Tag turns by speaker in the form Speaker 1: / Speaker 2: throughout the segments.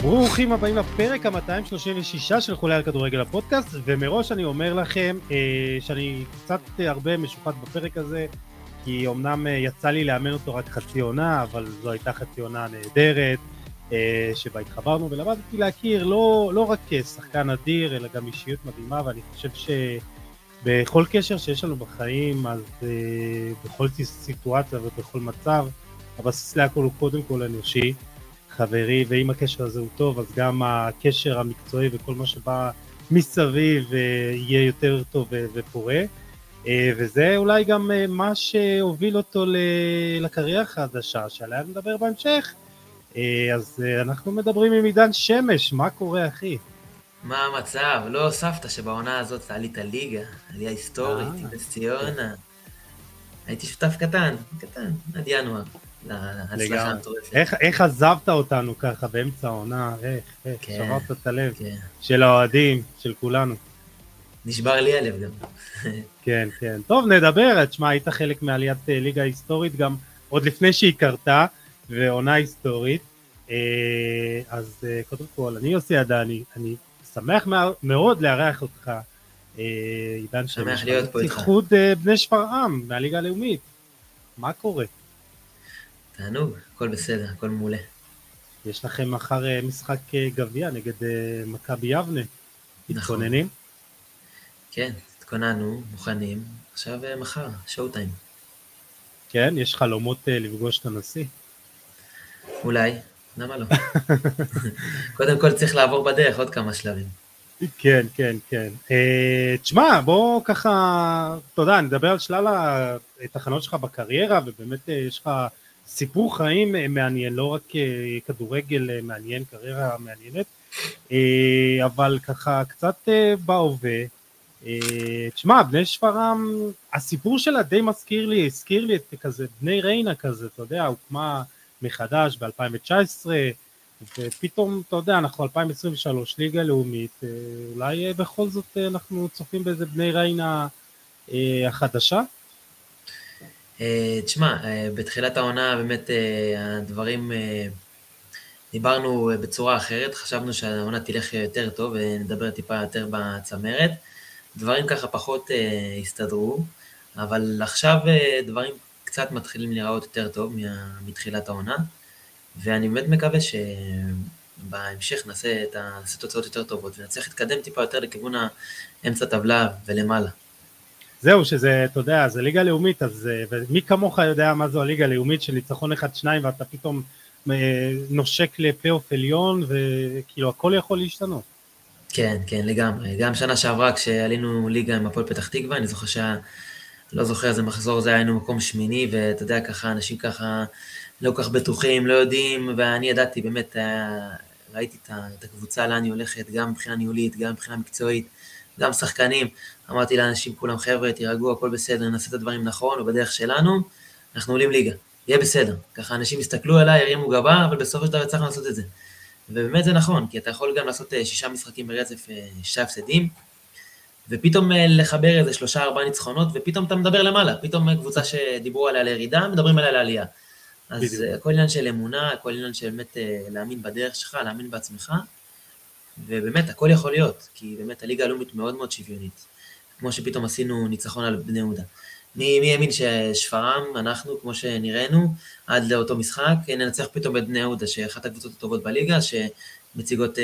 Speaker 1: ברוכים הבאים לפרק ה-236 של חולה על כדורגל הפודקאסט, ומראש אני אומר לכם שאני קצת הרבה משוחד בפרק הזה, כי אמנם יצא לי לאמן אותו רק חצי עונה, אבל זו הייתה חצי עונה נהדרת, שבה התחברנו ולמדתי להכיר לא רק שחקן אדיר, אלא גם אישיות מדהימה, ואני חושב שבכל קשר שיש לנו בחיים, אז בכל סיטואציה ובכל מצב, הבסיס להכל הוא קודם כל אנושי, חברי, ואם הקשר הזה הוא טוב, אז גם הקשר המקצועי וכל מה שבא מסביב יהיה יותר טוב ופורה, וזה אולי גם מה שהוביל אותו לקריירה החדשה, שעליה נדבר בהמשך. אז אנחנו מדברים עם עידן שמש, מה קורה אחי?
Speaker 2: מה המצב? לא הוספת שבעונה הזאת עלית ליגה, עלייה היסטורית, עם נס ציונה. הייתי שותף קטן, עד ינואר, להצלחה המטורפת.
Speaker 1: איך עזבת אותנו ככה באמצע העונה, איך שברת את הלב של האוהדים, של כולנו.
Speaker 2: נשבר לי הלב גם.
Speaker 1: כן, טוב נדבר, תשמע, היית חלק מעליית ליגה היסטורית גם עוד לפני שהיא קרתה, ועונה היסטורית, אז קודם כל, אני יוסי עדני, אני שמח מאוד לארח אותך, עידן
Speaker 2: שמח להיות פה איתך.
Speaker 1: איחוד בני שפרעם מהליגה הלאומית, מה קורה?
Speaker 2: תענוג, הכל בסדר, הכל מעולה.
Speaker 1: יש לכם מחר משחק גביע נגד מכבי יבנה, מתכוננים?
Speaker 2: כן, התכוננו, מוכנים, עכשיו מחר, שואו טיים.
Speaker 1: כן, יש חלומות לפגוש את הנשיא?
Speaker 2: אולי, למה לא? קודם כל צריך לעבור בדרך עוד כמה שלבים.
Speaker 1: כן. תשמע, בוא ככה, תודה, נדבר על שלל התחנות שלך בקריירה, ובאמת יש לך סיפור חיים מעניין, לא רק כדורגל מעניין, קריירה מעניינת, אבל ככה קצת בהווה. תשמע, בני שפרעם, הסיפור שלה די הזכיר לי את כזה בני ריינה כזה, אתה יודע, הוקמה מחדש ב-2019, ופתאום, אתה יודע, אנחנו 2023, ליגה לאומית, אולי בכל זאת אנחנו צופים באיזה בני ריינה החדשה?
Speaker 2: תשמע, בתחילת העונה באמת הדברים, דיברנו בצורה אחרת, חשבנו שהעונה תלך יותר טוב ונדבר טיפה יותר בצמרת, דברים ככה פחות הסתדרו, אבל עכשיו דברים קצת מתחילים להיראות יותר טוב מתחילת העונה, ואני באמת מקווה שבהמשך נעשה תוצאות יותר טובות, ונצליח להתקדם טיפה יותר לכיוון האמצע טבלה ולמעלה.
Speaker 1: זהו, שזה, אתה יודע, זה ליגה לאומית, אז מי כמוך יודע מה זו הליגה הלאומית של ניצחון 1-2, ואתה פתאום נושק לפלייאוף עליון, וכאילו הכל יכול להשתנות.
Speaker 2: כן, לגמרי. גם שנה שעברה כשעלינו ליגה עם הפועל פתח תקווה, אני זוכר לא זוכר איזה מחזור זה, היינו מקום שמיני, ואתה יודע, ככה, אנשים ככה לא כל כך בטוחים, לא יודעים, ואני ידעתי, באמת, ראיתי את הקבוצה לאן היא הולכת, גם מבחינה ניהולית, גם מבחינה מקצועית, גם שחקנים. אמרתי לאנשים, כולם חבר'ה, תירגעו, הכל בסדר, נעשה את הדברים נכון, ובדרך שלנו, אנחנו עולים ליגה, יהיה בסדר. ככה אנשים הסתכלו עליי, הרימו גבה, אבל בסופו של דבר צריך לעשות את זה. ובאמת זה נכון, כי אתה יכול גם לעשות 6 משחקים ברצף, 6 הפסדים, ופתאום לחבר איזה 3-4 ניצחונות, ופתאום אתה מדבר למעלה, פתאום קבוצה שדיברו עליה לירידה, מדברים עליה לעלייה. אז הכל עניין של אמונה, הכל עניין של באמת להאמין בדרך שלך, להאמין בעצמך, ובאמת הכל יכול להיות, כי באמת הליגה הלאומית מאוד מאוד שוויונית, כמו שפתאום עשינו ניצחון על בני יהודה. מי האמין ששפרעם, אנחנו, כמו שנראינו, עד לאותו משחק, ננצח פתאום את בני יהודה, שאחת הקבוצות הטובות בליגה, שמציגות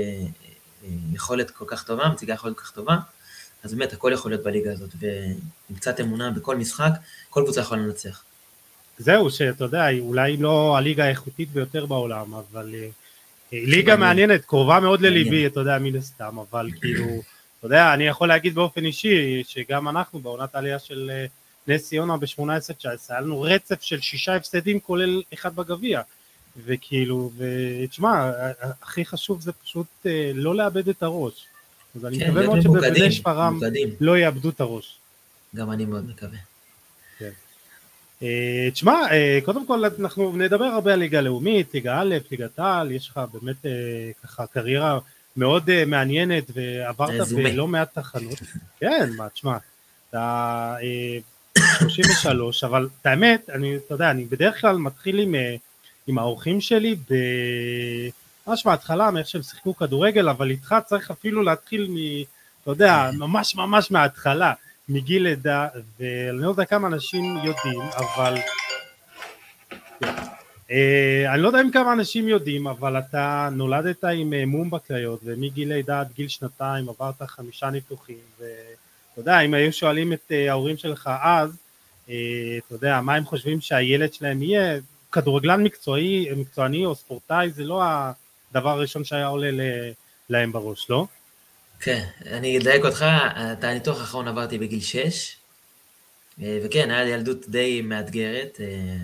Speaker 2: יכולת כל כך טובה, מציגה יכולת כל כך טובה, אז באמת הכל יכול להיות בליגה הזאת, ועם קצת אמונה בכל משחק, כל קבוצה יכולה לנצח.
Speaker 1: זהו, שאתה יודע, אולי לא הליגה האיכותית ביותר בעולם, אבל ליגה מעניינת, קרובה מאוד לליבי, אתה יודע, מן הסתם, אבל כאילו, אתה יודע, אני יכול להגיד באופן אישי, שגם אנחנו בעונת העלייה של נס ציונה ב-18-19, היה לנו רצף של 6 הפסדים, כולל אחד בגביע, וכאילו, ותשמע, הכי חשוב זה פשוט לא לאבד את הראש, אז אני מקווה מאוד שבבני שפרעם לא יאבדו את הראש.
Speaker 2: גם אני מאוד מקווה.
Speaker 1: תשמע, קודם כל אנחנו נדבר הרבה על ליגה לאומית, ליגה א', ליגת העל, יש לך באמת ככה קריירה מאוד מעניינת ועברת בלא מעט תחנות. כן, מה, תשמע, אתה 33, אבל את האמת, אתה יודע, אני בדרך כלל מתחיל עם האורחים שלי ממש מההתחלה, מאיך שהם שיחקו כדורגל, אבל איתך צריך אפילו להתחיל אתה יודע, ממש ממש מההתחלה, מגיל לידה, ואני לא יודע כמה אנשים יודעים, אבל אני לא יודע אם כמה אנשים יודעים, אבל אתה נולדת עם מום בכליות, ומגיל לידה עד גיל 2 עברת 5 ניתוחים, ואתה יודע, אם היו שואלים את ההורים שלך אז, אתה יודע, מה הם חושבים שהילד שלהם יהיה, כדורגלן מקצועני או ספורטאי, זה לא הדבר הראשון שהיה עולה להם בראש, לא?
Speaker 2: כן, אני אדייק אותך, את הניתוח האחרון עברתי בגיל 6, וכן, היה לי ילדות די מאתגרת,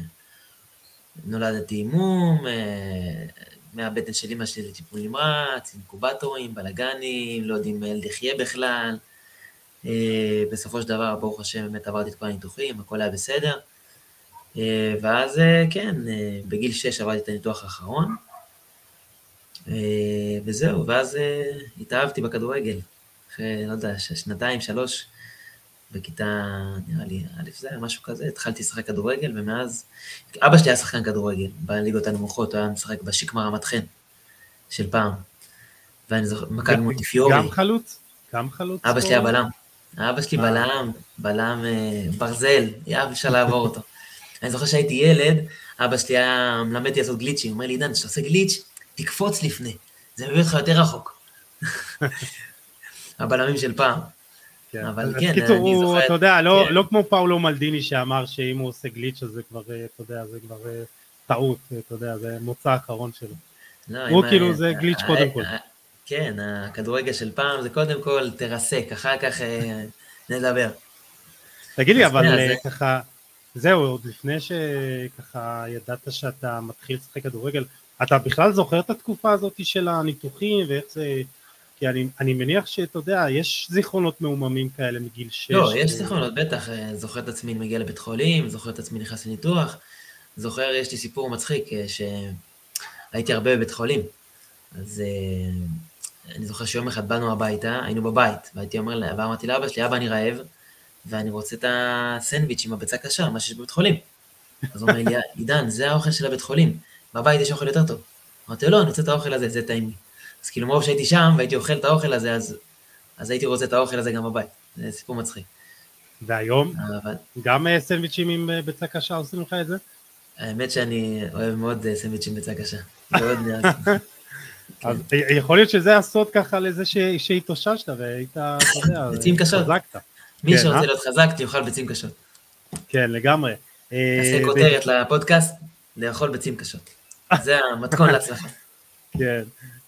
Speaker 2: נולדתי עם מום, מהבטן של אמא שלי לטיפול נמרץ, אינקובטורים, בלגנים, לא יודעים ילד יחיה בכלל, בסופו של דבר, ברוך השם, באמת עברתי את כל הניתוחים, הכל היה בסדר, ואז כן, בגיל 6 עברתי את הניתוח האחרון, וזהו, ואז התאהבתי בכדורגל, אחרי, לא יודע, 2-3, בכיתה, נראה לי, א' זה היה משהו כזה, התחלתי לשחק כדורגל, ומאז, אבא שלי היה שחקן כדורגל, בליגות הנמוכות, הוא היה משחק בשיקמה רמת חן, של פעם, ואני זוכר, מכבי מוטיפיורי.
Speaker 1: גם חלוץ? גם חלוץ?
Speaker 2: אבא שלי היה בלם, אבא שלי בלם ברזל, אפשר לעבור אותו. אני זוכר שהייתי ילד, אבא שלי היה מלמד אותי לעשות גליצ'ים, הוא אומר לי, עידן, כשאתה עושה גליץ', תקפוץ לפני, זה מביא אותך יותר רחוק. הבלמים של פעם.
Speaker 1: אבל כן, אני זוכר... אתה יודע, לא כמו פאולו מלדיני שאמר שאם הוא עושה גליץ' אז זה כבר, אתה יודע, זה כבר טעות, אתה יודע, זה מוצא האחרון שלו. הוא כאילו זה גליץ' קודם כל.
Speaker 2: כן, הכדורגל של פעם זה קודם כל תרסק, אחר כך נדבר.
Speaker 1: תגיד לי, אבל ככה, זהו, עוד לפני שככה ידעת שאתה מתחיל לשחק כדורגל, אתה בכלל זוכר את התקופה הזאת של הניתוחים ואיך זה... כי אני מניח שאתה יודע, יש זיכרונות מאוממים כאלה מגיל 6.
Speaker 2: לא, יש זיכרונות, בטח, זוכר את עצמי מגיע לבית חולים, זוכר את עצמי נכנס לניתוח, זוכר, יש לי סיפור מצחיק, שהייתי הרבה בבית חולים, אז אני זוכר שיום אחד באנו הביתה, היינו בבית, ואמרתי לאבא שלי, אבא אני רעב, ואני רוצה את הסנדוויץ' עם הביצה קשה, מה שיש בבית חולים. אז הוא אומר לי, עידן, זה האוכל של הבית חולים, בבית יש אוכל יותר טוב. אמרתי לו, לא, אני רוצה את האוכל הזה, זה טעים לי. אז כאילו מרוב שהייתי שם והייתי אוכל את האוכל הזה, אז הייתי רוצה את האוכל הזה גם בבית. זה סיפור מצחיק.
Speaker 1: והיום? גם סנדוויצ'ים עם ביצה קשה עושים לך את זה?
Speaker 2: האמת שאני אוהב מאוד סנדוויצ'ים ביצה קשה.
Speaker 1: אז יכול להיות שזה הסוד ככה לזה שהתאוששת והיית, אתה יודע,
Speaker 2: ביצים קשות.
Speaker 1: חזקת.
Speaker 2: מי שרוצה להיות חזק, תאכל ביצים קשות.
Speaker 1: כן, לגמרי.
Speaker 2: נעשה כותרת לפודקאסט, לאכול ביצים קשות. זה המתכון להצלחה.
Speaker 1: כן.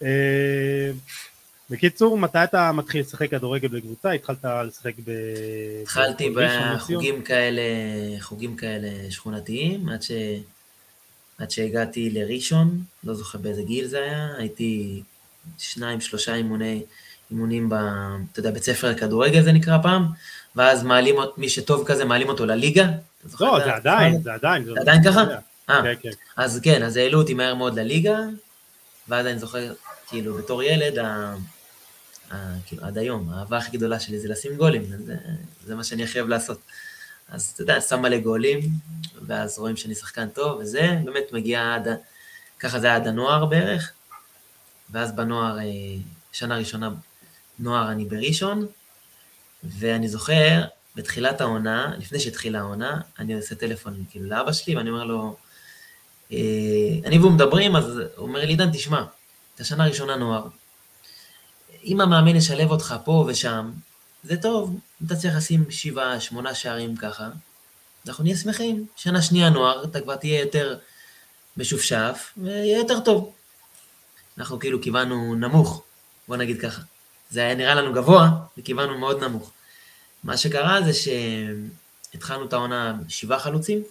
Speaker 1: בקיצור, מתי אתה מתחיל לשחק כדורגל בקבוצה? התחלת לשחק
Speaker 2: התחלתי בחוגים כאלה שכונתיים, עד שהגעתי לראשון, לא זוכר באיזה גיל זה היה, הייתי 2-3 אימונים אתה יודע, בית ספר כדורגל זה נקרא פעם, ואז מעלים, מי שטוב כזה, מעלים אותו לליגה.
Speaker 1: לא, זה עדיין.
Speaker 2: זה עדיין ככה? אז כן, אז העלו אותי מהר מאוד לליגה, ואז אני זוכר, כאילו, בתור ילד, כאילו, עד היום, האהבה הכי גדולה שלי זה לשים גולים, זה מה שאני הכי אוהב לעשות. אז אתה יודע, שם מלא גולים, ואז רואים שאני שחקן טוב, וזה באמת מגיע ככה זה היה עד הנוער בערך, ואז בנוער, שנה ראשונה, נוער אני בראשון, ואני זוכר, בתחילת העונה, לפני שהתחילה העונה, אני עושה טלפון כאילו לאבא שלי, ואני אומר לו, אני והוא מדברים, אז הוא אומר לי, עידן, תשמע, את השנה הראשונה נוער, אם המאמן ישלב אותך פה ושם, זה טוב, אם אתה צריך לשים 7-8 שערים ככה, אנחנו נהיה שמחים, שנה שנייה נוער, אתה כבר תהיה יותר משופשף, ויהיה יותר טוב. אנחנו כאילו כיוונו נמוך, בוא נגיד ככה. זה היה נראה לנו גבוה, וכיוונו מאוד נמוך. מה שקרה זה שהתחלנו את העונה 7 חלוצים,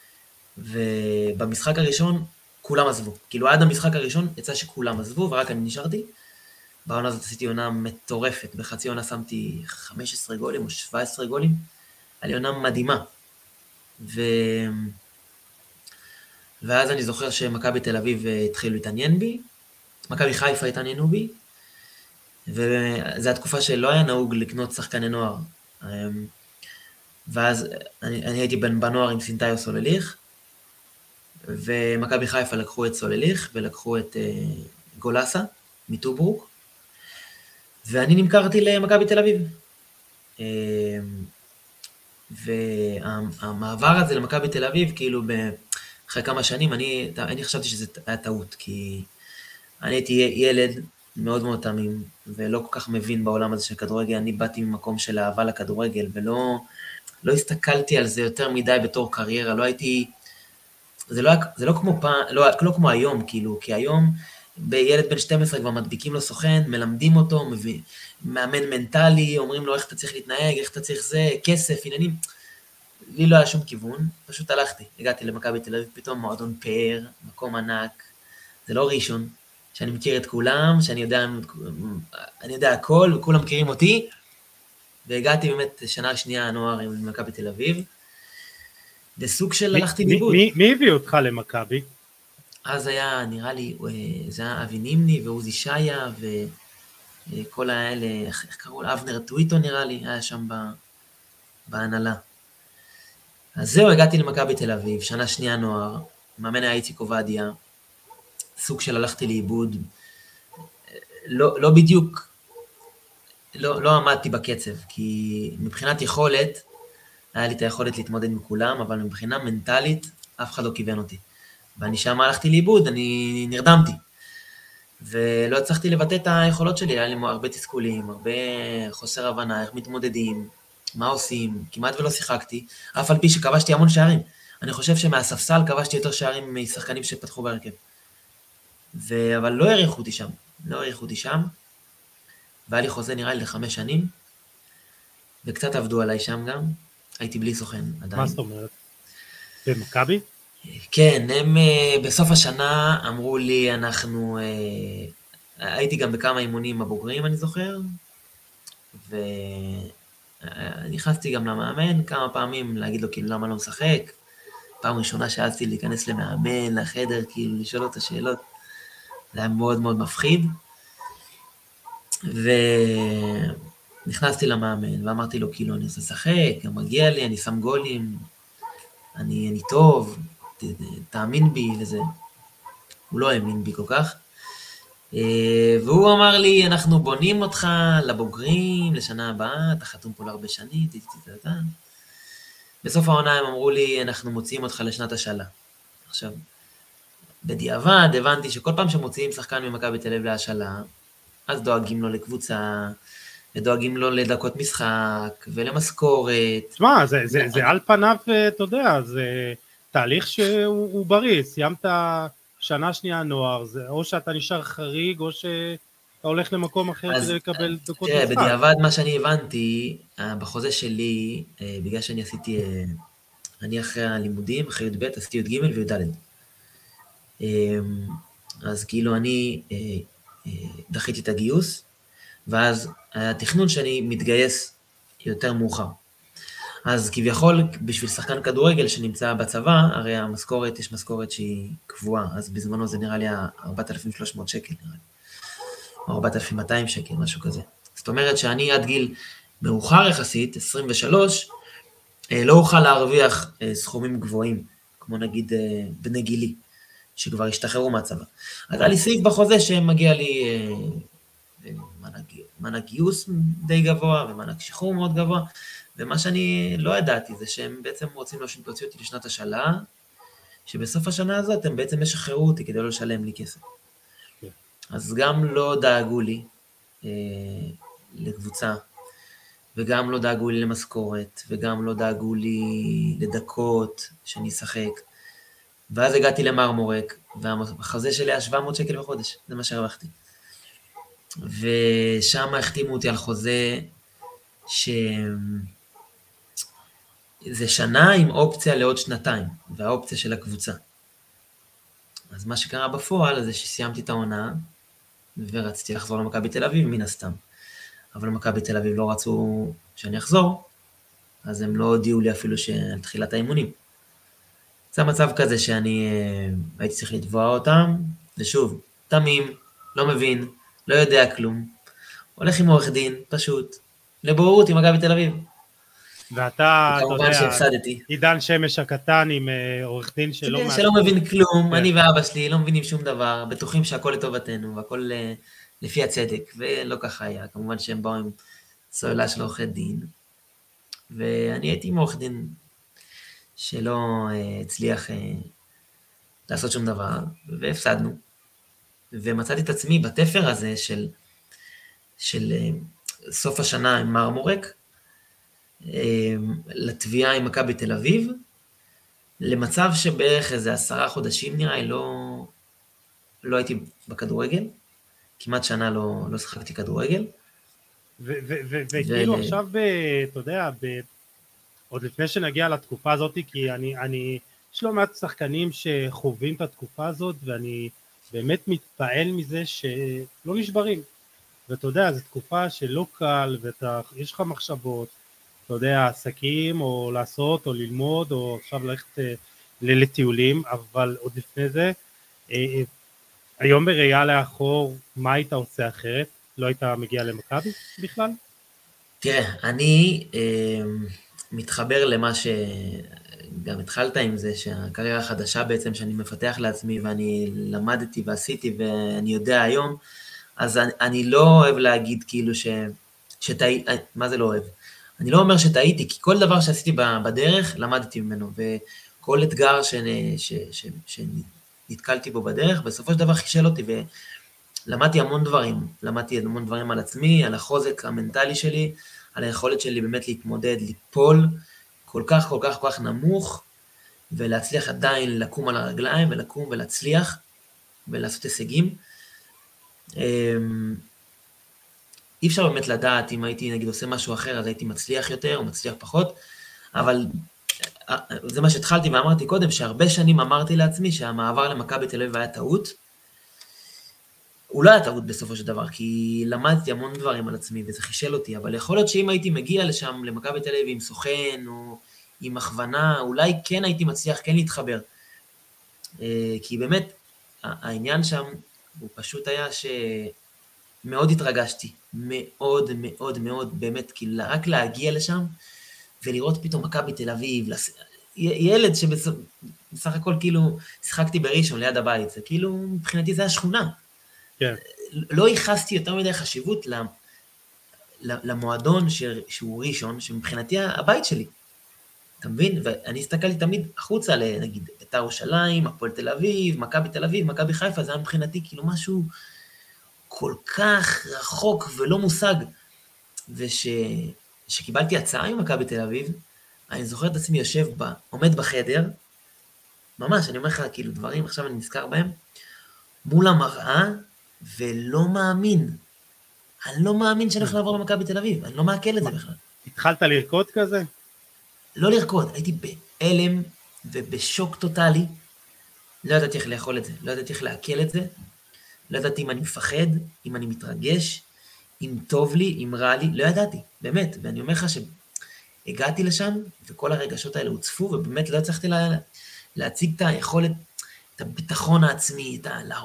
Speaker 2: ובמשחק הראשון כולם עזבו. כאילו עד המשחק הראשון יצא שכולם עזבו, ורק אני נשארתי. בעונה הזאת עשיתי עונה מטורפת, בחצי עונה שמתי 15 גולים או 17 גולים, היה לי עונה מדהימה. ואז אני זוכר שמכבי תל אביב התחילו להתעניין בי, מכבי חיפה התעניינו בי, וזו התקופה שלא היה נהוג לקנות שחקני נוער. ואז אני הייתי בנוער עם סינטאיו סולליך, ומכבי חיפה לקחו את סולליך, ולקחו את גולסה, מטוברוק, ואני נמכרתי למכבי תל אביב. והמעבר הזה למכבי תל אביב, כאילו אחרי כמה שנים, אני חשבתי שזה היה טעות, כי אני הייתי ילד מאוד מאוד תמים, ולא כל כך מבין בעולם הזה של כדורגל. אני באתי ממקום של אהבה לכדורגל, ולא הסתכלתי על זה יותר מדי בתור קריירה. לא הייתי, זה לא כמו פעם, לא כמו היום, כאילו, כי היום בילד בן 12 כבר מדביקים לו סוכן, מלמדים אותו, מאמן מנטלי, אומרים לו איך אתה צריך להתנהג, איך אתה צריך זה, כסף, עניינים. לי לא היה שום כיוון, פשוט הלכתי. הגעתי למכבי תל אביב, פתאום מועדון פאר, מקום ענק, זה לא ראשון, שאני מכיר את כולם, שאני יודע הכל, וכולם מכירים אותי, והגעתי באמת שנה שנייה הנוער עם מכבי תל אביב, בסוג של הלכתי לאיבוד.
Speaker 1: מי הביא אותך למכבי?
Speaker 2: אז היה, נראה לי, זה היה אבי נימני ועוזי שיה, וכל האלה, איך קראו לה? אבנר טוויטו נראה לי, היה שם בהנהלה. אז זהו, הגעתי למכבי תל אביב, שנה שנייה נוער, מאמן היה איציק עובדיה, סוג של הלכתי לאיבוד, לא בדיוק, לא עמדתי בקצב, כי מבחינת יכולת, היה לי את היכולת להתמודד עם כולם, אבל מבחינה מנטלית, אף אחד לא כיוון אותי. ואני שם הלכתי לאיבוד, אני נרדמתי. ולא הצלחתי לבטא את היכולות שלי, היה לי הרבה תסכולים, הרבה חוסר הבנה, איך מתמודדים, מה עושים, כמעט ולא שיחקתי, אף על פי שכבשתי המון שערים. אני חושב שמהספסל כבשתי יותר שערים משחקנים שפתחו בהרכב. אבל לא העריכו אותי שם, והיה לי חוזה נראה לי ל5 שנים, וקצת עבדו עליי שם גם, הייתי בלי סוכן עדיין.
Speaker 1: מה זאת אומרת? במכבי?
Speaker 2: כן, הם בסוף השנה אמרו לי, הייתי גם בכמה אימונים הבוגרים, אני זוכר, ונכנסתי גם למאמן כמה פעמים, להגיד לו כאילו למה לא משחק, פעם ראשונה שעזתי להיכנס למאמן, לחדר, כאילו לשאול לו את השאלות, זה היה מאוד מאוד מפחיד, ונכנסתי למאמן, ואמרתי לו כאילו אני עושה לשחק, גם מגיע לי, אני שם גולים, אני טוב, תאמין בי וזה. הוא לא האמין בי כל כך. והוא אמר לי, אנחנו בונים אותך לבוגרים, לשנה הבאה, אתה חתום פה להרבה שנים, בסוף העונה הם אמרו לי, אנחנו מוציאים אותך לשנת השאלה. עכשיו, בדיעבד הבנתי שכל פעם שמוציאים שחקן ממכבי תל אביב להשאלה, אז דואגים לו לקבוצה, ודואגים לו לדקות משחק, ולמשכורת.
Speaker 1: תשמע, זה על פניו, אתה יודע, זה תהליך שהוא בריא, סיימת שנה שנייה נוער, או שאתה נשאר חריג, או שאתה הולך למקום אחר כדי לקבל דקות משחק.
Speaker 2: בדיעבד מה שאני הבנתי, בחוזה שלי, בגלל שאני עשיתי, אני אחרי הלימודים, אחרי י"ב, עשיתי י"ג וי"ד. אז כאילו אני דחיתי את הגיוס, ואז היה תכנון שאני מתגייס יותר מאוחר. אז כביכול, בשביל שחקן כדורגל שנמצא בצבא, הרי המשכורת, יש משכורת שהיא קבועה, אז בזמנו זה נראה לי 4,300 שקל, נראה לי. או 4,200 שקל, משהו כזה. זאת אומרת שאני עד גיל מאוחר יחסית, 23, לא אוכל להרוויח סכומים גבוהים, כמו נגיד בני גילי, שכבר השתחררו מהצבא. אז היה לי סעיף בחוזה שמגיע לי מענק גיוס די גבוה, ומענק שחרור מאוד גבוה, ומה שאני לא ידעתי זה שהם בעצם רוצים להוציא אותי לשנת השאלה, שבסוף השנה הזאת הם בעצם ישחררו אותי כדי לא לשלם לי כסף. אז גם לא דאגו לי לקבוצה, וגם לא דאגו לי למשכורת, וגם לא דאגו לי לדקות שאני אשחק. ואז הגעתי למרמורק, והחוזה שלי היה 700 שקל בחודש, זה מה שהרווחתי. ושם החתימו אותי על חוזה זה שנה עם אופציה לעוד 2, והאופציה של הקבוצה. אז מה שקרה בפועל זה שסיימתי את העונה, ורציתי לחזור למכבי תל אביב מן הסתם. אבל למכבי תל אביב לא רצו שאני אחזור, אז הם לא הודיעו לי אפילו על תחילת האימונים. זה המצב כזה שאני הייתי צריך לתבוע אותם, ושוב, תמים, לא מבין, לא יודע כלום, הולך עם עורך דין, פשוט, לבוררות עם מכבי תל אביב.
Speaker 1: ואתה, אתה
Speaker 2: וכמובן
Speaker 1: יודע,
Speaker 2: שהפסדתי.
Speaker 1: עידן שמש הקטן עם עורך דין שלא
Speaker 2: כן,
Speaker 1: מעט...
Speaker 2: שלא מבין כלום,
Speaker 1: כן.
Speaker 2: אני ואבא שלי לא מבינים שום דבר, בטוחים שהכל לטובתנו, והכל לפי הצדק, ולא ככה היה. כמובן שהם באו עם סוללה של עורכי דין, ואני הייתי עם עורך דין שלא הצליח לעשות שום דבר, והפסדנו. ומצאתי את עצמי בתפר הזה של סוף השנה עם מרמורק, לתביעה עם מכבי תל אביב, למצב שבערך איזה 10 חודשים נראה לי לא הייתי בכדורגל, כמעט שנה לא שחקתי כדורגל.
Speaker 1: וכאילו עכשיו, אתה יודע, עוד לפני שנגיע לתקופה הזאת, כי יש לא מעט שחקנים שחווים את התקופה הזאת, ואני באמת מתפעל מזה שלא נשברים. ואתה יודע, זו תקופה שלא קל, ויש לך מחשבות, אתה יודע, עסקים, או לעשות, או ללמוד, או עכשיו ללכת לטיולים, אבל עוד לפני זה, היום בראייה לאחור, מה היית עושה אחרת? לא היית מגיע למכבי בכלל?
Speaker 2: תראה, אני מתחבר למה שגם התחלת עם זה, שהקריירה החדשה בעצם שאני מפתח לעצמי, ואני למדתי ועשיתי, ואני יודע היום, אז אני לא אוהב להגיד כאילו מה זה לא אוהב? אני לא אומר שטעיתי, כי כל דבר שעשיתי בדרך, למדתי ממנו, וכל אתגר שנתקלתי בו בדרך, בסופו של דבר חישל אותי, ולמדתי המון דברים על עצמי, על החוזק המנטלי שלי, על היכולת שלי באמת להתמודד, ליפול כל כך נמוך, ולהצליח עדיין לקום על הרגליים, ולקום ולהצליח, ולעשות הישגים. אי אפשר באמת לדעת אם הייתי נגיד עושה משהו אחר, אז הייתי מצליח יותר או מצליח פחות, אבל זה מה שהתחלתי ואמרתי קודם, שהרבה שנים אמרתי לעצמי שהמעבר למכבי תל אביב היה טעות. הוא לא היה טעות בסופו של דבר, כי למדתי המון דברים על עצמי וזה חישל אותי, אבל יכול להיות שאם הייתי מגיע לשם למכבי תל אביב עם סוכן או עם הכוונה, אולי כן הייתי מצליח כן להתחבר. כי באמת העניין שם הוא פשוט היה מאוד התרגשתי, מאוד מאוד מאוד, באמת, כי רק להגיע לשם, ולראות פתאום מכבי תל אביב, ילד שבסך הכל כאילו, שיחקתי בראשון ליד הבית, זה כאילו, מבחינתי זה השכונה.
Speaker 1: כן.
Speaker 2: לא ייחסתי יותר מדי חשיבות למועדון שהוא ראשון, שמבחינתי הבית שלי. אתה מבין? ואני הסתכלתי תמיד החוצה, נגיד, בית"ר ירושלים, הפועל תל אביב, מכבי תל אביב, מכבי חיפה, זה היה מבחינתי כאילו משהו כל כך רחוק ולא מושג, ושקיבלתי הצעה ממכבי תל אביב, אני זוכר את עצמי עומד בחדר, ממש, אני אומר לך כאילו דברים, עכשיו אני נזכר בהם, מול המראה, ולא מאמין, אני לא מאמין שאני הולך לעבור למכבי תל אביב, אני לא מעכל את זה בכלל.
Speaker 1: התחלת לרקוד כזה?
Speaker 2: לא לרקוד, הייתי בהלם ובשוק טוטלי, לא ידעתי איך לאכול את זה, לא ידעתי איך לעכל את זה, לא ידעתי אם אני מפחד, אם אני מתרגש, אם טוב לי, אם רע לי, לא ידעתי, באמת, ואני אומר לך שהגעתי לשם, וכל הרגשות האלה הוצפו, ובאמת לא הצלחתי להציג את היכולת, את הביטחון העצמי,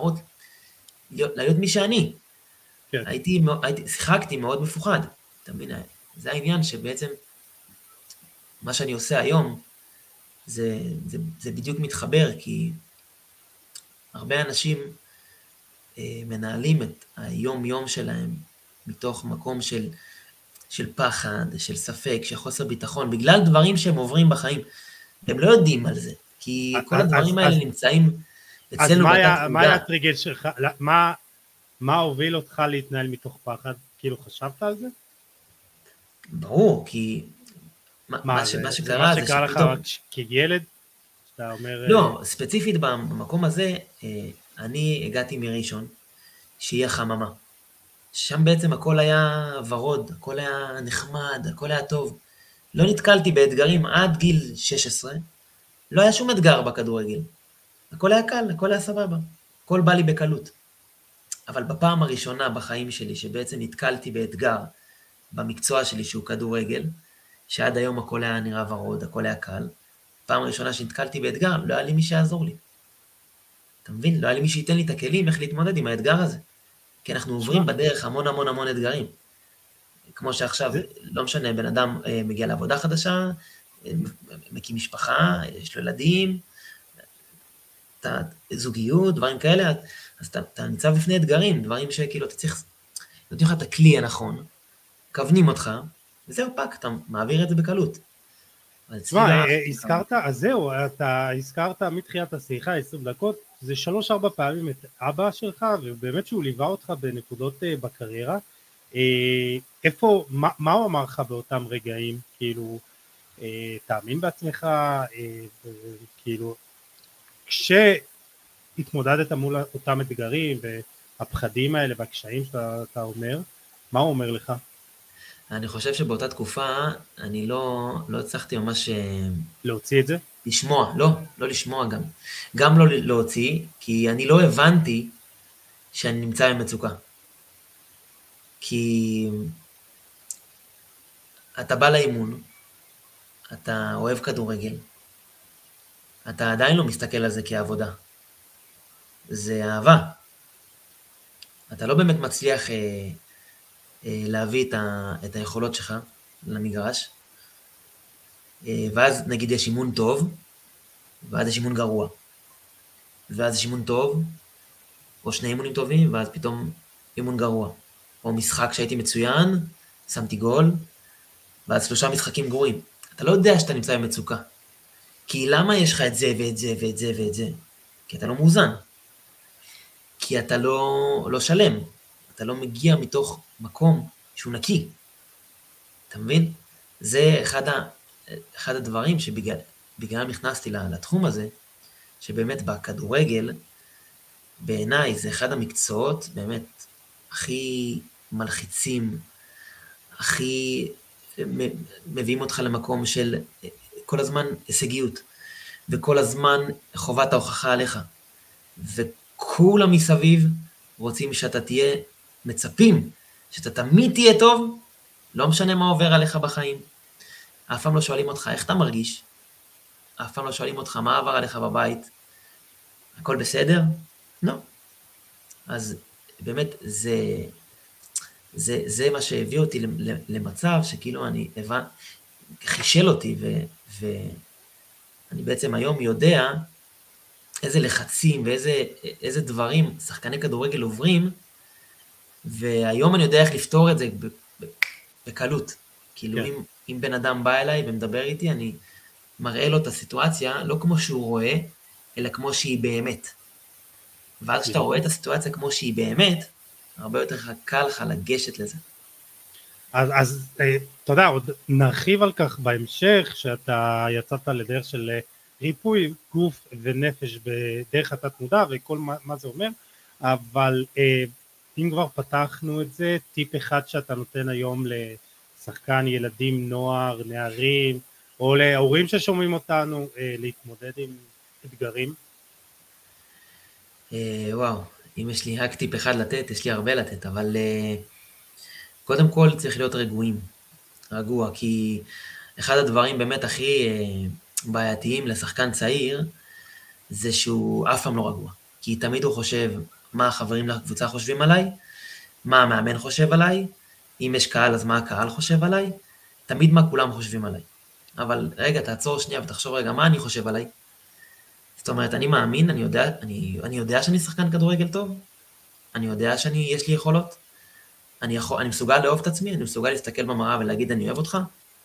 Speaker 2: להיות מי שאני.
Speaker 1: כן.
Speaker 2: שיחקתי מאוד מפוחד, אתה מבין, זה העניין שבעצם, מה שאני עושה היום, זה בדיוק מתחבר, כי הרבה אנשים מנהלים את היום-יום שלהם, מתוך מקום של פחד, של ספק, של חוסר ביטחון, בגלל דברים שהם עוברים בחיים. הם לא יודעים על זה, כי כל הדברים האלה נמצאים אצלנו בתת מודע.
Speaker 1: אז מה היה הטריגר שלך? מה הוביל אותך להתנהל מתוך פחד? כאילו חשבת על זה?
Speaker 2: ברור, כי מה שקרה זה
Speaker 1: שקרה לך רק כילד? שאתה אומר...
Speaker 2: לא, ספציפית במקום הזה, אני הגעתי מראשון, שהיא החממה. שם בעצם הכל היה ורוד, הכל היה נחמד, הכל היה טוב. לא נתקלתי באתגרים עד גיל 16, לא היה שום אתגר בכדורגל. הכל היה קל, הכל היה סבבה. הכל בא לי בקלות. אבל בפעם הראשונה בחיים שלי, שבעצם נתקלתי באתגר במקצוע שלי שהוא כדורגל, שעד היום הכל היה נראה ורוד, הכל היה קל, פעם ראשונה שנתקלתי באתגר, לא היה לי מי שיעזור לי. אתה מבין? לא היה לי מי שייתן לי את הכלים איך להתמודד עם האתגר הזה. כי אנחנו עוברים בדרך המון אתגרים. כמו שעכשיו,
Speaker 1: זה,
Speaker 2: לא משנה, בן אדם מגיע לעבודה חדשה, מקים משפחה, יש לו ילדים, זוגיות, דברים כאלה, אז אתה ניצב בפני אתגרים, דברים שכאילו אתה צריך, נותנים לך את הכלי הנכון, כוונים אותך, וזהו פאק, אתה מעביר את זה בקלות.
Speaker 1: תשמע, הזכרת, אז זהו, אתה הזכרת מתחילת השיחה 20 דקות, זה 3-4 פעמים את אבא שלך, ובאמת שהוא ליווה אותך בנקודות בקריירה. איפה, מה הוא אמר לך באותם רגעים? כאילו, תאמין בעצמך, כאילו, כשהתמודדת מול אותם אתגרים, והפחדים האלה והקשיים שאתה אומר, מה הוא אומר לך?
Speaker 2: אני חושב שבאותה תקופה, אני לא הצלחתי ממש
Speaker 1: להוציא את זה?
Speaker 2: לשמוע, לא לשמוע גם. גם לא להוציא, כי אני לא הבנתי שאני נמצא במצוקה. כי אתה בא לאימון, אתה אוהב כדורגל, אתה עדיין לא מסתכל על זה כעבודה. זה אהבה. אתה לא באמת מצליח להביא את היכולות שלך למגרש, ואז נגיד יש אימון טוב, ואז יש אימון גרוע. ואז יש אימון טוב, או שני אימונים טובים, ואז פתאום אימון גרוע. או משחק שהייתי מצוין, שמתי גול, ואז 3 משחקים גרועים. אתה לא יודע שאתה נמצא במצוקה. כי למה יש לך את זה ואת זה ואת זה ואת זה? כי אתה לא מאוזן. כי אתה לא שלם. אתה לא מגיע מתוך מקום שהוא נקי. אתה מבין? זה אחד הדברים שבגלל נכנסתי לתחום הזה, שבאמת בכדורגל, בעיניי זה אחד המקצועות באמת הכי מלחיצים, הכי מביאים אותך למקום של כל הזמן הישגיות, וכל הזמן חובת ההוכחה עליך. וכולם מסביב רוצים שאתה תהיה, מצפים שאתה תמיד תהיה טוב, לא משנה מה עובר עליך בחיים. אף פעם לא שואלים אותך איך אתה מרגיש, אף פעם לא שואלים אותך מה עבר עליך בבית, הכל בסדר? לא. אז באמת זה מה שהביא אותי למצב שכאילו אני חישל אותי, ואני בעצם היום יודע איזה לחצים ואיזה דברים שחקני כדורגל עוברים, והיום אני יודע איך לפתור את זה בקלות. כאילו אם בן אדם בא אליי ומדבר איתי, אני מראה לו את הסיטואציה, לא כמו שהוא רואה, אלא כמו שהיא באמת. ואז כשאתה רואה את הסיטואציה כמו שהיא באמת, הרבה יותר קל לך לגשת לזה.
Speaker 1: אז אתה יודע, עוד נרחיב על כך בהמשך, שאתה יצאת לדרך של ריפוי גוף ונפש בדרך התת מודע וכל מה זה אומר, אבל אם כבר פתחנו את זה, טיפ אחד שאתה נותן היום לשחקן, ילדים, נוער, נערים, או להורים ששומעים אותנו, להתמודד עם אתגרים?
Speaker 2: וואו, אם יש לי רק טיפ אחד לתת, יש לי הרבה לתת, אבל קודם כל צריך להיות רגוע, כי אחד הדברים באמת הכי בעייתיים לשחקן צעיר, זה שהוא אף פעם לא רגוע. כי תמיד הוא חושב מה החברים לקבוצה חושבים עליי, מה המאמן חושב עליי, אם יש קהל אז מה הקהל חושב עליי, תמיד מה כולם חושבים עליי. אבל רגע, תעצור שנייה ותחשוב רגע, מה אני חושב עליי? זאת אומרת, אני מאמין, אני יודע שאני שחקן כדורגל טוב, אני יודע שיש לי יכולות, אני מסוגל לאהוב את עצמי, אני מסוגל להסתכל במראה ולהגיד אני אוהב אותך,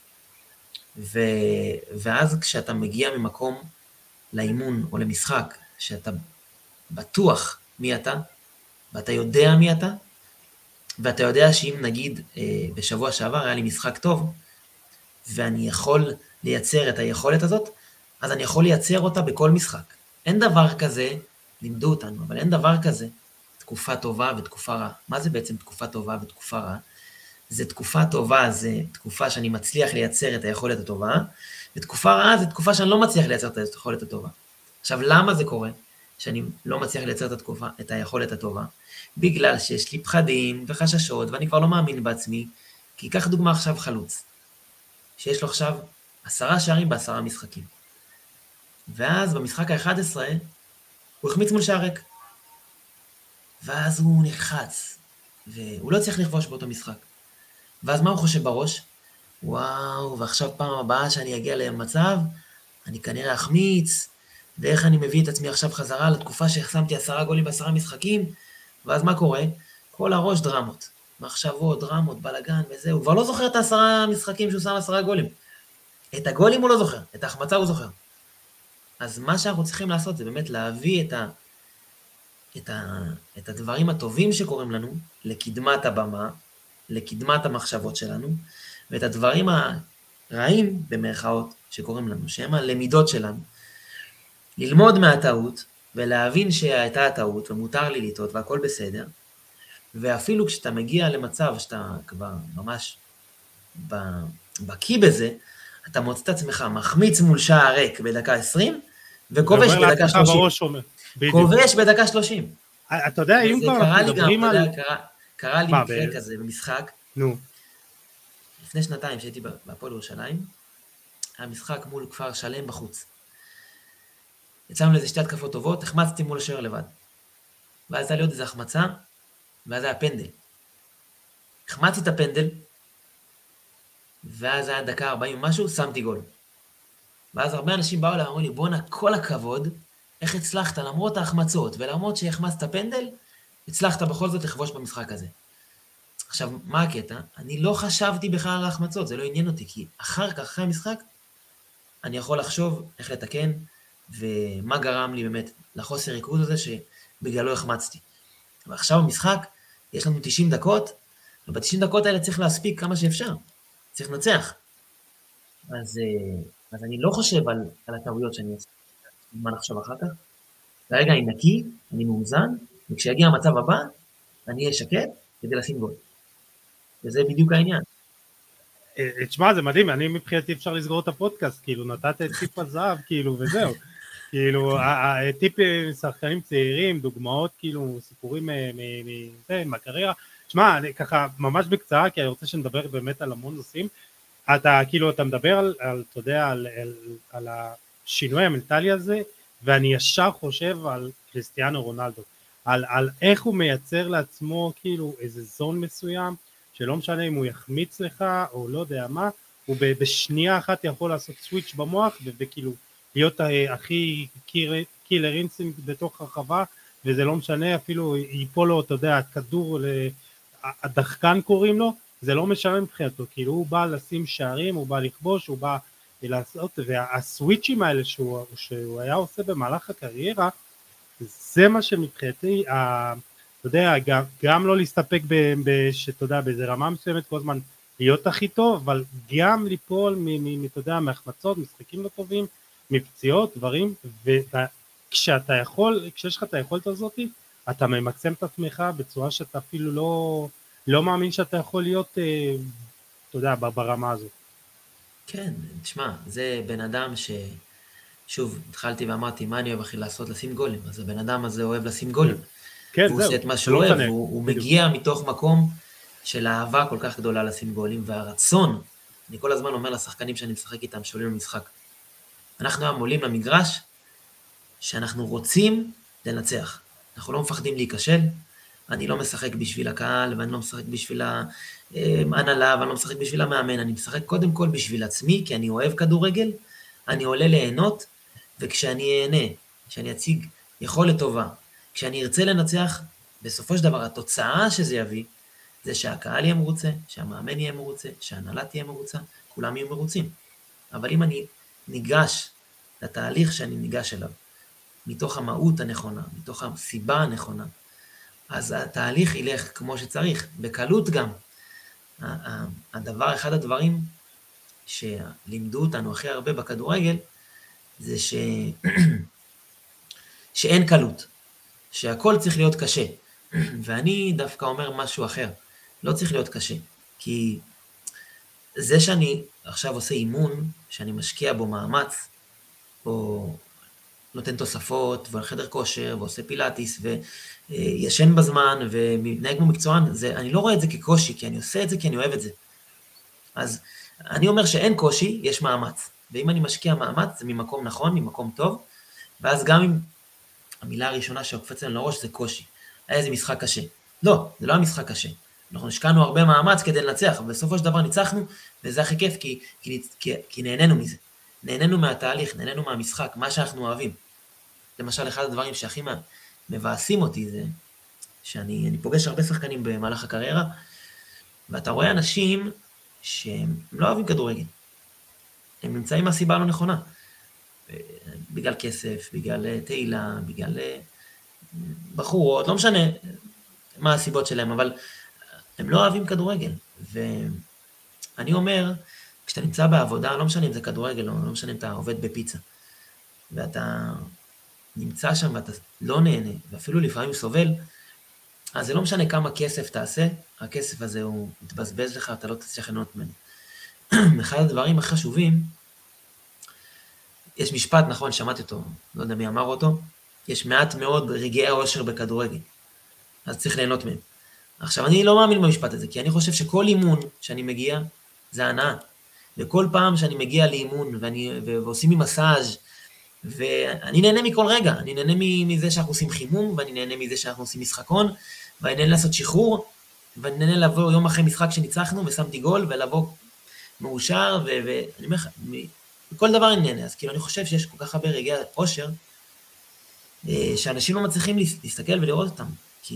Speaker 2: ואז כשאתה מגיע ממקום לאימון או למשחק, שאתה בטוח מי אתה, ואתה יודע מי אתה, ואתה יודע שאם נגיד בשבוע שעבר היה לי משחק טוב, ואני יכול לייצר את היכולת הזאת, אז אני יכול לייצר אותה בכל משחק. אין דבר כזה, לימדו אותנו, אבל אין דבר כזה, תקופה טובה ותקופה רעה. מה זה בעצם תקופה טובה ותקופה רעה? זה תקופה טובה, זה תקופה שאני מצליח לייצר את היכולת הטובה, ותקופה רעה זה תקופה שאני לא מצליח לייצר את היכולת הטובה. עכשיו, למה זה קורה? שאני לא מצליח לייצר את היכולת הטובה? בגלל שיש לי פחדים וחששות, ואני כבר לא מאמין בעצמי, כי קח דוגמה עכשיו חלוץ, שיש לו עכשיו 10 שערים ב10 משחקים. ואז במשחק ה-11, הוא החמיץ מול שער ריק. ואז הוא נחץ, והוא לא צריך לכבוש באותו משחק. ואז מה הוא חושב בראש? וואו, ועכשיו פעם הבאה שאני אגיע למצב, אני כנראה אחמיץ, ואיך אני מביא את עצמי עכשיו חזרה לתקופה שהחסמתי 10 גולים ב10 משחקים, ואז מה קורה? כל הראש דרמות, מחשבות, דרמות, בלגן וזה, הוא כבר לא זוכר את 10 משחקים שהוא שם 10 גולים. את הגולים הוא לא זוכר, את ההחמצה הוא זוכר. אז מה שאנחנו צריכים לעשות זה באמת להביא את הדברים הטובים שקורים לנו לקדמת הבמה, לקדמת המחשבות שלנו, ואת הדברים הרעים במרכאות שקורים לנו, שהם הלמידות שלנו, ללמוד מהטעות ולהבין שהייתה הטעות ומותר לי לטעות והכל בסדר, ואפילו כשאתה מגיע למצב שאתה כבר ממש בקיא בזה, אתה מוצא את עצמך מחמיץ מול שער ריק בדקה 20, וכובש בדקה 30. כובש בדקה 30.
Speaker 1: אתה יודע, אם כבר אנחנו מדברים על...
Speaker 2: קרה לי מקרה כזה במשחק.
Speaker 1: נו.
Speaker 2: לפני שנתיים שהייתי בהפועל ירושלים, היה משחק מול כפר שלם בחוץ. יצאנו לאיזה 2 התקפות טובות, החמצתי מול השוער לבד. ואז הייתה לי עוד איזו החמצה, ואז היה פנדל. החמצתי את הפנדל, ואז היה דקה 40 ומשהו, שמתי גול. ואז הרבה אנשים באו ואמרו לי, בונה, כל הכבוד, איך הצלחת, למרות ההחמצות, ולמרות שהחמצת פנדל, הצלחת בכל זאת לכבוש במשחק הזה. עכשיו, מה הקטע? אני לא חשבתי בכלל על ההחמצות, זה לא עניין אותי, כי אחר כך, אחרי המשחק, אני יכול לחשוב איך לתקן, ומה גרם לי באמת לחוסר ריכוז הזה שבגללו החמצתי. ועכשיו במשחק, יש לנו 90 דקות, וב-90 דקות האלה צריך להספיק כמה שאפשר. צריך לנצח. אז אני לא חושב על הטעויות שאני עושה. מה נחשוב אחר כך? כרגע אני נקי, אני מאוזן, וכשיגיע המצב הבא, אני אהיה שקט כדי לשים גול. וזה בדיוק העניין.
Speaker 1: תשמע, זה מדהים, אני מבחינתי אפשר לסגור את הפודקאסט, כאילו נתת את טיפ הזהב, כאילו, וזהו. כאילו, טיפ שחקנים צעירים, דוגמאות, כאילו, סיפורים מהקריירה. תשמע, ככה, ממש בקצרה, כי אני רוצה שנדבר באמת על המון נושאים. אתה, כאילו, אתה מדבר על, אתה יודע, על השינוי המנטלי הזה, ואני ישר חושב על קריסטיאנו רונלדו, על איך הוא מייצר לעצמו, כאילו, איזה זון מסוים, שלא משנה אם הוא יחמיץ לך, או לא יודע מה, הוא בשנייה אחת יכול לעשות סוויץ' במוח, וכאילו, להיות הכי קילר אינסטינקט בתוך הרחבה, וזה לא משנה, אפילו ייפול לו, אתה יודע, הכדור, הדחקן קוראים לו, זה לא משנה מבחינתו, כאילו הוא בא לשים שערים, הוא בא לכבוש, הוא בא לעשות, והסוויצ'ים האלה שהוא היה עושה במהלך הקריירה, זה מה שמבחינתי, אתה יודע, גם לא להסתפק שאתה יודע, באיזה רמה מסוימת, כל הזמן להיות הכי טוב, אבל גם ליפול, אתה יודע, מהחמצות, משחקים לא טובים, מפציעות, דברים, וכשאתה יכול, כשיש לך את היכולת הזאת, אתה ממקסם את עצמך בצורה שאתה אפילו לא מאמין שאתה יכול להיות, אתה יודע, ברמה הזאת.
Speaker 2: כן, תשמע, זה בן אדם שוב, התחלתי ואמרתי, מה אני אוהב הכי לעשות? לשים גולים. אז הבן אדם הזה אוהב לשים גולים.
Speaker 1: כן,
Speaker 2: והוא עושה את מה שהוא אוהב, הוא מגיע מתוך מקום של אהבה כל כך גדולה לשים גולים, והרצון, אני כל הזמן אומר לשחקנים שאני משחק איתם, שעולים למשחק. אנחנו היום עולים למגרש, שאנחנו רוצים לנצח. אנחנו לא מפחדים להיכשל, אני לא משחק בשביל הקהל, ואני לא משחק בשביל ההנהלה, ואני לא משחק בשביל המאמן, אני משחק קודם כל בשביל עצמי, כי אני אוהב כדורגל, אני עולה ליהנות, וכשאני אהנה, כשאני אציג יכולת טובה, כשאני ארצה לנצח, בסופו של דבר התוצאה שזה יביא, זה שהקהל יהיה מרוצה, שהמאמן יהיה מרוצה, שההנהלה תהיה מרוצה, כולם יהיו מרוצים. אבל אם אני ניגש לתהליך שאני ניגש אליו, מתוך המהות הנכונה, מתוך הסיבה הנכונה, אז התהליך ילך כמו שצריך, בקלות גם. אחד הדברים שלימדו אותנו הכי הרבה בכדורגל, זה שאין קלות, שהכל צריך להיות קשה. ואני דווקא אומר משהו אחר, לא צריך להיות קשה, כי זה שאני עכשיו עושה אימון, שאני משקיע בו מאמץ, או נותן תוספות, והחדר כושר, ועושה פילאטיס, וישן בזמן, ומתנהג כמו מקצוען, אני לא רואה את זה כקושי, כי אני עושה את זה כי אני אוהב את זה. אז אני אומר שאין קושי, יש מאמץ. ואם אני משקיע מאמץ, זה ממקום נכון, ממקום טוב, ואז גם אם המילה הראשונה שהקפצת לנו לראש זה קושי. היה איזה משחק קשה. לא, זה לא היה משחק קשה. אנחנו השקענו הרבה מאמץ כדי לנצח, ובסופו של דבר ניצחנו, וזה הכי כיף, כי נהנינו מזה. נהנינו מהתהליך, נהנינו מהמשחק, מה שאנחנו אוהבים. למשל, אחד הדברים שהכי מבאסים אותי זה, שאני פוגש הרבה שחקנים במהלך הקריירה, ואתה רואה אנשים שהם לא אוהבים כדורגל. הם נמצאים מהסיבה הלא נכונה. בגלל כסף, בגלל תהילה, בגלל בחורות, לא משנה מה הסיבות שלהם, אבל הם לא אוהבים כדורגל. ואני אומר, כשאתה נמצא בעבודה, לא משנה אם זה כדורגל, לא משנה אם אתה עובד בפיצה, ואתה נמצא שם ואתה לא נהנה, ואפילו לפעמים סובל, אז זה לא משנה כמה כסף תעשה, הכסף הזה הוא מתבזבז לך, אתה לא תצליח ליהנות ממנו. אחד הדברים החשובים, יש משפט, נכון, שמעתי אותו, לא יודע מי אמר אותו, יש מעט מאוד רגעי האושר בכדורגל, אז צריך ליהנות מהם. עכשיו, אני לא מאמין במשפט הזה, כי אני חושב שכל אימון שאני מגיע, זה הנאה. וכל פעם שאני מגיע לאימון, ועושים לי מסאז', ואני נהנה מכל רגע, אני נהנה מזה שאנחנו עושים חימום, ואני נהנה מזה שאנחנו עושים משחקון, ואני נהנה לעשות שחרור, ואני נהנה לבוא יום אחרי משחק שניצחנו, ושמתי גול, ולבוא מאושר, ואני אומר לך, בכל דבר אני נהנה. אז כאילו אני חושב שיש כל כך הרבה רגעי אושר, שאנשים לא מצליחים להסתכל ולראות אותם,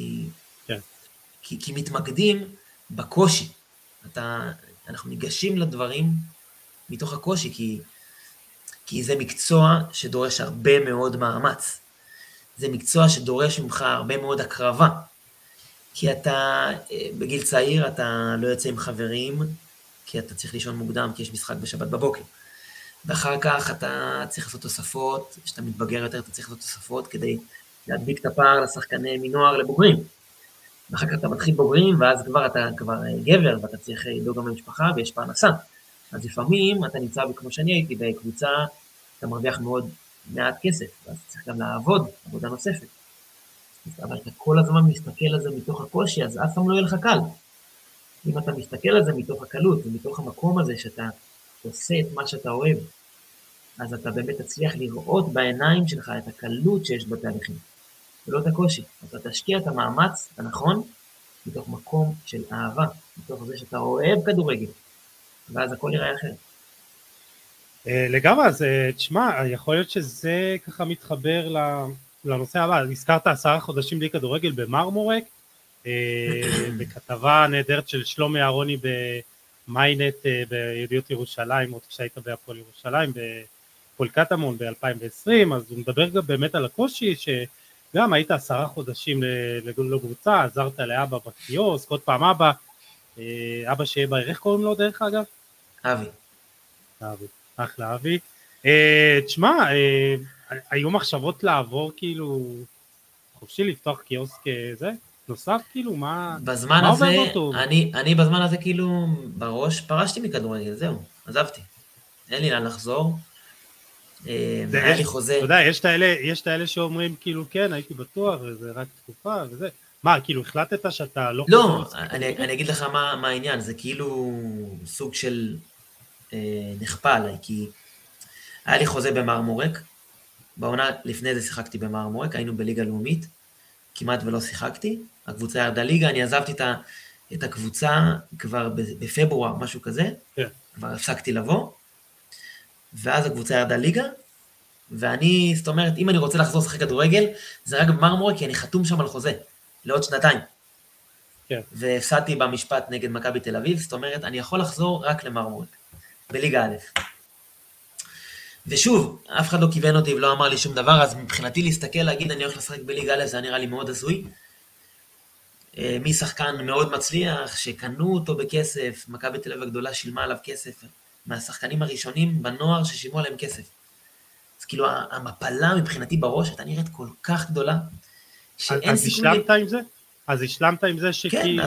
Speaker 2: כי מתמקדים בקושי. אנחנו ניגשים לדברים מתוך הקושי, כי זה מקצוע שדורש הרבה מאוד מאמץ. זה מקצוע שדורש ממך הרבה מאוד הקרבה. כי אתה, בגיל צעיר, אתה לא יוצא עם חברים, כי אתה צריך לישון מוקדם, כי יש משחק בשבת בבוקר. ואחר כך אתה צריך לעשות תוספות, כשאתה מתבגר יותר, אתה צריך לעשות תוספות, כדי להדביק את הפער לשחקני מנוער לבוגרים. ואחר כך אתה מתחיל בוגרים, ואז אתה כבר גבר, ואתה צריך לדאוג גם למשפחה, ויש פרנסה. אז לפעמים אתה נמצא, כמו שאני הייתי, בקבוצה, אתה מרוויח מאוד מעט כסף, ואז צריך גם לעבוד, עבודה נוספת. אבל אתה כל הזמן מסתכל על זה מתוך הקושי, אז אף פעם לא יהיה לך קל. אם אתה מסתכל על זה מתוך הקלות, ומתוך המקום הזה שאתה עושה את מה שאתה אוהב, אז אתה באמת תצליח לראות בעיניים שלך את הקלות שיש בתהליכים, ולא את הקושי. אתה תשקיע את המאמץ הנכון, מתוך מקום של אהבה, מתוך זה שאתה אוהב כדורגל, ואז הכל יראה אחר.
Speaker 1: לגמרי, אז תשמע, יכול להיות שזה ככה מתחבר לנושא הבא. הזכרת 10 חודשים בלי כדורגל במרמורק, בכתבה נהדרת של שלומי אהרוני במיינט בידיעות ירושלים, עוד כשהיית בהפועל ירושלים, בפועל קטמון ב-2020, אז הוא מדבר גם באמת על הקושי, שגם היית 10 חודשים לקבוצה, עזרת לאבא בקיוסק, עוד פעם אבא שיהיה בערך, איך קוראים לו דרך אגב?
Speaker 2: אבי.
Speaker 1: אחלה אבי. תשמע, היו מחשבות לעבור כאילו חופשי לפתוח קיוסק זה? נוסף כאילו, מה
Speaker 2: עובר אותו? אני בזמן הזה כאילו בראש פרשתי מכדורגל, זהו, עזבתי. אין לי לאן לחזור. היה לי חוזה.
Speaker 1: אתה יודע, יש את האלה שאומרים כאילו כן, הייתי בטוח, וזה רק תקופה וזה. מה, כאילו החלטת שאתה לא...
Speaker 2: לא, אני אגיד לך מה העניין, זה כאילו סוג של נכפה עליי, כי היה לי חוזה במרמורק, בעונה לפני זה שיחקתי במרמורק, היינו בליגה לאומית, כמעט ולא שיחקתי, הקבוצה ירדה ליגה, אני עזבתי את הקבוצה כבר בפברואר, משהו כזה, כבר הפסקתי לבוא, ואז הקבוצה ירדה ליגה, ואני, זאת אומרת, אם אני רוצה לחזור לשחק כדורגל, זה רק במרמורק, כי אני חתום שם על חוזה, לעוד 2 שנתיים. והפסדתי במשפט נגד מכבי תל אביב, זאת אומרת, אני יכול לחזור רק למרמורק, בליגה א'. ושוב, אף אחד לא כיוון אותי ולא אמר לי שום דבר, אז מבחינתי להסתכל, להגיד אני הולך לשחק בליגה א', זה נראה לי מאוד עזוי. מי שחקן מאוד מצליח, שקנו אותו בכסף, מכבי תל אביב הגדולה שילמה עליו כסף, מהשחקנים הראשונים בנוער ששילמו עליהם כסף. אז כאילו המפלה מבחינתי בראש הייתה נראית כל כך גדולה, שאין סיכוי...
Speaker 1: אז השלמת עם זה שכאילו...
Speaker 2: כן,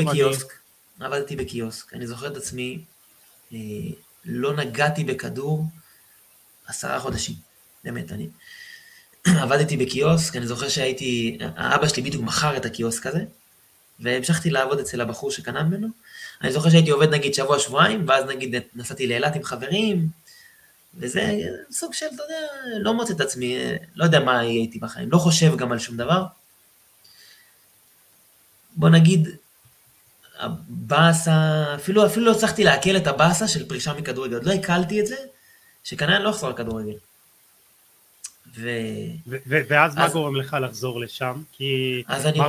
Speaker 2: עבדתי בקיוסק, אני זוכר את עצמי, לא נגעתי בכדור 10 חודשים, באמת, אני עבדתי בקיוסק, אני זוכר האבא שלי בדיוק מכר את הקיוסק הזה, והמשכתי לעבוד אצל הבחור שקנה ממנו, אני זוכר שהייתי עובד נגיד שבוע-שבועיים, ואז נגיד נסעתי לאילת עם חברים, וזה סוג של, אתה יודע, לא מוצא את עצמי, לא יודע מה הייתי בחיים, לא חושב גם על שום דבר. בוא נגיד, הבאסה, אפילו לא הצלחתי לעכל את הבאסה של פרישה מכדורגל, עוד לא הקלתי את זה, שכנראה אני לא אחזור לכדורגל.
Speaker 1: ואז מה גורם לך לחזור לשם? כי
Speaker 2: אז אני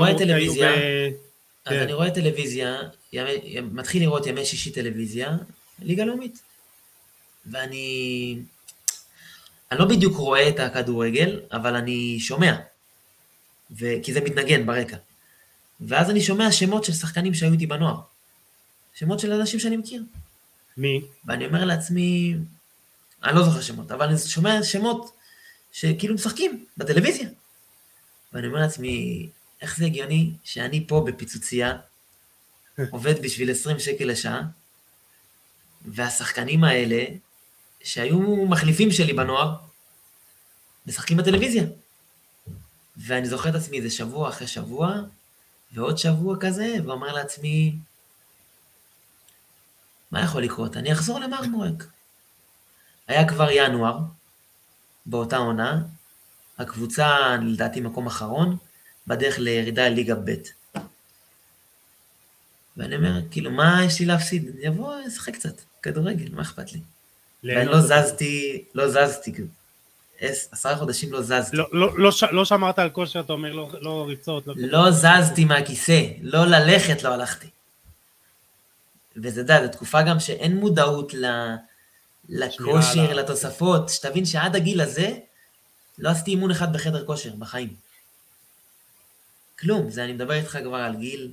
Speaker 2: רואה טלוויזיה, מתחיל לראות ימי שישי טלוויזיה, ליגה לאומית. ואני לא בדיוק רואה את הכדורגל, אבל אני שומע, כי זה מתנגן ברקע. ואז אני שומע שמות של שחקנים שהיו איתי בנוער. שמות של אנשים שאני מכיר.
Speaker 1: מי?
Speaker 2: ואני אומר לעצמי, אני לא זוכר שמות, אבל אני שומע שמות שכאילו משחקים בטלוויזיה. ואני אומר לעצמי, איך זה הגיוני שאני פה בפיצוצייה, עובד בשביל 20 שקל לשעה, והשחקנים האלה, שהיו מחליפים שלי בנוער, משחקים בטלוויזיה. ואני זוכר את עצמי, זה שבוע אחרי שבוע, ועוד שבוע כזה, ואומר לעצמי, מה יכול לקרות? אני אחזור למרמורק. היה כבר ינואר, באותה עונה, הקבוצה, לדעתי מקום אחרון, בדרך לירידה לליגה ב'. ואני אומר, כאילו, מה יש לי להפסיד? אני אבוא, אשחק קצת, כדורגל, מה אכפת לי? ואני לא זזתי, 10 חודשים לא זזתי.
Speaker 1: לא שמרת על כושר, אתה אומר, לא ריצות.
Speaker 2: לא זזתי מהכיסא, לא ללכת, לא הלכתי. וזה זו תקופה גם שאין מודעות לכושר, לתוספות, שתבין שעד הגיל הזה, לא עשיתי אימון אחד בחדר כושר, בחיים. כלום, זה אני מדבר איתך כבר על גיל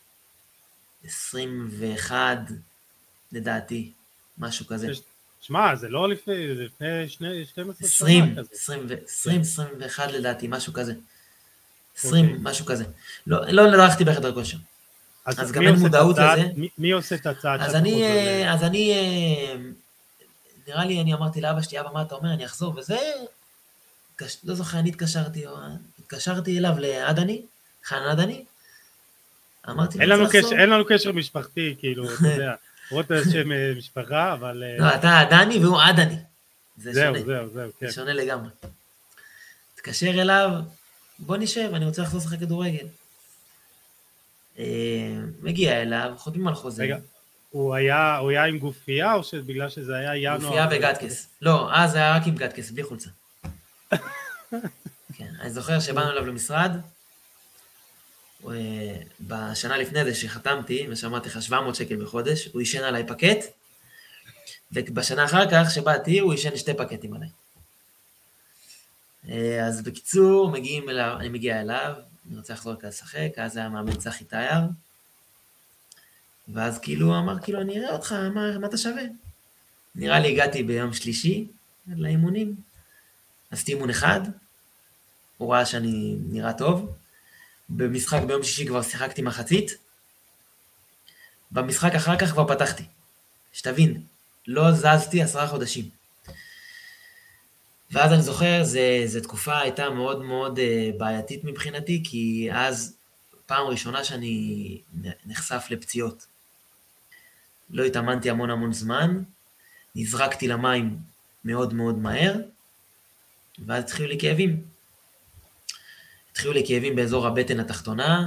Speaker 2: 21, לדעתי, משהו כזה.
Speaker 1: שמע, זה לא לפני 12
Speaker 2: שנה כזה. 21 לדעתי, משהו כזה. 20, משהו כזה. לא הלכתי בחדר כושר. אז גם אין מודעות לזה.
Speaker 1: מי עושה את הצעד?
Speaker 2: אז אני, נראה לי, אני אמרתי לאבא שלי, אבא, מה אתה אומר? אני אחזור, וזה, לא זוכר, אני התקשרתי אליו לעדני, חן עדני, אמרתי לו,
Speaker 1: אין לנו קשר משפחתי, כאילו, אתה יודע, רואות שם משפחה, אבל...
Speaker 2: לא, אתה עדני והוא עדני.
Speaker 1: זהו, כן.
Speaker 2: זה שונה לגמרי. תקשר אליו, בוא נשב, אני רוצה לחזור לשחק כדורגל. מגיע אליו, חותמים על חוזה. רגע,
Speaker 1: הוא היה עם גופייה, או שבגלל שזה היה ינואר?
Speaker 2: גופייה וגטקס. לא, אז היה רק עם גטקס, בלי חולצה. כן, אני זוכר שבאנו אליו למשרד, בשנה לפני זה שחתמתי, ושמעתי לך 700 שקל בחודש, הוא ישן עליי פקט, ובשנה אחר כך שבאתי, הוא ישן 2 פקטים עליי. אז בקיצור, אני מגיע אליו, אני רוצה לחזור כאן לשחק, אז היה מאמן צחי תייר, ואז כאילו אמר, כאילו, אני אראה אותך, מה אתה שווה? נראה לי הגעתי ביום שלישי לאימונים, עשיתי אימון אחד, הוא ראה שאני נראה טוב, במשחק ביום שישי כבר שיחקתי מחצית, במשחק אחר כך כבר פתחתי. שתבין, לא זזתי 10 חודשים. ואז אני זוכר, זו תקופה הייתה מאוד מאוד בעייתית מבחינתי, כי אז פעם ראשונה שאני נחשף לפציעות. לא התאמנתי המון זמן, נזרקתי למים מאוד מאוד מהר, ואז התחילו לי כאבים. התחילו לי כאבים באזור הבטן התחתונה,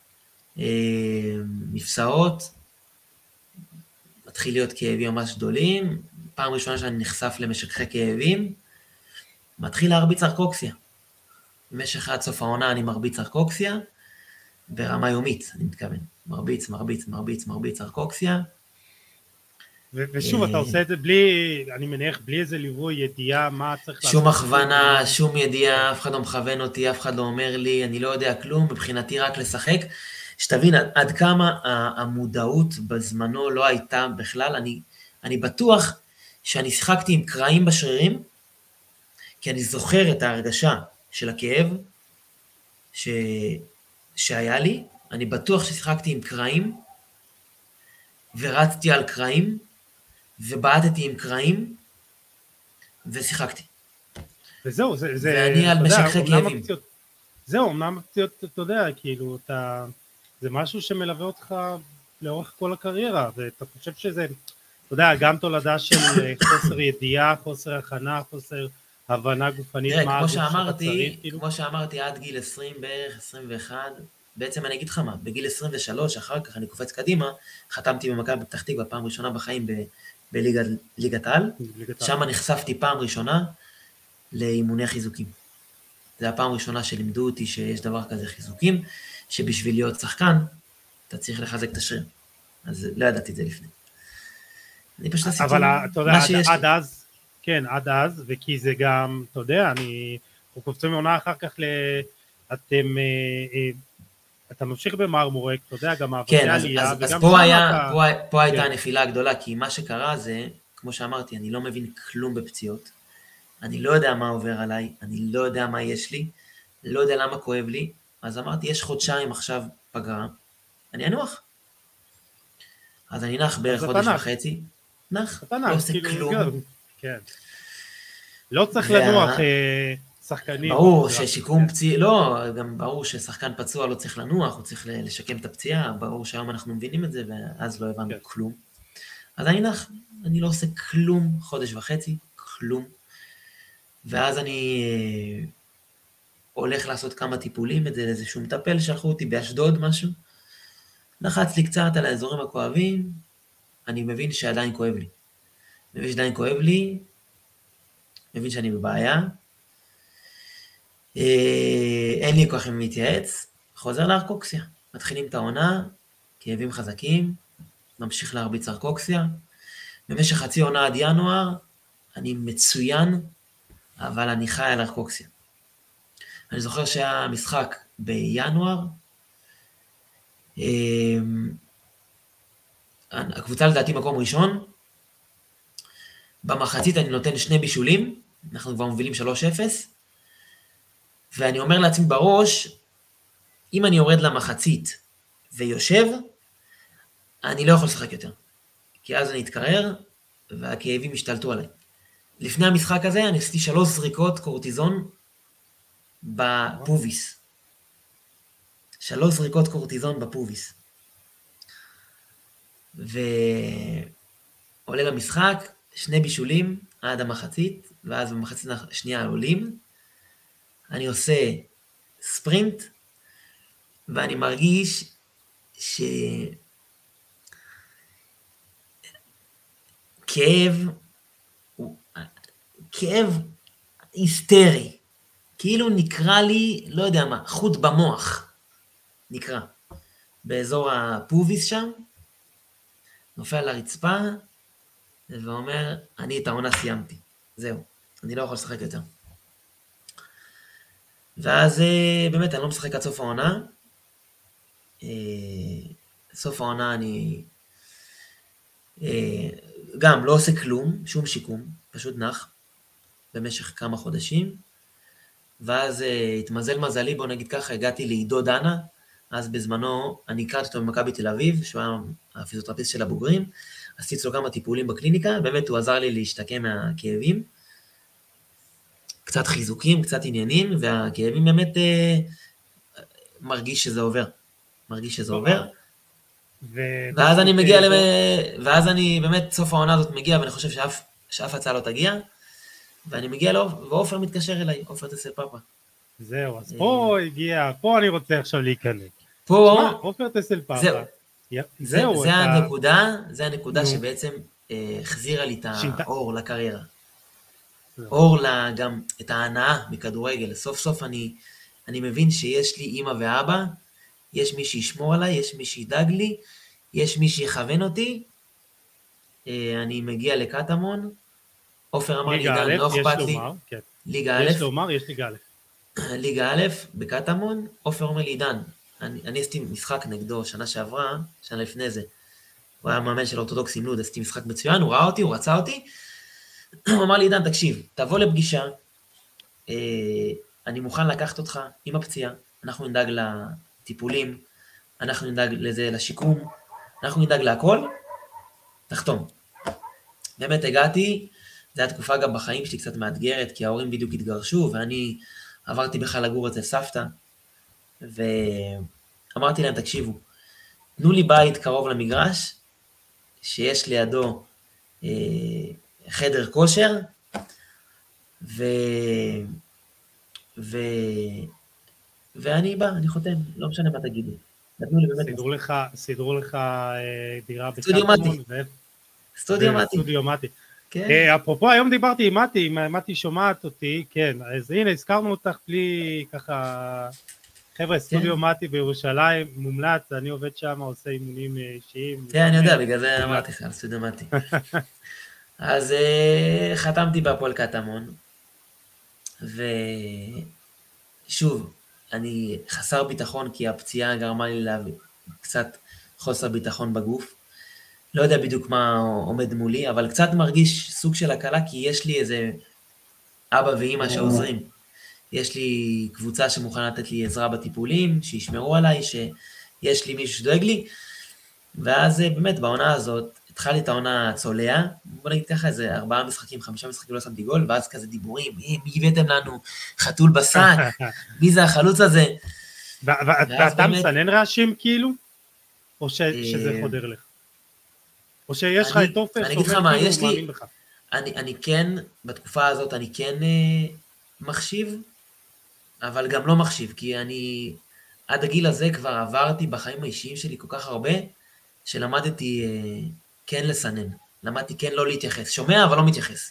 Speaker 2: מפסעות, מתחיל להיות כאבים ממש גדולים, פעם ראשונה שאני נחשף למשככי כאבים, מתחיל להרביץ ארקוקסיה. במשך עד סוף העונה אני מרביץ ארקוקסיה, ברמה יומית, אני מתכוון. מרביץ ארקוקסיה.
Speaker 1: ושוב, אתה עושה את זה בלי, אני מניח, בלי איזה ליווי, ידיעה, מה צריך לעשות?
Speaker 2: שום הכוונה, שום ידיעה, אף אחד לא מכוון אותי, אף אחד לא אומר לי, אני לא יודע כלום, מבחינתי רק לשחק. שתבין עד כמה המודעות בזמנו לא הייתה בכלל, אני בטוח שאני שיחקתי עם קרעים בשרירים, כי אני זוכר את ההרגשה של הכאב שהיה לי, אני בטוח ששיחקתי עם קרעים, ורצתי על קרעים, ובעטתי עם קרעים, ושיחקתי.
Speaker 1: וזהו,
Speaker 2: ואני על משככי כאבים.
Speaker 1: זהו, אמנם הפציעות, אתה יודע, כאילו, זה משהו שמלווה אותך לאורך כל הקריירה, ואתה חושב שזה, אתה יודע, גם תולדה של חוסר ידיעה, חוסר הכנה, חוסר הבנה גופנית.
Speaker 2: תראה, כמו שאמרתי, עד גיל 20 בערך, 21, בעצם אני אגיד לך מה, בגיל 23, אחר כך אני קופץ קדימה, חתמתי במכבי פתח תקווה בפעם ראשונה בחיים בליגת העל, שם נחשפתי פעם ראשונה לאימוני חיזוקים. זה הפעם ראשונה שלימדו אותי שיש דבר כזה חיזוקים, שבשביל להיות שחקן, אתה צריך לחזק את השריר. אז לא ידעתי את זה לפני. אני פשוט עשיתי
Speaker 1: מה שיש לי. עד אז, כן, עד אז, וכי זה גם, אתה יודע, אנחנו קופצים מעונה אחר כך אתה ממשיך במרמורק, אתה יודע, גם מעברי עלייה,
Speaker 2: אז פה הייתה הנפילה הגדולה, כי מה שקרה זה, כמו שאמרתי, אני לא מבין כלום בפציעות, אני לא יודע מה עובר עליי, אני לא יודע מה יש לי, לא יודע למה כואב לי, אז אמרתי, יש חודשיים עכשיו פגרה, אני אנוח. אז אני נח בערך חודש וחצי, נח, לא עושה כלום.
Speaker 1: לא צריך לנוח שחקנים.
Speaker 2: ברור ששיקום פציע, לא, גם ברור ששחקן פצוע לא צריך לנוח, הוא צריך לשקם את הפציעה, ברור שהיום אנחנו מבינים את זה, ואז לא הבנו כלום. אז אני נח, אני לא עושה כלום, חודש וחצי, כלום. ואז אני הולך לעשות כמה טיפולים, איזשהו מטפל, שלחו אותי באשדוד משהו, לחץ לי קצת על האזורים הכואבים, אני מבין שעדיין כואב לי. מבין שאני בבעיה, אין לי כוח אם להתייעץ, חוזר לארקוקסיה, מתחילים את העונה, כאבים חזקים, ממשיך להרביץ ארקוקסיה, במשך חצי עונה עד ינואר, אני מצוין, אבל אני חי על ארקוקסיה. אני זוכר שהיה משחק בינואר, הקבוצה לדעתי מקום ראשון, במחצית אני נותן 2 בישולים, אנחנו כבר מובילים 3-0, ואני אומר לעצמי בראש, אם אני יורד למחצית ויושב, אני לא יכול לשחק יותר. כי אז אני אתקרר, והכאבים השתלטו עליי. לפני המשחק הזה, אני עשיתי 3 זריקות קורטיזון בפוביס. 3 זריקות קורטיזון בפוביס. ועולה למשחק, 2 בישולים עד המחצית, ואז במחצית השנייה עולים. אני עושה ספרינט, ואני מרגיש כאב היסטרי, כאילו נקרא לי, לא יודע מה, חוט במוח, נקרא, באזור הפוביס שם, נופל על הרצפה, ואומר, אני את העונה סיימתי, זהו, אני לא יכול לשחק יותר. ואז באמת אני לא משחק עד סוף העונה, סוף העונה אני גם לא עושה כלום, שום שיקום, פשוט נח, במשך כמה חודשים, ואז התמזל מזלי, בוא נגיד ככה, הגעתי לעידו דנה, אז בזמנו אני הכרתי אותו במכבי תל אביב, שהוא היה הפיזיותרפיסט של הבוגרים, עשיתי לו כמה טיפולים בקליניקה, באמת הוא עזר לי להשתקם מהכאבים, קצת חיזוקים, קצת עניינים, והכאבים באמת מרגיש שזה עובר. ואז אני מגיע, ואז אני באמת סוף העונה הזאת מגיע, ואני חושב שאף הצעה לא תגיע, ואני מגיע לו, ואופר מתקשר אליי, אופר טסל פאפה.
Speaker 1: זהו, אז פה אני רוצה עכשיו להיכנס.
Speaker 2: פה,
Speaker 1: אופר טסל פאפה.
Speaker 2: זה הנקודה שבעצם החזירה לי את האור לקריירה. אור גם את ההנאה מכדורגל. סוף סוף אני מבין שיש לי אמא ואבא, יש מי שישמור עליי, יש מי שידאג לי, יש מי שיכוון אותי. אני מגיע לקטמון, אופר אמר לי, עידן, לא אכפת לי. ליגה א',
Speaker 1: יש לומר, יש ליגה א'.
Speaker 2: ליגה א', בקטמון, אופר אומר לי, עידן, אני עשיתי משחק נגדו שנה שעברה, שנה לפני זה. הוא היה מאמן של אורתודוקסים לוד, עשיתי משחק מצוין, הוא ראה אותי, הוא רצה אותי, הוא אמר לי, עידן, תקשיב, תבוא לפגישה, אני מוכן לקחת אותך עם הפציעה, אנחנו נדאג לטיפולים, אנחנו נדאג לזה, לשיקום, אנחנו נדאג להכל, תחתום. באמת הגעתי, זו הייתה תקופה גם בחיים שלי קצת מאתגרת, כי ההורים בדיוק התגרשו, ואני עברתי בכלל לגור אצל סבתא, ואמרתי להם, תקשיבו, תנו לי בית קרוב למגרש, שיש לידו חדר כושר, ואני בא, אני חותם, לא משנה מה תגידי. נתנו לי באמת
Speaker 1: סידרו לך דירה
Speaker 2: סטודיו מתי.
Speaker 1: בקטמון,
Speaker 2: סטודיו מתי.
Speaker 1: וסטודיו מתי.
Speaker 2: כן.
Speaker 1: אפרופו, היום דיברתי עם מתי, מתי שומעת אותי, כן, אז הנה, הזכרנו אותך בלי ככה, חבר'ה, סטודיו מתי בירושלים, מומלץ, אני עובד שם, עושה אימונים אישיים.
Speaker 2: כן, אני יודע, בגלל זה אמרתי לך, סטודיו מתי. אז חתמתי בהפועל קטמון, ושוב, אני חסר ביטחון, כי הפציעה גרמה לי להביא קצת חוסר ביטחון בגוף. לא יודע בדיוק מה עומד מולי, אבל קצת מרגיש סוג של הקלה, כי יש לי איזה אבא ואמא שעוזרים. יש לי קבוצה שמוכנה לתת לי עזרה בטיפולים, שישמרו עליי, שיש לי מישהו שדואג לי, ואז באמת בעונה הזאת, התחלתי את העונה צולע, בוא נגיד ככה, איזה 4 משחקים, 5 משחקים לא שמתי גול, ואז כזה דיבורים, מי הבאתם לנו חתול בשק, מי זה החלוץ הזה?
Speaker 1: ואתה מסנן רעשים כאילו? או שזה חודר לך? או שיש לך את אופר שאומר כאילו הוא מאמין בך?
Speaker 2: אני כן, בתקופה הזאת אני כן מחשיב, אבל גם לא מחשיב, כי אני עד הגיל הזה כבר עברתי בחיים האישיים שלי כל כך הרבה, שלמדתי כן לסנן, למדתי כן לא להתייחס, שומע אבל לא מתייחס.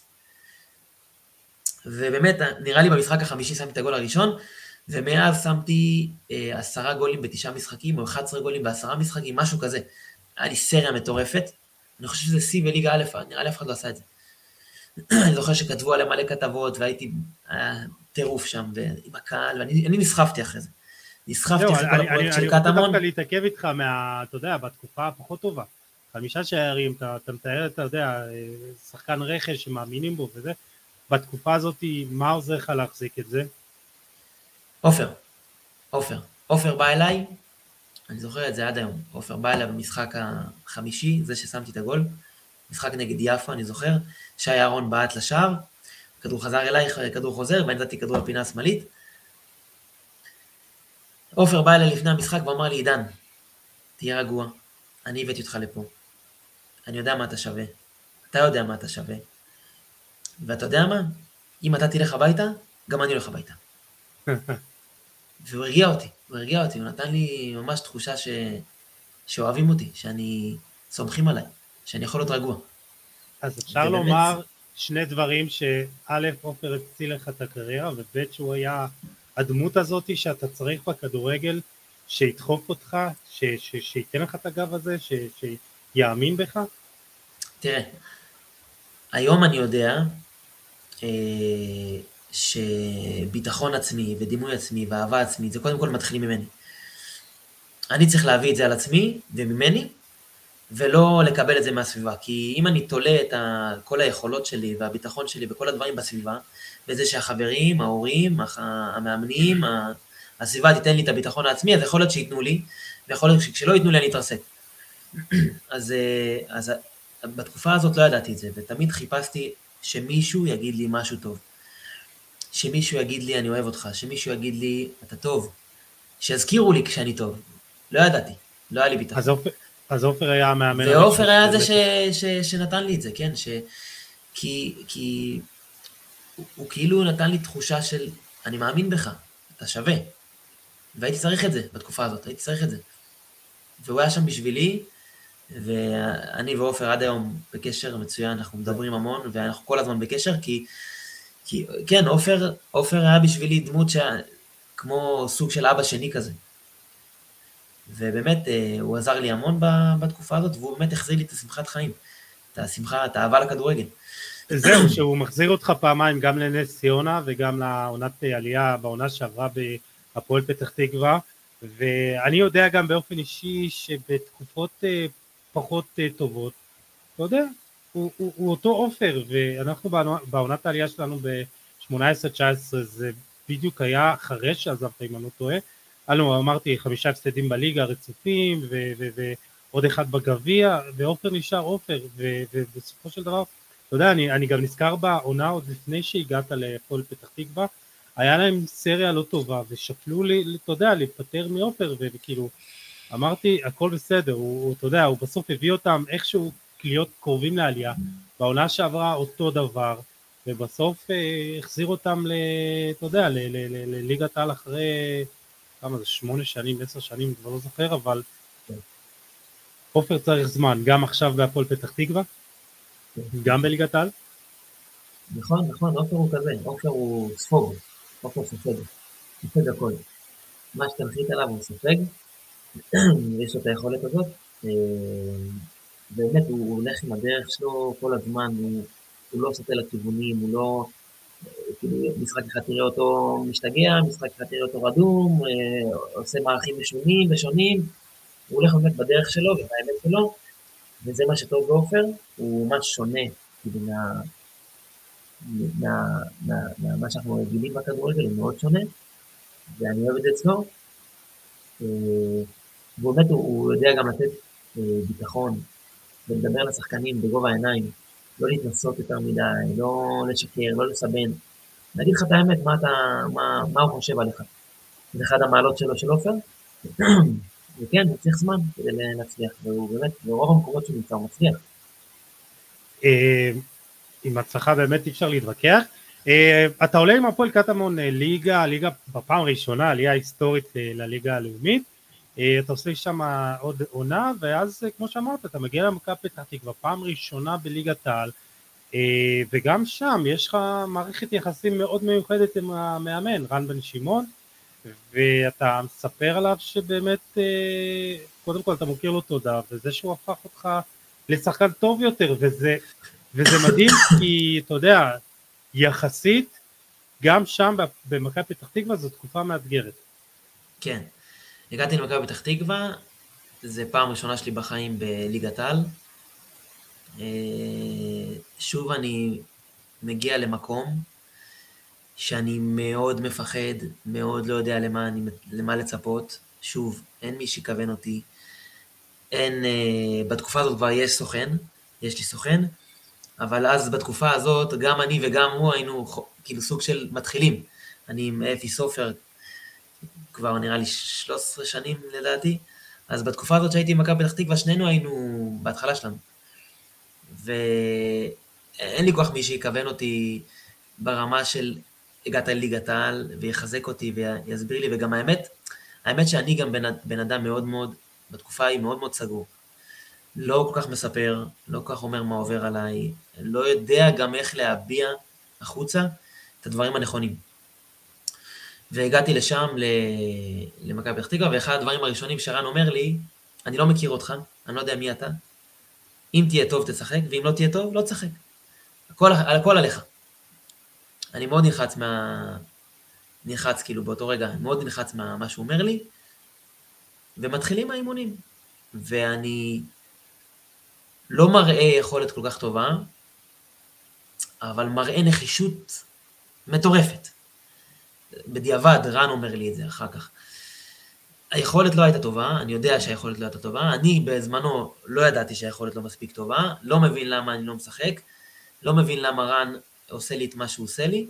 Speaker 2: ובאמת, נראה לי במשחק החמישי שמתי את הגול הראשון, ומאז שמתי 10 גולים ב9 משחקים, או 11 גולים ב10 משחקים, משהו כזה. היה לי סריה מטורפת, אני חושב שזה שיא בליגה א', נראה לי אף אחד לא עשה את זה. אני זוכר שכתבו עליהם מלא כתבות, והייתי טירוף שם, עם הקהל, ואני נסחפתי אחרי זה. נסחפתי אחרי כל הפרויקט של קטמון.
Speaker 1: אני רוצה דווקא להתעכב איתך, אתה יודע, בתקופה הפחות טובה. 5 שערים, אתה מתאר, אתה יודע, שחקן רכש שמאמינים בו וזה. בתקופה הזאת, מה עוזר לך להחזיק את זה?
Speaker 2: אופר בא אליי, אני זוכר את זה עד היום, אופר בא אליי במשחק החמישי, זה ששמתי את הגול, משחק נגד יפה, אני זוכר, שי אהרון בעט לשער, כדור חזר אליי, כדור חוזר, ואני נתתי כדור לפינה השמאלית. אופר בא אליי לפני המשחק ואמר לי, עידן, תהיה רגוע, אני הבאתי אותך לפה, אני יודע מה אתה שווה, אתה יודע מה אתה שווה, ואתה יודע מה? אם אתה תלך הביתה, גם אני הולך הביתה. והוא הרגיע אותי, הוא נתן לי ממש תחושה שאוהבים אותי, שאני סומכים עליי, שאני יכול להיות רגוע.
Speaker 1: אז אפשר לומר שני דברים שא' אופר הציל לך את הקריירה, וב' שהוא היה הדמות הזאת שאתה צריך בכדורגל, שידחוף אותך, שייתן לך את הגב הזה, שיאמין בך?
Speaker 2: תראה, היום אני יודע שביטחון עצמי ודימוי עצמי ואהבה עצמית, זה קודם כל מתחילים ממני. אני צריך להביא את זה על עצמי וממני, ולא לקבל את זה מהסביבה, כי אם אני תולה את כל היכולות שלי והביטחון שלי בכל הדברים בסביבה, וזה שהחברים, ההורים, המאמנים, הסביבה תיתן לי את הביטחון העצמי, אז יכול להיות שיתנו לי, ויכול להיות שכשלא ייתנו לי אני אתרסק. אז בתקופה הזאת לא ידעתי את זה, ותמיד חיפשתי שמישהו יגיד לי משהו טוב. שמישהו יגיד לי אני אוהב אותך, שמישהו יגיד לי אתה טוב, שיזכירו לי כשאני טוב. לא ידעתי, לא היה לי ביטחון.
Speaker 1: אז אופר היה המאמן.
Speaker 2: ואופר היה זה שנתן לי את זה, כן? כי הוא כאילו נתן לי תחושה של אני מאמין בך, אתה שווה. והייתי צריך את זה בתקופה הזאת, הייתי צריך את זה. והוא היה שם בשבילי, ואני ואופר עד היום בקשר מצוין, אנחנו מדברים המון, ואנחנו כל הזמן בקשר, כי כן, אופר היה בשבילי דמות כמו סוג של אבא שני כזה. ובאמת, הוא עזר לי המון בתקופה הזאת, והוא באמת החזיר לי את השמחת חיים, את השמחה, את האהבה לכדורגל.
Speaker 1: זהו, שהוא מחזיר אותך פעמיים, גם לנס ציונה, וגם לעונת עלייה, בעונה שעברה בהפועל פתח תקווה, ואני יודע גם באופן אישי, שבתקופות פחות טובות, אתה יודע, הוא אותו אופר, ואנחנו בעונת העלייה שלנו ב-18-19, זה בדיוק היה אחרי שעזבת, אם אני לא טועה, אמרתי 5 הפסדים בליגה רצופים, ועוד אחד בגביע, ואופר נשאר אופר, ובסופו של דבר, אתה יודע, אני גם נזכר בעונה עוד לפני שהגעת להפועל פתח תקווה, היה להם סריה לא טובה, ושפלו לי, אתה יודע, להיפטר מאופר, וכאילו, אמרתי, הכל בסדר, אתה יודע, הוא בסוף הביא אותם איכשהו להיות קרובים לעלייה, בעונה שעברה אותו דבר, ובסוף החזיר אותם, אתה יודע, לליגת העל אחרי כמה זה, 8 שנים, 10 שנים, כבר לא זוכר, אבל עופר צריך זמן, גם עכשיו בהפועל פתח תקווה, גם בליגת העל.
Speaker 2: נכון, עופר הוא כזה, עופר הוא ספוג, עופר סופג הכל. מה שתנחית עליו הוא סופג, יש לו את היכולת הזאת, באמת הוא הולך עם הדרך שלו כל הזמן, הוא לא סוטה לכיוונים, הוא לא, כאילו משחק אחד תראה אותו משתגע, משחק אחד תראה אותו רדום, עושה מערכים ושונים, הוא הולך באמת בדרך שלו ובאמת שלו, וזה מה שטוב בעופר, הוא ממש שונה, כאילו מה שאנחנו רגילים בכדורגל, הוא מאוד שונה, ואני אוהב את זה אצלו, ובאמת הוא יודע גם לתת ביטחון, ולדבר לשחקנים בגובה העיניים, לא להתנסות יותר מדי, לא לשקר, לא לסבן, להגיד לך את האמת, מה הוא חושב עליך. זה אחד המעלות שלו של עופר, וכן, הוא צריך זמן כדי להצליח, והוא באמת, ברוב המקומות שהוא נמצא, הוא מצליח.
Speaker 1: עם הצלחה באמת אי אפשר להתווכח. אתה עולה עם הפועל קטמון ליגה בפעם ראשונה, עלייה היסטורית לליגה הלאומית, אתה עושה שם עוד עונה, ואז כמו שאמרת, אתה מגיע למכבי פתח תקווה, פעם ראשונה בליגת העל, וגם שם יש לך מערכת יחסים מאוד מיוחדת עם המאמן, רן בן שמעון, ואתה מספר עליו שבאמת, קודם כל אתה מוכיר לו תודה, וזה שהוא הפך אותך לשחקן טוב יותר, וזה מדהים, כי אתה יודע, יחסית, גם שם במכבי פתח תקווה זו תקופה מאתגרת.
Speaker 2: כן, הגעתי למכבי פתח תקווה, זה פעם ראשונה שלי בחיים בליגת העל, שוב אני מגיע למקום שאני מאוד מפחד, מאוד לא יודע למה לצפות, שוב, אין מי שיכוון אותי, בתקופה הזאת כבר יש לי סוכן, אבל אז בתקופה הזאת גם אני וגם הוא היינו כאילו סוג של מתחילים, אני עם אפי סופר כבר נראה לי 13 שנים לדעתי, אז בתקופה הזאת שהייתי עם מכבי פתח תקווה שנינו היינו בהתחלה שלנו, ואין לי כוח מי שיכוון אותי ברמה של הגעת לליגת העל ויחזק אותי ויסביר לי, וגם האמת שאני גם בן אדם מאוד מאוד, בתקופה היא מאוד מאוד סגור, לא כל כך מספר, לא כל כך אומר מה עובר עליי, לא יודע גם איך להביע החוצה את הדברים הנכונים. והגעתי לשם למכבי פתח תקווה, ואחד הדברים הראשונים שרן אומר לי, אני לא מכיר אותך, אני לא יודע מי אתה, אם תהיה טוב תשחק, ואם לא תהיה טוב, לא תשחק. הכל עליך. אני מאוד נלחץ כאילו באותו רגע, מאוד נלחץ מה שהוא אומר לי, ומתחילים האימונים. ואני לא מראה יכולת כל כך טובה, אבל מראה נחישות מטורפת. בדיעבד, רן אומר לי את זה אחר כך. היכולת לא הייתה טובה, אני יודע שהיכולת לא הייתה טובה, אני בזמנו לא ידעתי שהיכולת לא מספיק טובה, לא מבין למה אני לא משחק, לא מבין למה רן עושה לי את מה שהוא עושה לי.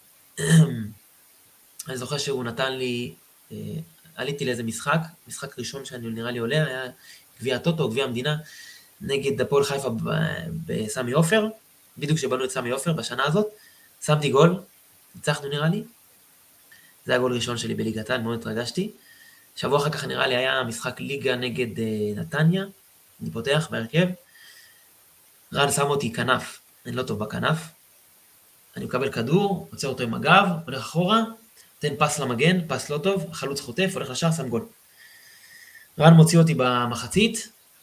Speaker 2: אני זוכר שהוא נתן לי, עליתי לאיזה משחק ראשון שאני נראה לי עולה, היה גביע הטוטו, גביע המדינה, נגד הפועל חיפה בסמי עופר, בדיוק שבנו את סמי עופר בשנה הזאת, שמתי גול, ניצחנו נראה לי, זה היה גול ראשון שלי בליגת העל, מאוד התרגשתי. שבוע אחר כך נראה לי היה משחק ליגה נגד נתניה, אני פותח בהרכב, רן שם אותי כנף, אני לא טוב בכנף, אני מקבל כדור, עוצר אותו עם הגב, הולך אחורה, תן פס למגן, פס לא טוב, החלוץ חוטף, הולך לשער, שם גול. רן מוציא אותי במחצית,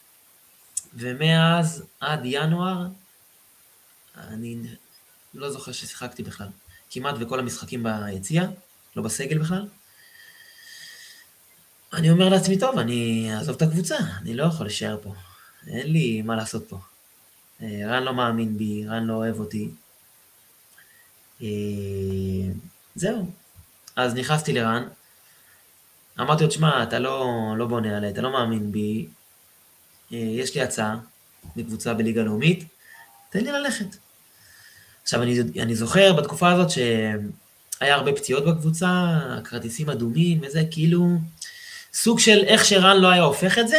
Speaker 2: ומאז עד ינואר, אני לא זוכר ששיחקתי בכלל, כמעט וכל המשחקים ביציאה, לא בסגל בכלל. אני אומר לעצמי, טוב, אני אעזוב את הקבוצה, אני לא יכול להישאר פה, אין לי מה לעשות פה. רן לא מאמין בי, רן לא אוהב אותי. זהו. אז נכנסתי לרן, אמרתי לו, תשמע, אתה לא בונה עליי, אתה לא מאמין בי, יש לי הצעה מקבוצה בליגה לאומית, תן לי ללכת. עכשיו, אני זוכר בתקופה הזאת שהיה הרבה פציעות בקבוצה, כרטיסים אדומים וזה, כאילו, סוג של איך שרן לא היה הופך את זה,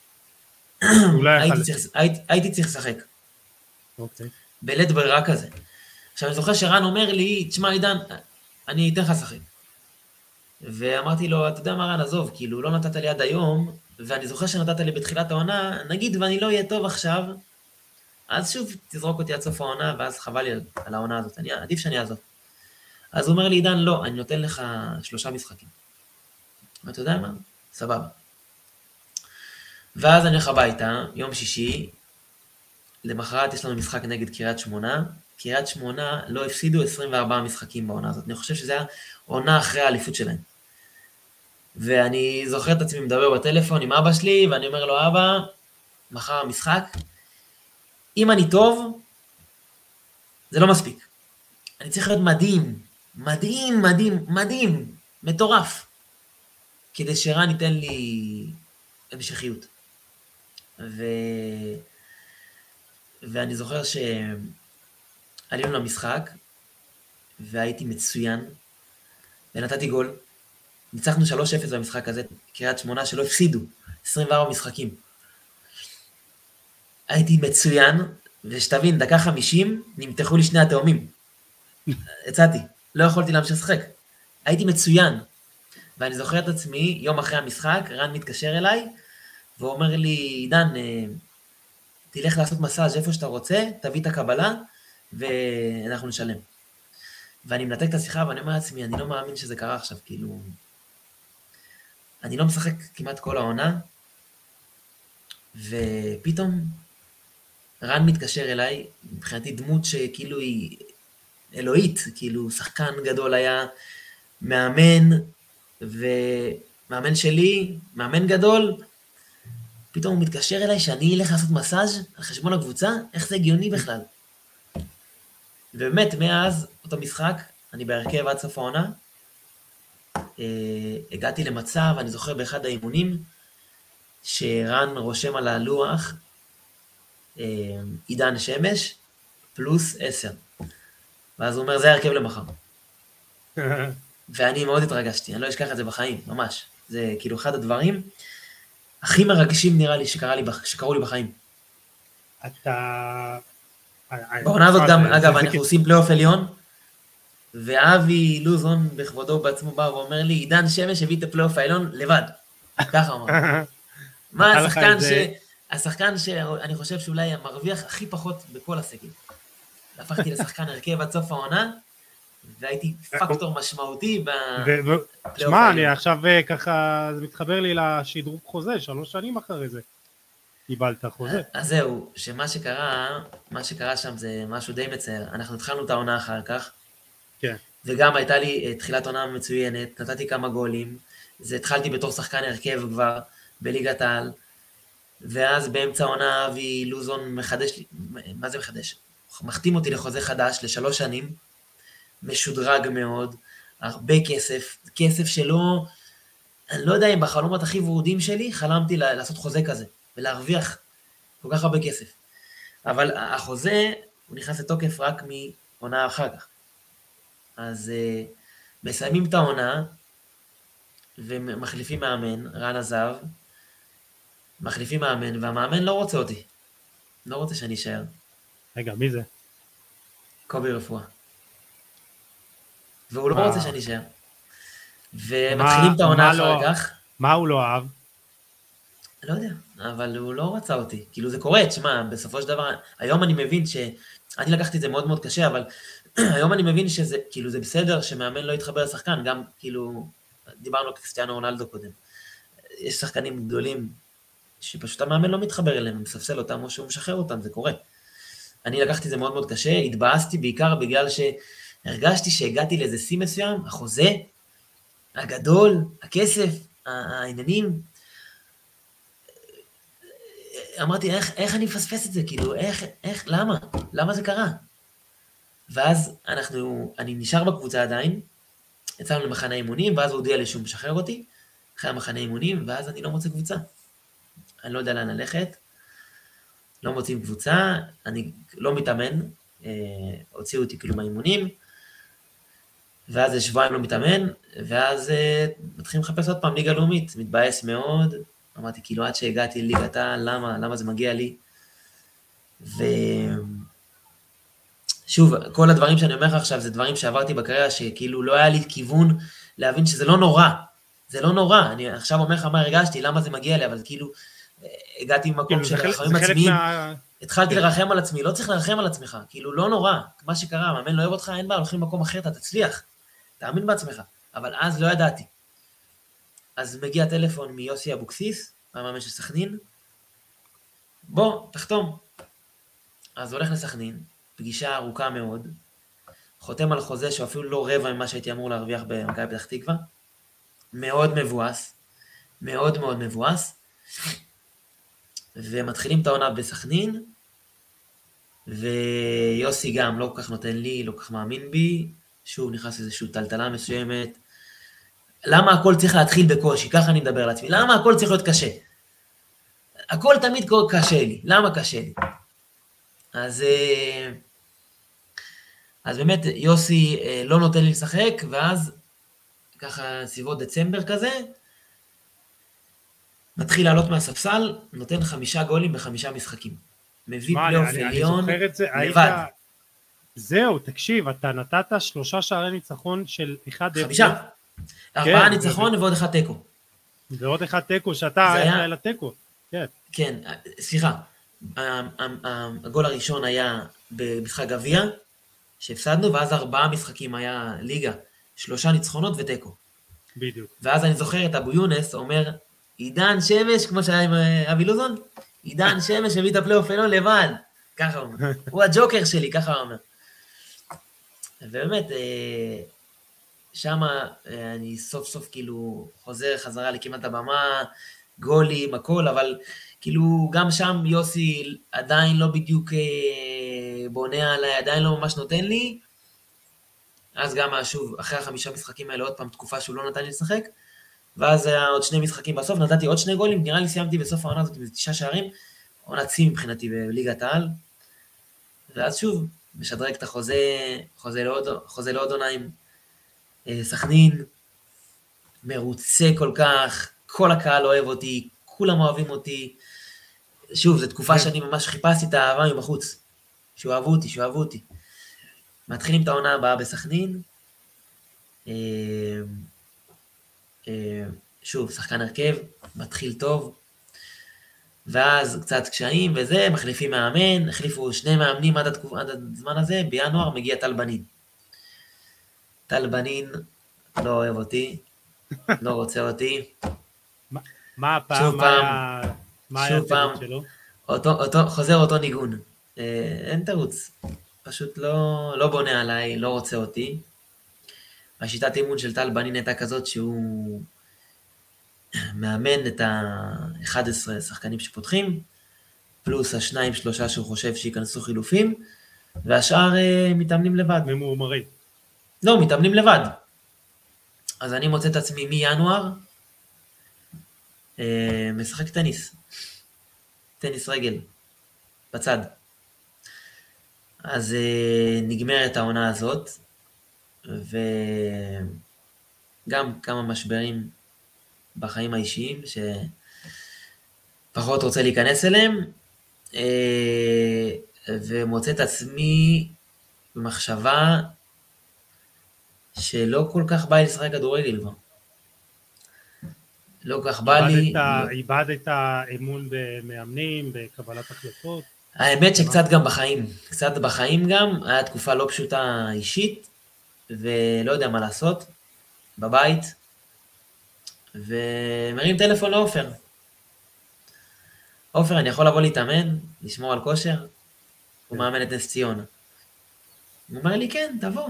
Speaker 2: הייתי צריך לשחק. בלית ברירה כזה. עכשיו, אני זוכר שרן אומר לי, תשמע עידן, אני אתן לך לשחק. ואמרתי לו, אתה יודע מה רן, עזוב, כאילו, לא נתת לי עד היום, ואני זוכר שנתת לי בתחילת העונה, נגיד ואני לא אהיה טוב עכשיו, אז שוב תזרוק אותי עד סוף העונה, ואז חבל לי על העונה הזאת, עדיף שאני אעזוב. אז הוא אומר לי, עידן, לא, אני נותן לך 3 משחקים. ואתה יודע מה? סבבה. ואז אני הולך הביתה, יום שישי, למחרת יש לנו משחק נגד קריית שמונה, קריית שמונה לא הפסידו 24 משחקים בעונה הזאת, אני חושב שזה היה עונה אחרי האליפות שלהם. ואני זוכר את עצמי מדבר בטלפון עם אבא שלי, ואני אומר לו, אבא, מחר המשחק, אם אני טוב, זה לא מספיק. אני צריך להיות מדהים, מדהים, מדהים, מדהים, מטורף, כדי שרן ייתן לי המשכיות. ואני זוכר שעלינו למשחק, והייתי מצוין, ונתתי גול, ניצחנו 3-0 במשחק הזה, קריית שמונה שלא הפסידו, 24 משחקים. הייתי מצוין, ושתבין, דקה 50, נמתחו לי שני התאומים. הצעתי, לא יכולתי להמשיך לשחק. הייתי מצוין. ואני זוכר את עצמי, יום אחרי המשחק, רן מתקשר אליי, והוא אומר לי, עידן, תלך לעשות מסאז' איפה שאתה רוצה, תביא את הקבלה, ואנחנו נשלם. ואני מנתק את השיחה, ואני אומר לעצמי, אני לא מאמין שזה קרה עכשיו, כאילו... אני לא משחק כמעט כל העונה, ופתאום רן מתקשר אליי, מבחינתי דמות שכאילו היא אלוהית, כאילו שחקן גדול היה, מאמן, ומאמן שלי, מאמן גדול, פתאום הוא מתקשר אליי שאני אלך לעשות מסאז' על חשבון הקבוצה, איך זה הגיוני בכלל? ובאמת, מאז אותו משחק, אני בהרכב עד סוף העונה, הגעתי למצב, אני זוכר באחד האימונים, שרן רושם על הלוח, עידן שמש, פלוס 10. ואז הוא אומר, זה הרכב למחר. ואני מאוד התרגשתי, אני לא אשכח את זה בחיים, ממש. זה כאילו אחד הדברים הכי מרגשים נראה לי שקרו לי בחיים.
Speaker 1: אתה...
Speaker 2: בעונה הזאת גם, אגב, אנחנו עושים פלייאוף עליון, ואבי לוזון בכבודו בעצמו בא ואומר לי, עידן שמש הביא את הפלייאוף העליון לבד. ככה אומר. מה השחקן שאני חושב שאולי מרוויח הכי פחות בכל הסגל. הפכתי לשחקן הרכב עד סוף העונה, והייתי פקטור משמעותי בפלייאוף העליון.
Speaker 1: שמע, אני עכשיו ככה, זה מתחבר לי לשדרוג חוזה, 3 שנים אחרי זה. קיבלת חוזה.
Speaker 2: אז זהו, שמה שקרה שם זה משהו די מצער. אנחנו התחלנו את העונה אחר כך,
Speaker 1: כן.
Speaker 2: וגם הייתה לי תחילת עונה מצוינת, נתתי כמה גולים, התחלתי בתור שחקן הרכב כבר בליגת העל, ואז באמצע העונה אבי לוזון מחדש לי, מה זה מחדש? מחתים אותי לחוזה חדש ל3 שנים, משודרג מאוד, הרבה כסף, כסף שלא, אני לא יודע אם בחלומות הכי ורודים שלי, חלמתי לעשות חוזה כזה, ולהרוויח כל כך הרבה כסף. אבל החוזה, הוא נכנס לתוקף רק מעונה אחר כך. אז מסיימים את העונה, ומחליפים מאמן, רן עזב, מחליפים מאמן, והמאמן לא רוצה אותי. לא רוצה שאני אשאר.
Speaker 1: רגע, מי זה?
Speaker 2: קובי רפואה. והוא לא רוצה שאני אשאר. ומתחילים את העונה אחר כך.
Speaker 1: מה הוא לא אהב?
Speaker 2: לא יודע, אבל הוא לא רצה אותי. כאילו זה קורה, תשמע, בסופו של דבר, היום אני מבין אני לקחתי את זה מאוד מאוד קשה, אבל היום אני מבין שזה, כאילו זה בסדר שמאמן לא יתחבר לשחקן, גם כאילו, דיברנו על קריסטיאנו רונלדו קודם. יש שחקנים גדולים שפשוט המאמן לא מתחבר אליהם, הוא מספסל אותם או שהוא משחרר אותם, זה קורה. אני לקחתי את זה מאוד מאוד קשה, התבאסתי בעיקר בגלל שהרגשתי שהגעתי לאיזה שיא מסוים, החוזה, הגדול, הכסף, העניינים. אמרתי, איך אני מפספס את זה? כאילו, למה? למה זה קרה? ואז אני נשאר בקבוצה עדיין, יצאנו למחנה אימונים, ואז הוא הודיע לי שהוא משחרר אותי, אחרי המחנה אימונים, ואז אני לא מוצא קבוצה. אני לא יודע לאן ללכת, לא מוצאים קבוצה, אני לא מתאמן, הוציאו אותי כאילו מהאימונים, ואז שבועיים לא מתאמן, ואז מתחילים לחפש עוד פעם ליגה לאומית, מתבאס מאוד, אמרתי כאילו עד שהגעתי לליגת העל, למה זה מגיע לי, שוב, כל הדברים שאני אומר לך עכשיו, זה דברים שעברתי בקריירה, שכאילו לא היה לי כיוון להבין שזה לא נורא, זה לא נורא, אני עכשיו אומר לך מה הרגשתי, למה זה מגיע לי, אבל כאילו, הגעתי ממקום של רחמים עצמיים, התחלתי לרחם על עצמי, לא צריך לרחם על עצמך, כאילו לא נורא, מה שקרה, המאמן לא אוהב אותך, אין בה, הולכים למקום אחר, אתה תצליח, תאמין בעצמך, אבל אז לא ידעתי. אז מגיע טלפון מיוסי אבוקסיס, המאמן של סכנין, בוא, תחתום. אז הולך לסכנין, פגישה ארוכה מאוד, חותם על חוזה שהוא אפילו לא רבע ממה שהייתי אמור להרוויח במכבי פתח תקווה, מאוד מבואס, מאוד מאוד מבואס, ומתחילים את העונה בסכנין, ויוסי גם לא כל כך נותן לי, לא כל כך מאמין בי, שוב נכנס איזושהי טלטלה מסוימת, למה הכל צריך להתחיל בקושי, ככה אני מדבר לעצמי, למה הכל צריך להיות קשה? הכל תמיד קשה לי, למה קשה לי? אז באמת יוסי לא נותן לי לשחק, ואז ככה סביבות דצמבר כזה, מתחיל לעלות מהספסל, נותן 5 גולים ב5 משחקים. מביא פלייאוף עליון לבד.
Speaker 1: זהו, תקשיב, אתה נתת 3 שערי ניצחון של 1-0.
Speaker 2: 5. 4 ניצחון ועוד 1 תיקו.
Speaker 1: ועוד 1 תיקו, שאתה היה לתיקו.
Speaker 2: כן, סליחה. הגול הראשון היה במשחק גביע, שהפסדנו, ואז 4 משחקים היה ליגה, 3 ניצחונות ותיקו.
Speaker 1: בדיוק.
Speaker 2: ואז אני זוכר את אבו יונס אומר, עידן שמש, כמו שהיה עם אבי לוזון, עידן שמש הביא את הפלייאוף עליון לבד. ככה הוא אומר. הוא הג'וקר שלי, ככה הוא אומר. ובאמת, שמה אני סוף סוף כאילו חוזר חזרה לכמעט הבמה, גולים, הכל, אבל כאילו גם שם יוסי עדיין לא בדיוק בונה עליי, עדיין לא ממש נותן לי, אז גם שוב, אחרי 5 משחקים האלה עוד פעם תקופה שהוא לא נתן לי לשחק, ואז היה עוד 2 משחקים בסוף, נתתי עוד 2 גולים, נראה לי סיימתי בסוף העונה הזאת ב9 שערים, עונה צי מבחינתי בליגת העל, ואז שוב, משדרג את חוזה לעוד עונה עם סכנין, מרוצה כל כך, כל הקהל אוהב אותי, כולם אוהבים אותי, שוב, זו תקופה שאני ממש חיפשתי את האהבה מבחוץ, שאוהבו אותי. מתחילים את העונה הבאה בסכנין, שוב, שחקן הרכב, מתחיל טוב, ואז קצת קשיים וזה, מחליפים מאמן, החליפו 2 מאמנים עד הזמן הזה, בינואר מגיע טל בנין. טל בנין לא אוהב אותי, לא רוצה אותי.
Speaker 1: מה הפעם? מה היה התירוץ שלו?
Speaker 2: חוזר אותו ניגון. אין תירוץ. פשוט לא בונה עליי, לא רוצה אותי. השיטת אימון של טל בנין הייתה כזאת שהוא מאמן את ה-11 שחקנים שפותחים, פלוס 2-3 שהוא חושב שיכנסו חילופים, והשאר מתאמנים לבד.
Speaker 1: ממורמרים.
Speaker 2: לא, מתאמנים לבד. אז אני מוצא את עצמי מינואר, משחק טניס רגל, בצד. אז נגמרת העונה הזאת, וגם כמה משברים בחיים האישיים, שפחות רוצה להיכנס אליהם, ומוצא את עצמי במחשבה שלא כל כך בא לי לשחק כדורגל כבר. לא כל כך בא לי...
Speaker 1: איבדת אמון במאמנים, בקבלת החלטות?
Speaker 2: האמת שקצת גם בחיים. קצת בחיים גם, היה תקופה לא פשוטה אישית, ולא יודע מה לעשות, בבית, ומרים טלפון לאופר. אופר, אני יכול לבוא להתאמן, לשמור על כושר? הוא מאמן את נס ציונה. הוא אומר לי, כן, תבוא.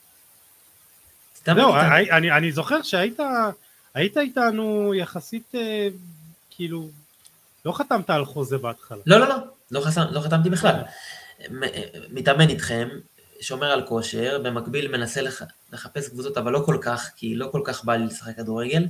Speaker 1: לא, אני זוכר שהיית איתנו יחסית, כאילו, לא חתמת על חוזה בהתחלה.
Speaker 2: לא חתמתי בכלל. מתאמן איתכם, שומר על כושר, במקביל מנסה לחפש קבוצות, אבל לא כל כך, כי לא כל כך בא לי לשחק כדורגל.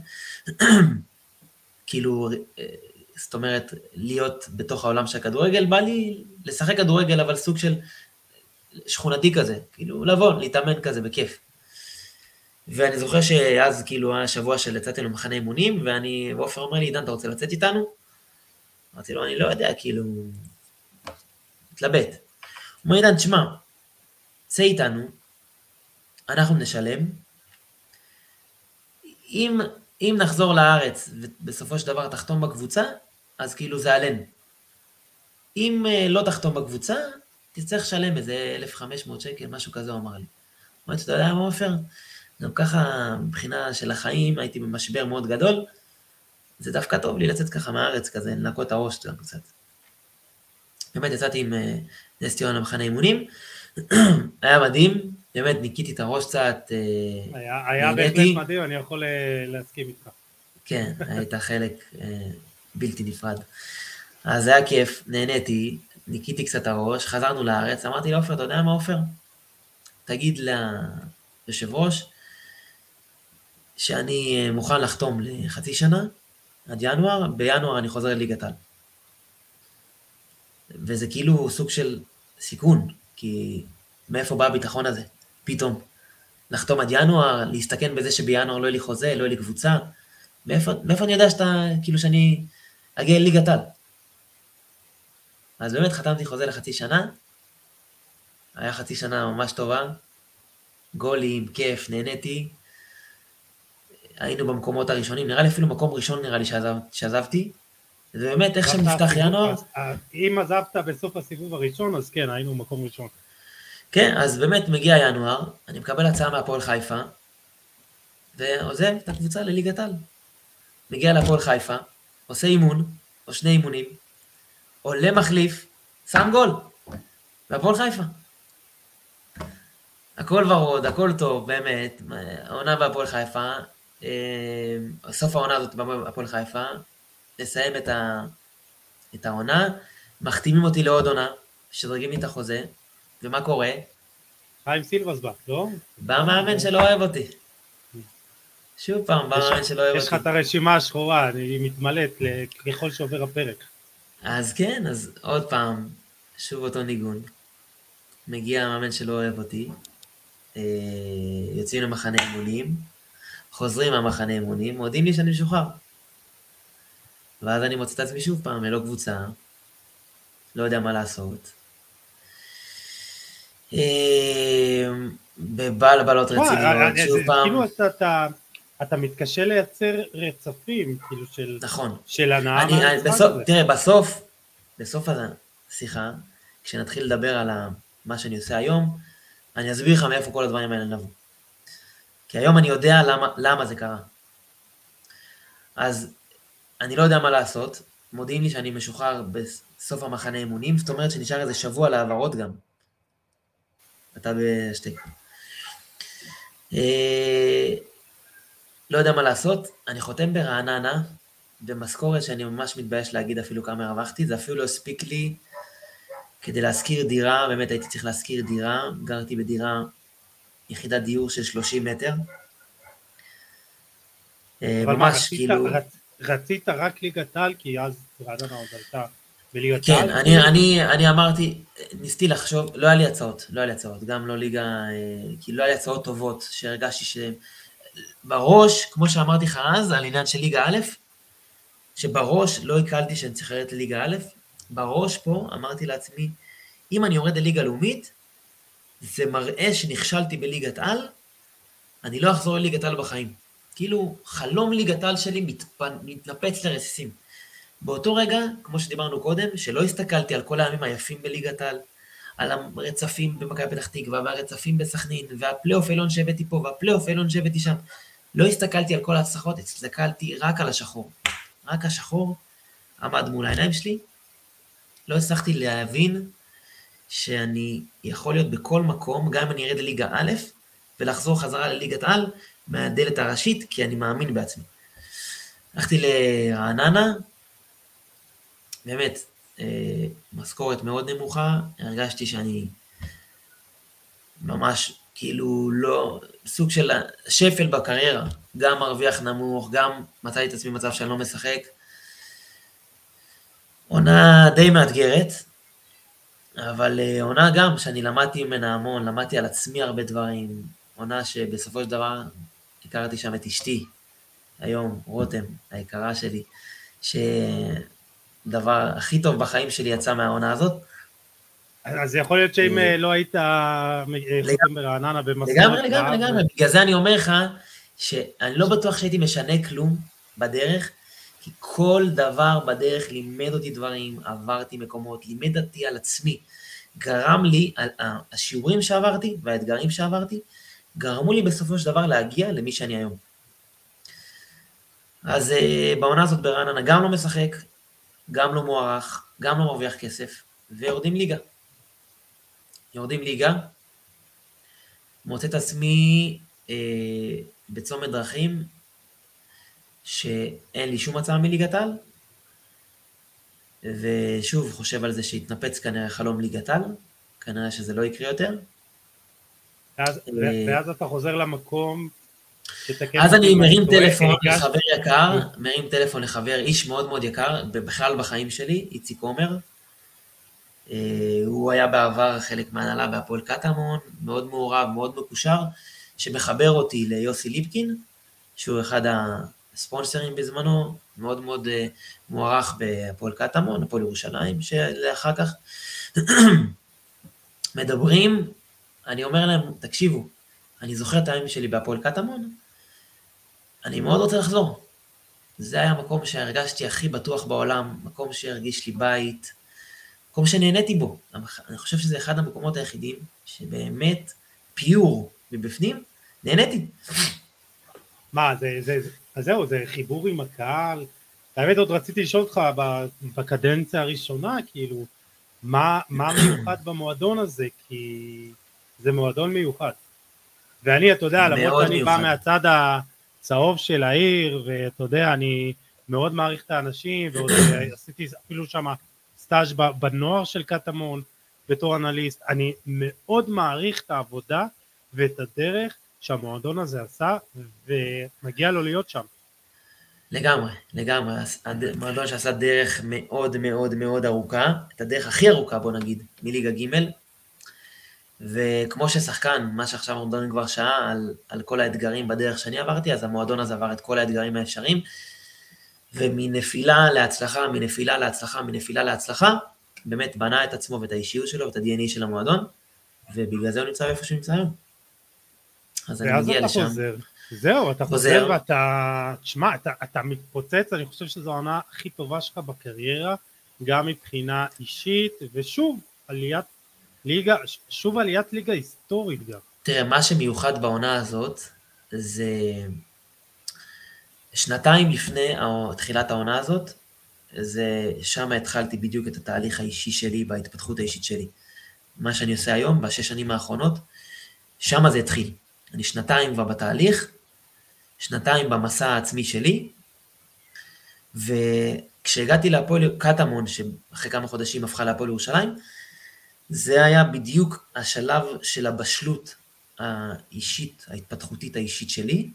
Speaker 2: כאילו, זאת אומרת, להיות בתוך העולם של הכדורגל, בא לי לשחק כדורגל, אבל סוג של שכונתי כזה, כאילו, לבוא, להתאמן כזה, בכיף. ואני זוכר שאז כאילו היה שבוע שלצאתי למחנה אימונים, ואופר אומר לי, עידן, אתה רוצה לצאת איתנו? אמרתי לו, אני לא יודע, כאילו, מתלבט. הוא אומר, עידן, תשמע, צא איתנו, אנחנו נשלם, אם נחזור לארץ, ובסופו של דבר תחתום בקבוצה, אז כאילו זה עלינו. אם לא תחתום בקבוצה, תצטרך לשלם איזה 1,500 שקל, משהו כזה הוא אמר לי. אמרתי, אתה יודע מה עופר? גם ככה, מבחינה של החיים, הייתי במשבר מאוד גדול, זה דווקא טוב לי לצאת ככה מהארץ כזה, לנקות את הראש גם קצת. באמת יצאתי עם נס ציונה למחנה אימונים, היה מדהים, באמת ניקיתי את הראש קצת,
Speaker 1: היה בהחלט מדהים, אני יכול להסכים איתך.
Speaker 2: כן, הייתה חלק בלתי נפרד. אז זה היה כיף, נהניתי, ניקיתי קצת הראש, חזרנו לארץ, אמרתי לעופר, אתה יודע מה עופר? תגיד ליושב ראש, שאני מוכן לחתום לחצי שנה, עד ינואר, בינואר אני חוזר לליגת העל. וזה כאילו סוג של סיכון, כי מאיפה בא הביטחון הזה? פתאום, לחתום עד ינואר, להסתכן בזה שבינואר לא יהיה לי חוזה, לא יהיה לי קבוצה, מאיפה אני יודע כאילו שאני אגיע לליגת העל? אז באמת חתמתי חוזה לחצי שנה, היה חצי שנה ממש טובה, גולים, כיף, נהניתי, היינו במקומות הראשונים, נראה לי אפילו מקום ראשון נראה לי שעזבתי, זה באמת איך שנפתח ינואר.
Speaker 1: אם עזבת בסוף הסיבוב הראשון, אז כן, היינו במקום ראשון.
Speaker 2: כן, אז באמת מגיע ינואר, אני מקבל הצעה מהפועל חיפה, ועוזב את הקבוצה לליגת העל. מגיע להפועל חיפה, עושה אימון, או 2 אימונים, עולה מחליף, שם גול, והפועל חיפה. הכל ורוד, הכל טוב, באמת, העונה בהפועל חיפה, סוף העונה הזאת בהפועל חיפה, נסיים את העונה, מחתימים אותי לעוד עונה, שדרגים לי את החוזה, ומה קורה?
Speaker 1: חיים סילבס בא, לא?
Speaker 2: בא מאמן שלא אוהב אותי. שוב פעם, בא מאמן שלא אוהב אותי.
Speaker 1: יש לך את הרשימה השחורה, היא מתמלאת ככל שעובר הפרק.
Speaker 2: אז כן, אז עוד פעם, שוב אותו ניגון. מגיע מאמן שלא אוהב אותי, יוצאים למחנה אימונים, חוזרים מהמחנה אימונים, מודיעים לי שאני משוחרר. ואז אני מוצא את עצמי שוב פעם, ללא קבוצה, לא יודע מה לעשות. בבעלות רציניות, שוב פעם.
Speaker 1: כאילו אתה מתקשה לייצר רצפים, כאילו של הנאה.
Speaker 2: תראה, בסוף השיחה, כשנתחיל לדבר על מה שאני עושה היום, אני אסביר לך מאיפה כל הדברים האלה נבוא. כי היום אני יודע למה זה קרה. אז אני לא יודע מה לעשות, מודיעים לי שאני משוחרר בסוף המחנה אימונים, זאת אומרת שנשאר איזה שבוע לעברות גם. אתה בשתי. לא יודע מה לעשות, אני חותם ברעננה, במשכורת שאני ממש מתבייש להגיד אפילו כמה הרווחתי, זה אפילו לא הספיק לי כדי להשכיר דירה, באמת הייתי צריך להשכיר דירה, גרתי בדירה, יחידת דיור של 30 מטר. ממש כאילו...
Speaker 1: רצית רק ליגת העל, כי אז רעננה עוד הייתה בליגת
Speaker 2: העל?
Speaker 1: העל?
Speaker 2: כן, אני אמרתי, ניסיתי לחשוב, לא היה לי הצעות, גם לא ליגה, כי לא היה לי הצעות טובות, שהרגשתי בראש, כמו שאמרתי לך אז, על עניין של ליגה א', שבראש לא הקלתי שאני צריך לרדת לליגה א', בראש פה אמרתי לעצמי, אם אני יורד לליגה לאומית, זה מראה שנכשלתי בליגת על, אני לא אחזור לליגת על בחיים. כאילו חלום ליגת על שלי מתנפץ לרסיסים. באותו רגע, כמו שדיברנו קודם, שלא הסתכלתי על כל הימים היפים בליגת על, על הרצפים במכבי פתח תקווה, והרצפים בסכנין, והפלייאוף העליון שהבאתי פה, והפלייאוף העליון שהבאתי שם. לא הסתכלתי על כל ההצלחות, הסתכלתי רק על השחור. רק השחור עמד מול העיניים שלי. לא הצלחתי להבין שאני יכול להיות בכל מקום, גם אם אני ארד לליגה א', ולחזור חזרה לליגת על, מהדלת הראשית, כי אני מאמין בעצמי. הלכתי לרעננה, באמת, משכורת מאוד נמוכה, הרגשתי שאני ממש כאילו לא, סוג של שפל בקריירה, גם מרוויח נמוך, גם מצאתי את עצמי מצב שאני לא משחק. עונה די מאתגרת, אבל עונה גם שאני למדתי ממנה המון, למדתי על עצמי הרבה דברים, עונה שבסופו של דבר הכרתי שם את אשתי, היום רותם, היקרה שלי, שדבר הכי טוב בחיים שלי יצא מהעונה הזאת.
Speaker 1: אז יכול להיות שאם לא היית חותם ברעננה במסורת...
Speaker 2: לגמרי, בגלל זה אני אומר לך, שאני לא בטוח שהייתי משנה כלום בדרך, כי כל דבר בדרך לימד אותי דברים, עברתי מקומות, לימד אותי על עצמי, גרם לי, השיעורים שעברתי והאתגרים שעברתי, גרמו לי בסופו של דבר להגיע למי שאני היום. אז בעונה הזאת ברעננה גם לא משחק, גם לא מוערך, גם לא מרוויח כסף, ויורדים ליגה. יורדים ליגה, מוצא את עצמי בצומת דרכים, שאין לי שום הצעה מליגת על, ושוב חושב על זה שהתנפץ כנראה חלום ליגת על, כנראה שזה לא יקרה יותר.
Speaker 1: ואז אתה חוזר למקום,
Speaker 2: אז אני מרים טלפון לחבר יקר, מרים טלפון לחבר איש מאוד מאוד יקר, בכלל בחיים שלי, איציק עומר, הוא היה בעבר חלק מהנהלה בהפועל קטמון, מאוד מעורב, מאוד מקושר, שמחבר אותי ליוסי ליפקין, שהוא אחד הספונסרים בזמנו, מאוד מאוד מוערך בהפועל קטמון, הפועל ירושלים, שלאחר כך מדברים, אני אומר להם, תקשיבו, אני זוכר את הימים שלי בהפועל קטמון, אני מאוד רוצה לחזור. זה היה המקום שהרגשתי הכי בטוח בעולם, מקום שהרגיש לי בית, מקום שנהניתי בו. אני חושב שזה אחד המקומות היחידים שבאמת פיור מבפנים, נהניתי.
Speaker 1: מה, אז זהו, זה חיבור עם הקהל. האמת עוד רציתי לשאול אותך בקדנציה הראשונה, כאילו, מה מיוחד במועדון הזה? כי זה מועדון מיוחד. ואני, אתה יודע, למרות שאני בא מהצד הצהוב של העיר, ואתה יודע, אני מאוד מעריך את האנשים, ועוד עשיתי אפילו שם סטאז' בנוער של קטמון, בתור אנליסט. אני מאוד מעריך את העבודה ואת הדרך שהמועדון הזה עשה, ומגיע לו להיות שם.
Speaker 2: לגמרי, לגמרי. המועדון שעשה דרך מאוד מאוד מאוד ארוכה, את הדרך הכי ארוכה, בוא נגיד, מליגה ג', וכמו ששחקן, מה שעכשיו אנחנו מדברים כבר שעה, על כל האתגרים בדרך שאני עברתי, אז המועדון הזה עבר את כל האתגרים האפשריים, ומנפילה להצלחה, מנפילה להצלחה, מנפילה להצלחה, באמת בנה את עצמו ואת האישיות שלו, ואת ה-DNA של המועדון, ובגלל זה הוא נמצא איפה שהוא נמצא היום. אז אני מגיע לשם.
Speaker 1: זהו, אתה חוזר ואתה, תשמע, אתה מתפוצץ, אני חושב שזו העונה הכי טובה שלך בקריירה, גם מבחינה אישית, ושוב, עליית ליגה היסטורית גם.
Speaker 2: תראה, מה שמיוחד בעונה הזאת, זה שנתיים לפני תחילת העונה הזאת, זה שם התחלתי בדיוק את התהליך האישי שלי, בהתפתחות האישית שלי. מה שאני עושה היום, בשש שנים האחרונות, שם זה התחיל. אני שנתיים כבר בתהליך, שנתיים במסע העצמי שלי, וכשהגעתי להפועל קטמון, שאחרי כמה חודשים הפכה להפועל ירושלים, זה היה בדיוק השלב של הבשלות האישית, ההתפתחותית האישית שלי,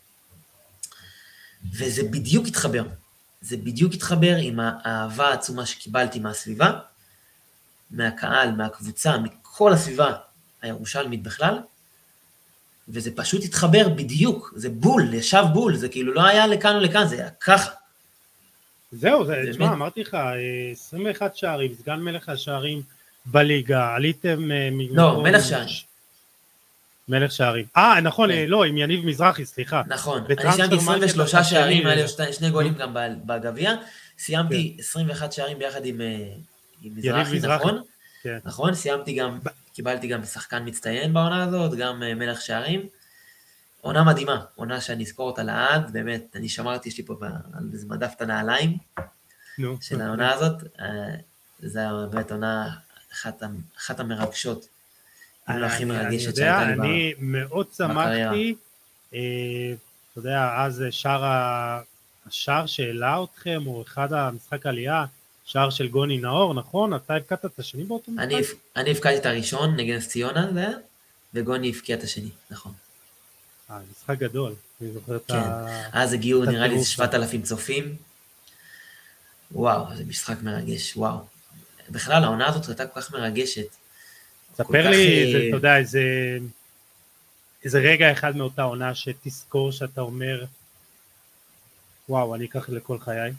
Speaker 2: וזה בדיוק התחבר. זה בדיוק התחבר עם האהבה העצומה שקיבלתי מהסביבה, מהקהל, מהקבוצה, מכל הסביבה הירושלמית בכלל, וזה פשוט התחבר בדיוק, זה בול, ישב בול, זה כאילו לא היה לכאן או לכאן, זה היה ככה.
Speaker 1: זהו, תשמע, אמרתי לך, 21 שערים, סגן מלך השערים בליגה, עליתם...
Speaker 2: לא, מלך שערים.
Speaker 1: מלך שערים. נכון, לא, עם יניב מזרחי, סליחה.
Speaker 2: נכון, אני סיימתי 23 שערים, היה לי שני גולים גם בגביע, סיימתי 21 שערים ביחד עם מזרחי, נכון? נכון, סיימתי גם... קיבלתי גם שחקן מצטיין בעונה הזאת, גם מלך שערים. עונה מדהימה, עונה שאני אזכור אותה לעד, באמת, אני שמרתי, יש לי פה על מדף את הנעליים של העונה הזאת, זה באמת עונה אחת המרגשות, אם לא הכי מרגשת שהייתה לי בקריירה.
Speaker 1: אני מאוד שמחתי, אתה יודע, אז השער שהעלה אתכם, הוא אחד המשחק העלייה, שער של גוני נאור, נכון? אתה הבקעת את השני באותו משחק?
Speaker 2: אני הבקעתי את הראשון נגד נס ציונה, זה היה, וגוני הבקיע את השני, נכון.
Speaker 1: משחק גדול, אני זוכר את ה...
Speaker 2: אז הגיעו נראה לי 7,000 צופים, וואו, זה משחק מרגש, וואו. בכלל, העונה הזאת הייתה כל כך מרגשת.
Speaker 1: ספר לי, אתה יודע, איזה רגע אחד מאותה עונה שתזכור שאתה אומר, וואו, אני אקח לכל חיי.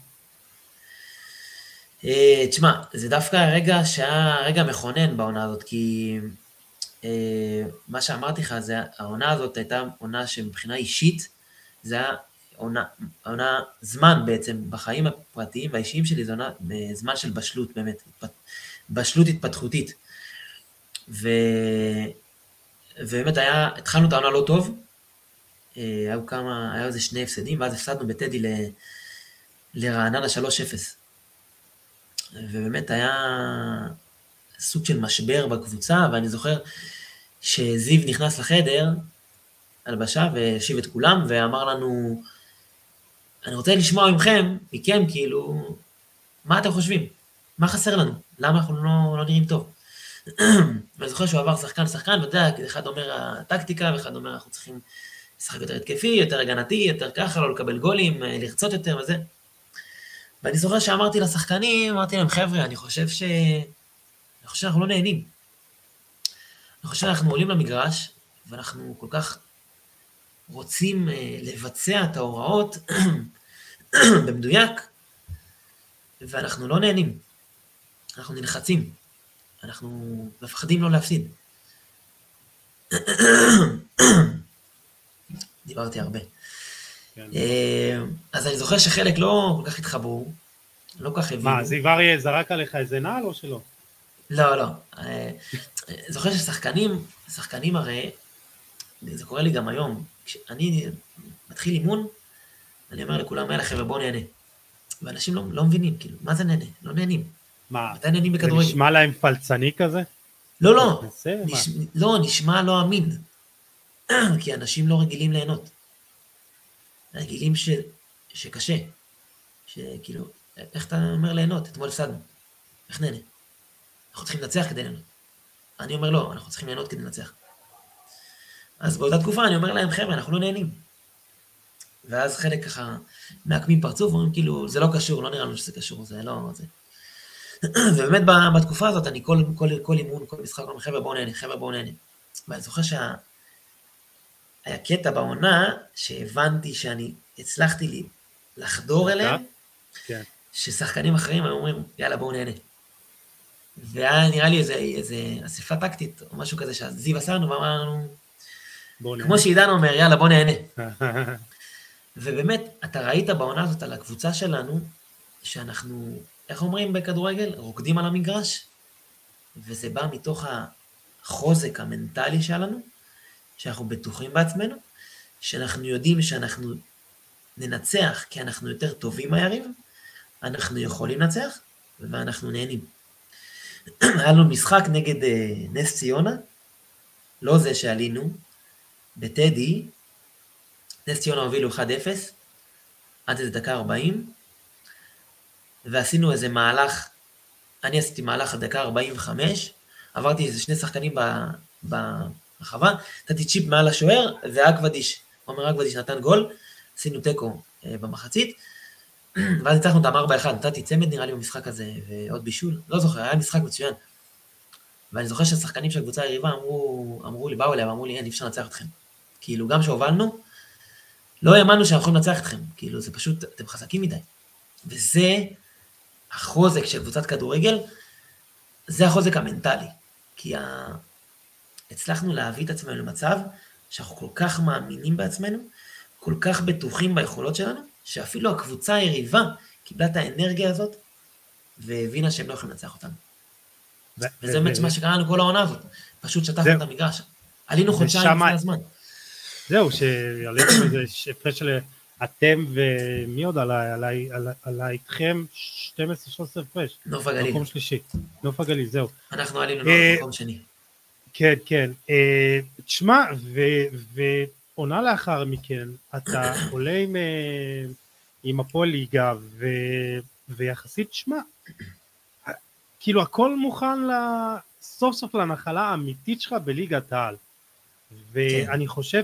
Speaker 2: תשמע, זה דווקא הרגע שהיה רגע מכונן בעונה הזאת, כי מה שאמרתי לך, העונה הזאת הייתה עונה שמבחינה אישית, זה היה עונה זמן בעצם, בחיים הפרטיים והאישיים שלי, זה עונה זמן של בשלות באמת, בשלות התפתחותית. ובאמת התחלנו את העונה לא טוב, היה איזה 2 הפסדים, ואז הפסדנו בטדי לרעננה 3-0. ובאמת היה סוג של משבר בקבוצה, ואני זוכר שזיו נכנס לחדר, הלבשה, והשיב את כולם, ואמר לנו, אני רוצה לשמוע מכם, כאילו, מה אתם חושבים? מה חסר לנו? למה אנחנו לא נראים טוב? ואני זוכר שהוא עבר שחקן, ואתה יודע, אחד אומר הטקטיקה, ואחד אומר, אנחנו צריכים לשחק יותר התקפי, יותר הגנתי, יותר ככה, לא לקבל גולים, לרצות יותר וזה. ואני זוכר שאמרתי לשחקנים, אמרתי להם, חבר'ה, אני חושב שאנחנו לא נהנים. אני חושב שאנחנו עולים למגרש, ואנחנו כל כך רוצים לבצע את ההוראות במדויק, ואנחנו לא נהנים. אנחנו נלחצים. אנחנו מפחדים לא להפסיד. דיברתי הרבה.
Speaker 1: כן.
Speaker 2: אז אני זוכר שחלק לא כל כך התחברו, לא כל כך הבינו.
Speaker 1: מה, זיו אריה זרק עליך איזה נעל או שלא?
Speaker 2: לא. זוכר ששחקנים הרי, זה קורה לי גם היום, כשאני מתחיל אימון, אני אומר לכולם, יאללה חבר'ה, בואו נהנה. ואנשים לא מבינים, כאילו, מה זה נהנה? לא נהנים.
Speaker 1: מה,
Speaker 2: מתי נהנים
Speaker 1: זה
Speaker 2: בכדורגל?
Speaker 1: נשמע להם פלצני כזה?
Speaker 2: לא, נשמע לא אמין. כי אנשים לא רגילים ליהנות. רגילים שקשה. שכאילו, איך אתה אומר ליהנות? אתמול הפסדנו. איך נהנה? אנחנו צריכים לנצח כדי ליהנות. אני אומר לא, אנחנו צריכים ליהנות כדי לנצח. אז באותה תקופה אני אומר להם, חבר'ה, אנחנו לא נהנים. ואז חלק ככה מעקמים פרצוף, ואומרים כאילו, זה לא קשור, לא נראה לנו שזה קשור, זה לא זה. ובאמת בתקופה הזאת, אני כל אימון, כל משחק, אומר, חבר'ה בואו נהנה. ואני זוכר שהיה קטע בעונה, שהבנתי שאני הצלחתי לי לחדור אליהם, ששחקנים אחרים היו אומרים, יאללה בואו נהנה. והיה נראה לי איזה אסיפה טקטית, או משהו כזה, שהזיו עשה לנו, ואמר לנו, כמו שעידן אומר, יאללה בואו נהנה. ובאמת, אתה ראית בעונה הזאת על הקבוצה שלנו, שאנחנו, איך אומרים בכדורגל? רוקדים על המגרש, וזה בא מתוך החוזק המנטלי שלנו, שאנחנו בטוחים בעצמנו, שאנחנו יודעים שאנחנו ננצח, כי אנחנו יותר טובים מהיריב, אנחנו יכולים לנצח, ואנחנו נהנים. היה לנו משחק נגד נס ציונה, לא זה שעלינו, בטדי, נס ציונה הובילו 1-0, עד איזה דקה 40, ועשינו איזה מהלך, אני עשיתי מהלך עד דקה 45, עברתי איזה 2 שחקנים ברחבה, נתתי צ'יפ מעל השוער, ואגבדיש, עומר אגבדיש נתן גול, עשינו טקו במחצית, ואז ניצחנו אותם 4-1, נתתי צמד נראה לי במשחק הזה, ועוד בישול, לא זוכר, היה משחק מצוין. ואני זוכר שהשחקנים של הקבוצה היריבה אמרו לי, באו אליה ואמרו לי, אין, אי אפשר לנצח אתכם. כאילו, גם שהובלנו, לא האמנו שאנחנו יכולים לנצח אתכם, כאילו, זה פשוט, אתם חזקים מדי. וזה החוזק של קבוצת כדורגל, זה החוזק המנטלי. כי הצלחנו להביא את עצמנו למצב, שאנחנו כל כך מאמינים בעצמנו, כל כך בטוחים ביכולות שלנו, שאפילו הקבוצה היריבה קיבלה את האנרגיה הזאת, והבינה שהם לא יכולים לנצח אותנו. וזה באמת מה שקרה לנו כל העונה הזאת. פשוט שטפנו את המגרש. עלינו חודשיים לפני הזמן.
Speaker 1: זהו, שעליתם איזה הפרש של אתם ומי עוד עלה איתכם 12-13 הפרש.
Speaker 2: נוף הגליל.
Speaker 1: מקום שלישי. נוף הגליל, זהו.
Speaker 2: אנחנו עלינו מקום שני.
Speaker 1: כן, כן. תשמע, ועונה לאחר מכן, אתה עולה עם הפועל ליגה, ויחסית, תשמע, כאילו הכל מוכן סוף סוף לנחלה האמיתית שלך בליגת העל. ואני חושב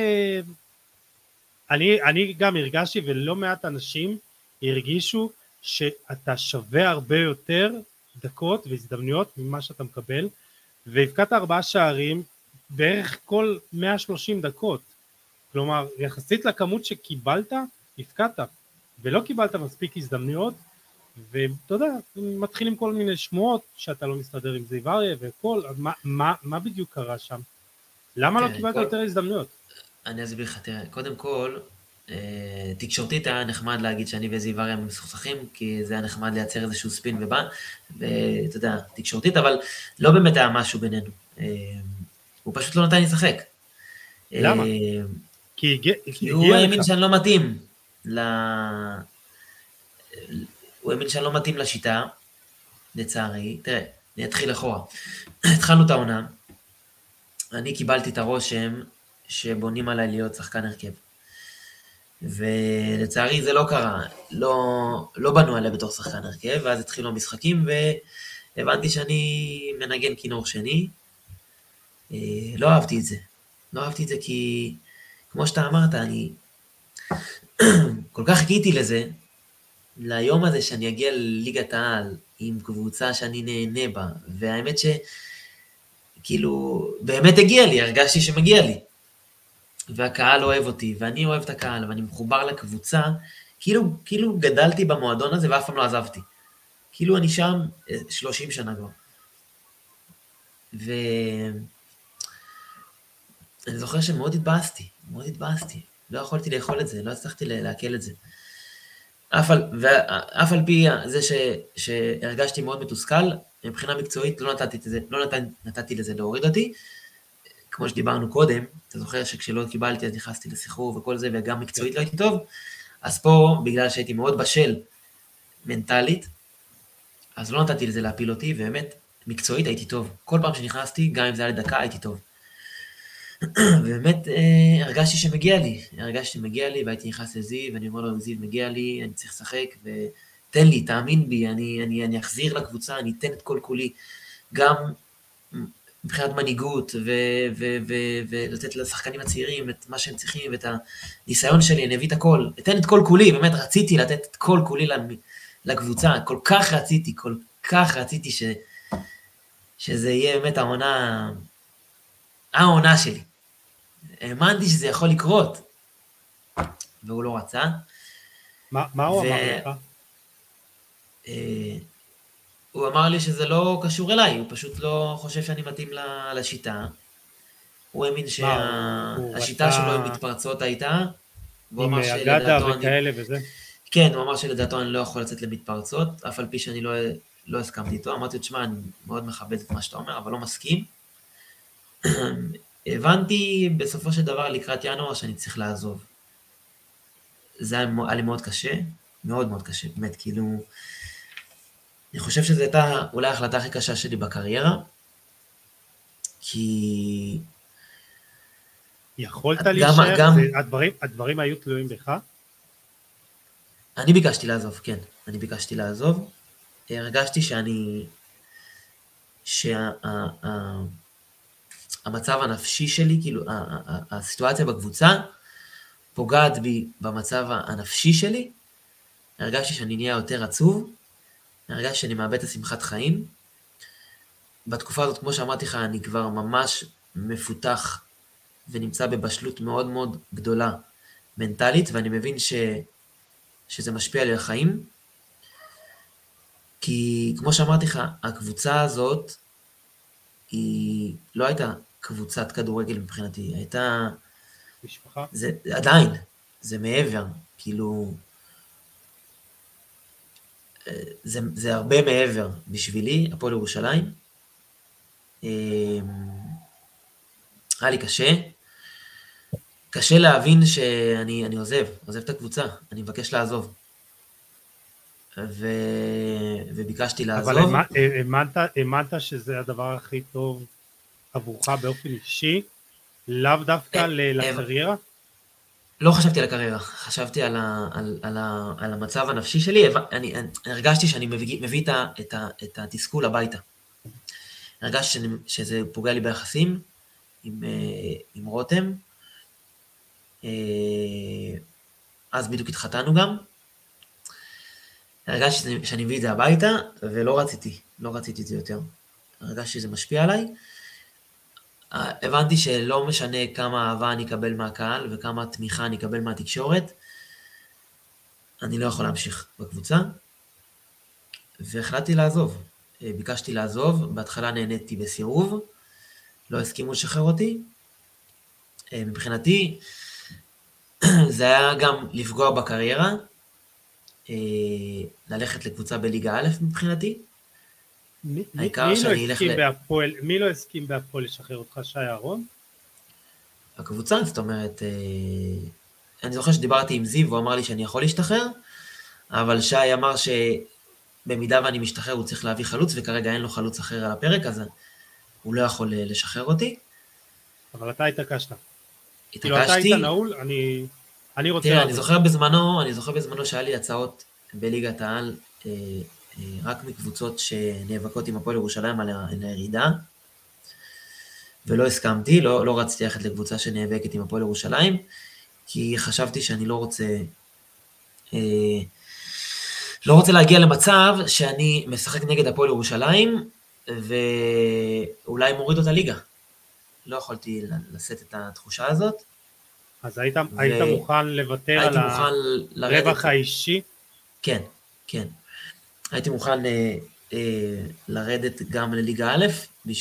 Speaker 1: אני גם הרגשתי, ולא מעט אנשים הרגישו, שאתה שווה הרבה יותר דקות והזדמנויות ממה שאתה מקבל, והבקעת 4 שערים בערך כל 130 דקות. כלומר, יחסית לכמות שקיבלת, הבקעת, ולא קיבלת מספיק הזדמנויות, ואתה יודע, מתחילים כל מיני שמועות שאתה לא מסתדר עם זיו אריה וכל, מה בדיוק קרה שם? למה לא קיבלת יותר הזדמנויות?
Speaker 2: אני אסביר לך, תראה, קודם כל, תקשורתית היה נחמד להגיד שאני וזיו אריה מסוכסכים, כי זה היה נחמד לייצר איזשהו ספין ואתה יודע, תקשורתית, אבל לא באמת היה משהו בינינו. הוא פשוט לא נתן לי לשחק.
Speaker 1: למה?
Speaker 2: כי הוא האמין שאני לא מתאים הוא האמין שאני לא מתאים לשיטה, לצערי. תראה, אני אתחיל אחורה. התחלנו את העונה, אני קיבלתי את הרושם שבונים עליי להיות שחקן הרכב. ולצערי זה לא קרה, לא בנו עליה בתור שחקן הרכב, ואז התחילו המשחקים והבנתי שאני מנגן כינור שני. לא אהבתי את זה. לא אהבתי את זה כי, כמו שאתה אמרת, אני כל כך חיכיתי לזה, ליום הזה שאני אגיע לליגת העל עם קבוצה שאני נהנה בה, והאמת שכאילו באמת הגיע לי, הרגשתי שמגיע לי. והקהל אוהב אותי, ואני אוהב את הקהל, ואני מחובר לקבוצה, כאילו גדלתי במועדון הזה ואף פעם לא עזבתי. כאילו אני שם 30 שנה כבר. ואני זוכר שמאוד התבאסתי. לא יכולתי לאכול את זה, לא הצלחתי לעכל את זה. אף על פי זה שהרגשתי מאוד מתוסכל, מבחינה מקצועית לא נתתי לזה להוריד אותי, כמו שדיברנו קודם, אתה זוכר שכשלא קיבלתי אז נכנסתי לסחרור וכל זה, וגם מקצועית לא הייתי טוב, אז פה, בגלל שהייתי מאוד בשל מנטלית, אז לא נתתי לזה להפיל אותי, ובאמת, מקצועית הייתי טוב. כל פעם שנכנסתי, גם אם זה היה לדקה, הייתי טוב. ובאמת, הרגשתי שמגיע לי, והייתי נכנס לזיו, ואני אומר לו, זיו, מגיע לי, אני צריך לשחק, ותן לי, תאמין בי, אני אחזיר לקבוצה, אני אתן את כל כולי, גם מבחינת מנהיגות, ולתת לשחקנים הצעירים את מה שהם צריכים, ואת הניסיון שלי, אני אביא את הכל, אתן את כל כולי, באמת רציתי לתת את כל כולי לקבוצה, כל כך רציתי שזה יהיה באמת העונה שלי. האמנתי שזה יכול לקרות, והוא לא רצה.
Speaker 1: מה הוא אמר לך?
Speaker 2: הוא אמר לי שזה לא קשור אליי, הוא פשוט לא חושב שאני מתאים לשיטה. הוא האמין שהשיטה שלו עם מתפרצות הייתה.
Speaker 1: עם אגדה וכאלה וזה?
Speaker 2: כן, הוא אמר שלדעתו אני לא יכול לצאת למתפרצות, אף על פי שאני לא הסכמתי איתו. אמרתי, תשמע, אני מאוד מכבד את מה שאתה אומר, אבל לא מסכים. הבנתי בסופו של דבר לקראת ינואר שאני צריך לעזוב. זה היה לי מאוד קשה, מאוד מאוד קשה, באמת, כאילו, אני חושב שזו הייתה אולי ההחלטה הכי קשה שלי בקריירה, כי
Speaker 1: יכולת להישאר? הדברים היו תלויים בך?
Speaker 2: אני ביקשתי לעזוב, כן, אני ביקשתי לעזוב, הרגשתי המצב הנפשי שלי, כאילו, הסיטואציה בקבוצה, פוגעת בי במצב הנפשי שלי, הרגשתי שאני נהיה יותר עצוב, הרגשתי שאני מאבד את שמחת חיים. בתקופה הזאת, כמו שאמרתי לך, אני כבר ממש מפותח, ונמצא בבשלות מאוד מאוד גדולה, מנטלית, ואני מבין שזה משפיע לי על החיים, כי כמו שאמרתי לך, הקבוצה הזאת, היא לא הייתה קבוצת כדורגל מבחינתי, היא הייתה
Speaker 1: משפחה?
Speaker 2: עדיין, זה מעבר, כאילו, זה הרבה מעבר בשבילי, הפועל ירושלים. היה לי קשה להבין שאני עוזב את הקבוצה, אני מבקש לעזוב. וביקשתי לעזוב.
Speaker 1: אבל האמנת שזה הדבר הכי טוב עבורך באופן אישי, לאו דווקא לקריירה?
Speaker 2: לא חשבתי על הקריירה, חשבתי על המצב הנפשי שלי, אני הרגשתי שאני מביא את התסכול הביתה. הרגשתי שזה פוגע לי ביחסים עם רותם, אז בדיוק התחתנו גם, הרגשתי שאני מביא את זה הביתה, ולא רציתי את זה יותר. הרגשתי שזה משפיע עליי, הבנתי שלא משנה כמה אהבה אני אקבל מהקהל, וכמה תמיכה אני אקבל מהתקשורת, אני לא יכול להמשיך בקבוצה, והחלטתי לעזוב. ביקשתי לעזוב, בהתחלה נהניתי בסירוב, לא הסכימו לשחרר אותי. מבחינתי, זה היה גם לפגוע בקריירה, ללכת לקבוצה בליגה א' מבחינתי. העיקר שאני אלך
Speaker 1: מי לא הסכים בהפועל לשחרר אותך, שי אהרון?
Speaker 2: הקבוצה, זאת אומרת, אני זוכר שדיברתי עם זיו, הוא אמר לי שאני יכול להשתחרר, אבל שי אמר שבמידה ואני משתחרר הוא צריך להביא חלוץ, וכרגע אין לו חלוץ אחר על הפרק, אז הוא לא יכול לשחרר אותי.
Speaker 1: אבל אתה התעקשת.
Speaker 2: התעקשתי.
Speaker 1: כאילו אתה היית נעול, אני רוצה...
Speaker 2: תראה, אני זוכר בזמנו שהיה לי הצעות בליגת העל, רק מקבוצות שנאבקות עם הפועל ירושלים על הירידה, ולא הסכמתי, לא רציתי ללכת לקבוצה שנאבקת עם הפועל ירושלים, כי חשבתי שאני לא רוצה להגיע למצב שאני משחק נגד הפועל ירושלים, ואולי מוריד אותה ליגה. לא יכולתי לשאת את התחושה הזאת.
Speaker 1: אז היית מוכן לוותר על הרווח האישי?
Speaker 2: כן. הייתי מוכן לרדת גם לליגה א',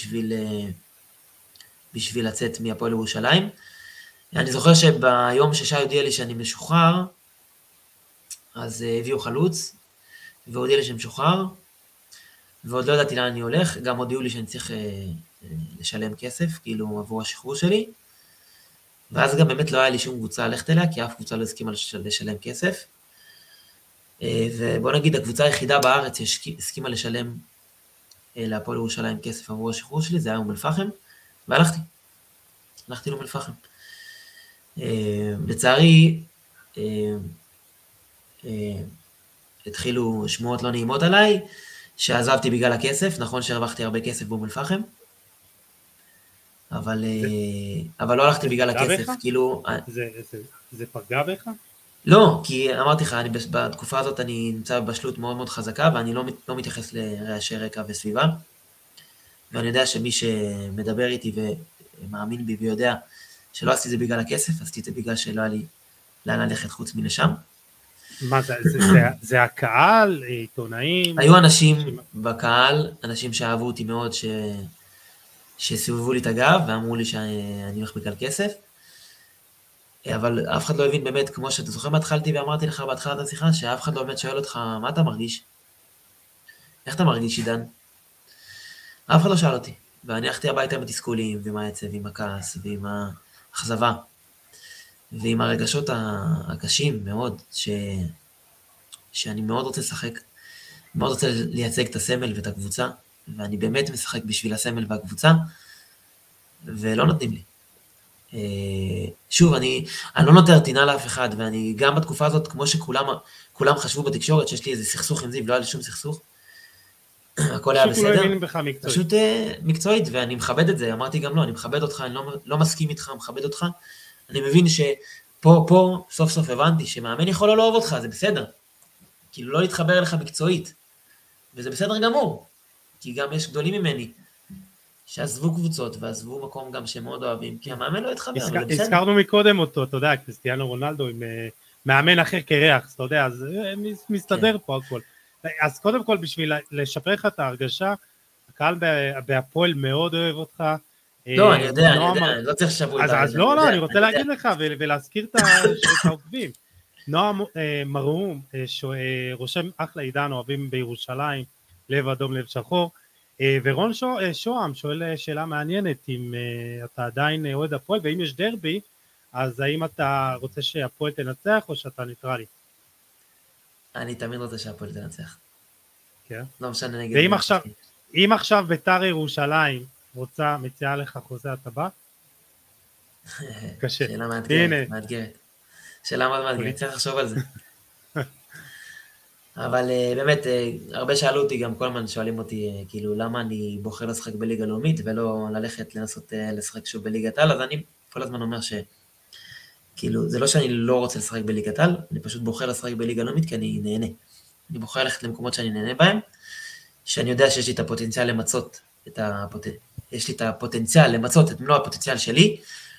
Speaker 2: בשביל לצאת מהפועל ירושלים. אני זוכר שביום ששי הודיע לי שאני משוחרר, אז הביאו חלוץ, והודיע לי שאני משוחרר, ועוד לא ידעתי לאן אני הולך, גם הודיעו לי שאני צריך לשלם כסף, כאילו עבור השחרור שלי, ואז גם באמת לא היה לי שום קבוצה ללכת אליה, כי אף קבוצה לא הסכימה לשלם כסף, ובוא נגיד, הקבוצה היחידה בארץ הסכימה לשלם להפועל ירושלים כסף עבור השחרור שלי, זה היה אום אל-פחם, והלכתי לאום אל-פחם. לצערי, התחילו שמועות לא נעימות עליי, שעזבתי בגלל הכסף, נכון שהרווחתי הרבה כסף באום אל-פחם, אבל לא הלכתי בגלל הכסף, כאילו...
Speaker 1: זה פגע בך?
Speaker 2: לא, כי אמרתי לך, בתקופה הזאת אני נמצא בבשלות מאוד מאוד חזקה, ואני לא מתייחס לרעשי רקע וסביבה, ואני יודע שמי שמדבר איתי ומאמין בי ויודע שלא עשיתי את זה בגלל הכסף, עשיתי את זה בגלל שלא היה לי לאן ללכת חוץ מלשם.
Speaker 1: מה זה הקהל, עיתונאים?
Speaker 2: היו אנשים בקהל, אנשים שאהבו אותי מאוד, שסובבו לי את הגב ואמרו לי שאני הולך בגלל כסף, אבל אף אחד לא הבין באמת, כמו שאתה זוכר מה התחלתי ואמרתי לך בהתחלת השיחה, שאף אחד לא באמת שואל אותך, מה אתה מרגיש? איך אתה מרגיש, עידן? אף אחד לא שאל אותי, ואני הלכתי הביתה עם התסכולים, ועם העצב, ועם הכעס, ועם האכזבה, ועם הרגשות הקשים מאוד, שאני מאוד רוצה לשחק, מאוד רוצה לייצג את הסמל ואת הקבוצה, ואני באמת משחק בשביל הסמל והקבוצה, ולא נותנים לי. שוב, אני לא נותר טינה לאף אחד, ואני גם בתקופה הזאת, כמו שכולם חשבו בתקשורת, שיש לי איזה סכסוך עם זיו, לא היה לי שום סכסוך, הכל היה בסדר, פשוט מקצועית, ואני מכבד את זה, אמרתי גם לא, אני מכבד אותך, אני לא מסכים איתך, מכבד אותך, אני מבין שפה סוף סוף הבנתי שמאמן יכול לא לאהוב אותך, זה בסדר, כאילו לא להתחבר אליך מקצועית, וזה בסדר גמור, כי גם יש גדולים ממני, שעזבו קבוצות ועזבו מקום גם שהם מאוד אוהבים, כי המאמן לא התחבר, זה בסדר.
Speaker 1: הזכרנו מקודם אותו, אתה יודע, קריסטיאנו רונלדו עם מאמן אחר קרח, אתה יודע, אז מסתדר פה הכל. אז קודם כל, בשביל לשפר לך את ההרגשה, הקהל בהפועל מאוד אוהב אותך.
Speaker 2: לא, אני יודע, לא צריך לשפר את
Speaker 1: ההרגשה. אז לא, אני רוצה להגיד לך ולהזכיר את העוקבים. נועם מרום, רושם אחלה עידן, אוהבים בירושלים, לב אדום, לב שחור, ורון שוהם שואל שאלה מעניינת, אם אתה עדיין אוהד הפועל, ואם יש דרבי, אז האם אתה רוצה שהפועל תנצח או שאתה ניטרלי?
Speaker 2: אני תמיד רוצה שהפועל תנצח.
Speaker 1: כן.
Speaker 2: לא משנה נגד.
Speaker 1: ואם עכשיו בית"ר ירושלים מציעה לך חוזה, אתה בא? קשה.
Speaker 2: שאלה מאתגרת. שאלה מאוד מאתגרת, צריך לחשוב על זה. אבל באמת, הרבה שאלו אותי, גם כל הזמן שואלים אותי, כאילו, למה אני בוחר לשחק בליגה לאומית, ולא ללכת לנסות לשחק שוב בליגת העל, אז אני כל הזמן אומר כאילו, זה לא שאני לא רוצה לשחק בליגת העל, אני פשוט בוחר לשחק בליגה לאומית, כי אני נהנה. אני בוחר ללכת למקומות שאני נהנה בהם, שאני יודע שיש לי את הפוטנציאל למצות יש לי את הפוטנציאל למצות את מלוא הפוטנציאל שלי,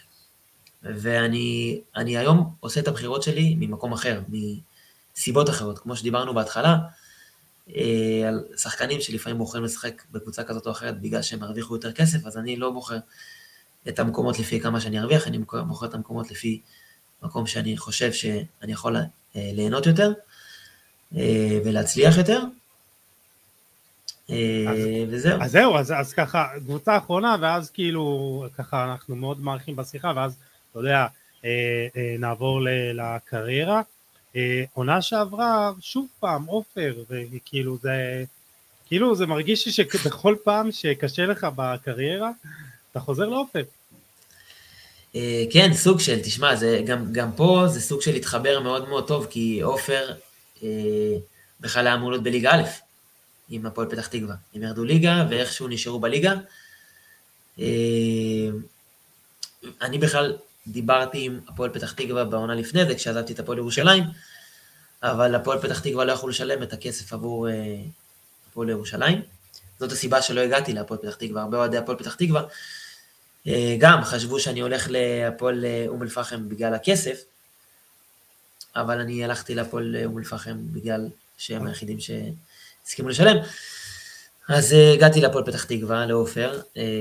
Speaker 2: ואני היום עושה את הבחירות שלי ממקום אחר, מסיבות אחרות, כמו שדיברנו בהתחלה, על שחקנים שלפעמים בוחרים לשחק בקבוצה כזאת או אחרת, בגלל שהם הרוויחו יותר כסף, אז אני לא בוחר את המקומות לפי כמה שאני ארוויח, אני בוחר את המקומות לפי מקום שאני חושב שאני יכול ליהנות יותר, ולהצליח יותר, וזהו.
Speaker 1: אז זהו, אז ככה, קבוצה האחרונה, ואז כאילו, ככה אנחנו מאוד מעריכים בשיחה, ואז, אתה יודע, נעבור לקריירה. עונה שעברה, שוב פעם, עופר, וכאילו זה, כאילו זה מרגיש לי שבכל פעם שקשה לך בקריירה, אתה חוזר לעופר.
Speaker 2: כן, סוג של, תשמע, גם פה זה סוג של להתחבר מאוד מאוד טוב, כי עופר בכלל היה אמור להיות בליגה א', עם הפועל פתח תקווה. הם ירדו ליגה, ואיכשהו נשארו בליגה. אני בכלל דיברתי עם הפועל פתח תקווה בעונה לפני זה, כשעזבתי את הפועל ירושלים, אבל הפועל פתח תקווה לא יכלו לשלם את הכסף עבור הפועל ירושלים. זאת הסיבה שלא הגעתי להפועל פתח תקווה. הרבה אוהדי הפועל פתח תקווה גם חשבו שאני הולך להפועל אום אל-פחם בגלל הכסף, אבל אני הלכתי להפועל אום אל-פחם בגלל שהם היחידים שהסכימו לשלם. אז הגעתי להפועל פתח תקווה, לעופר,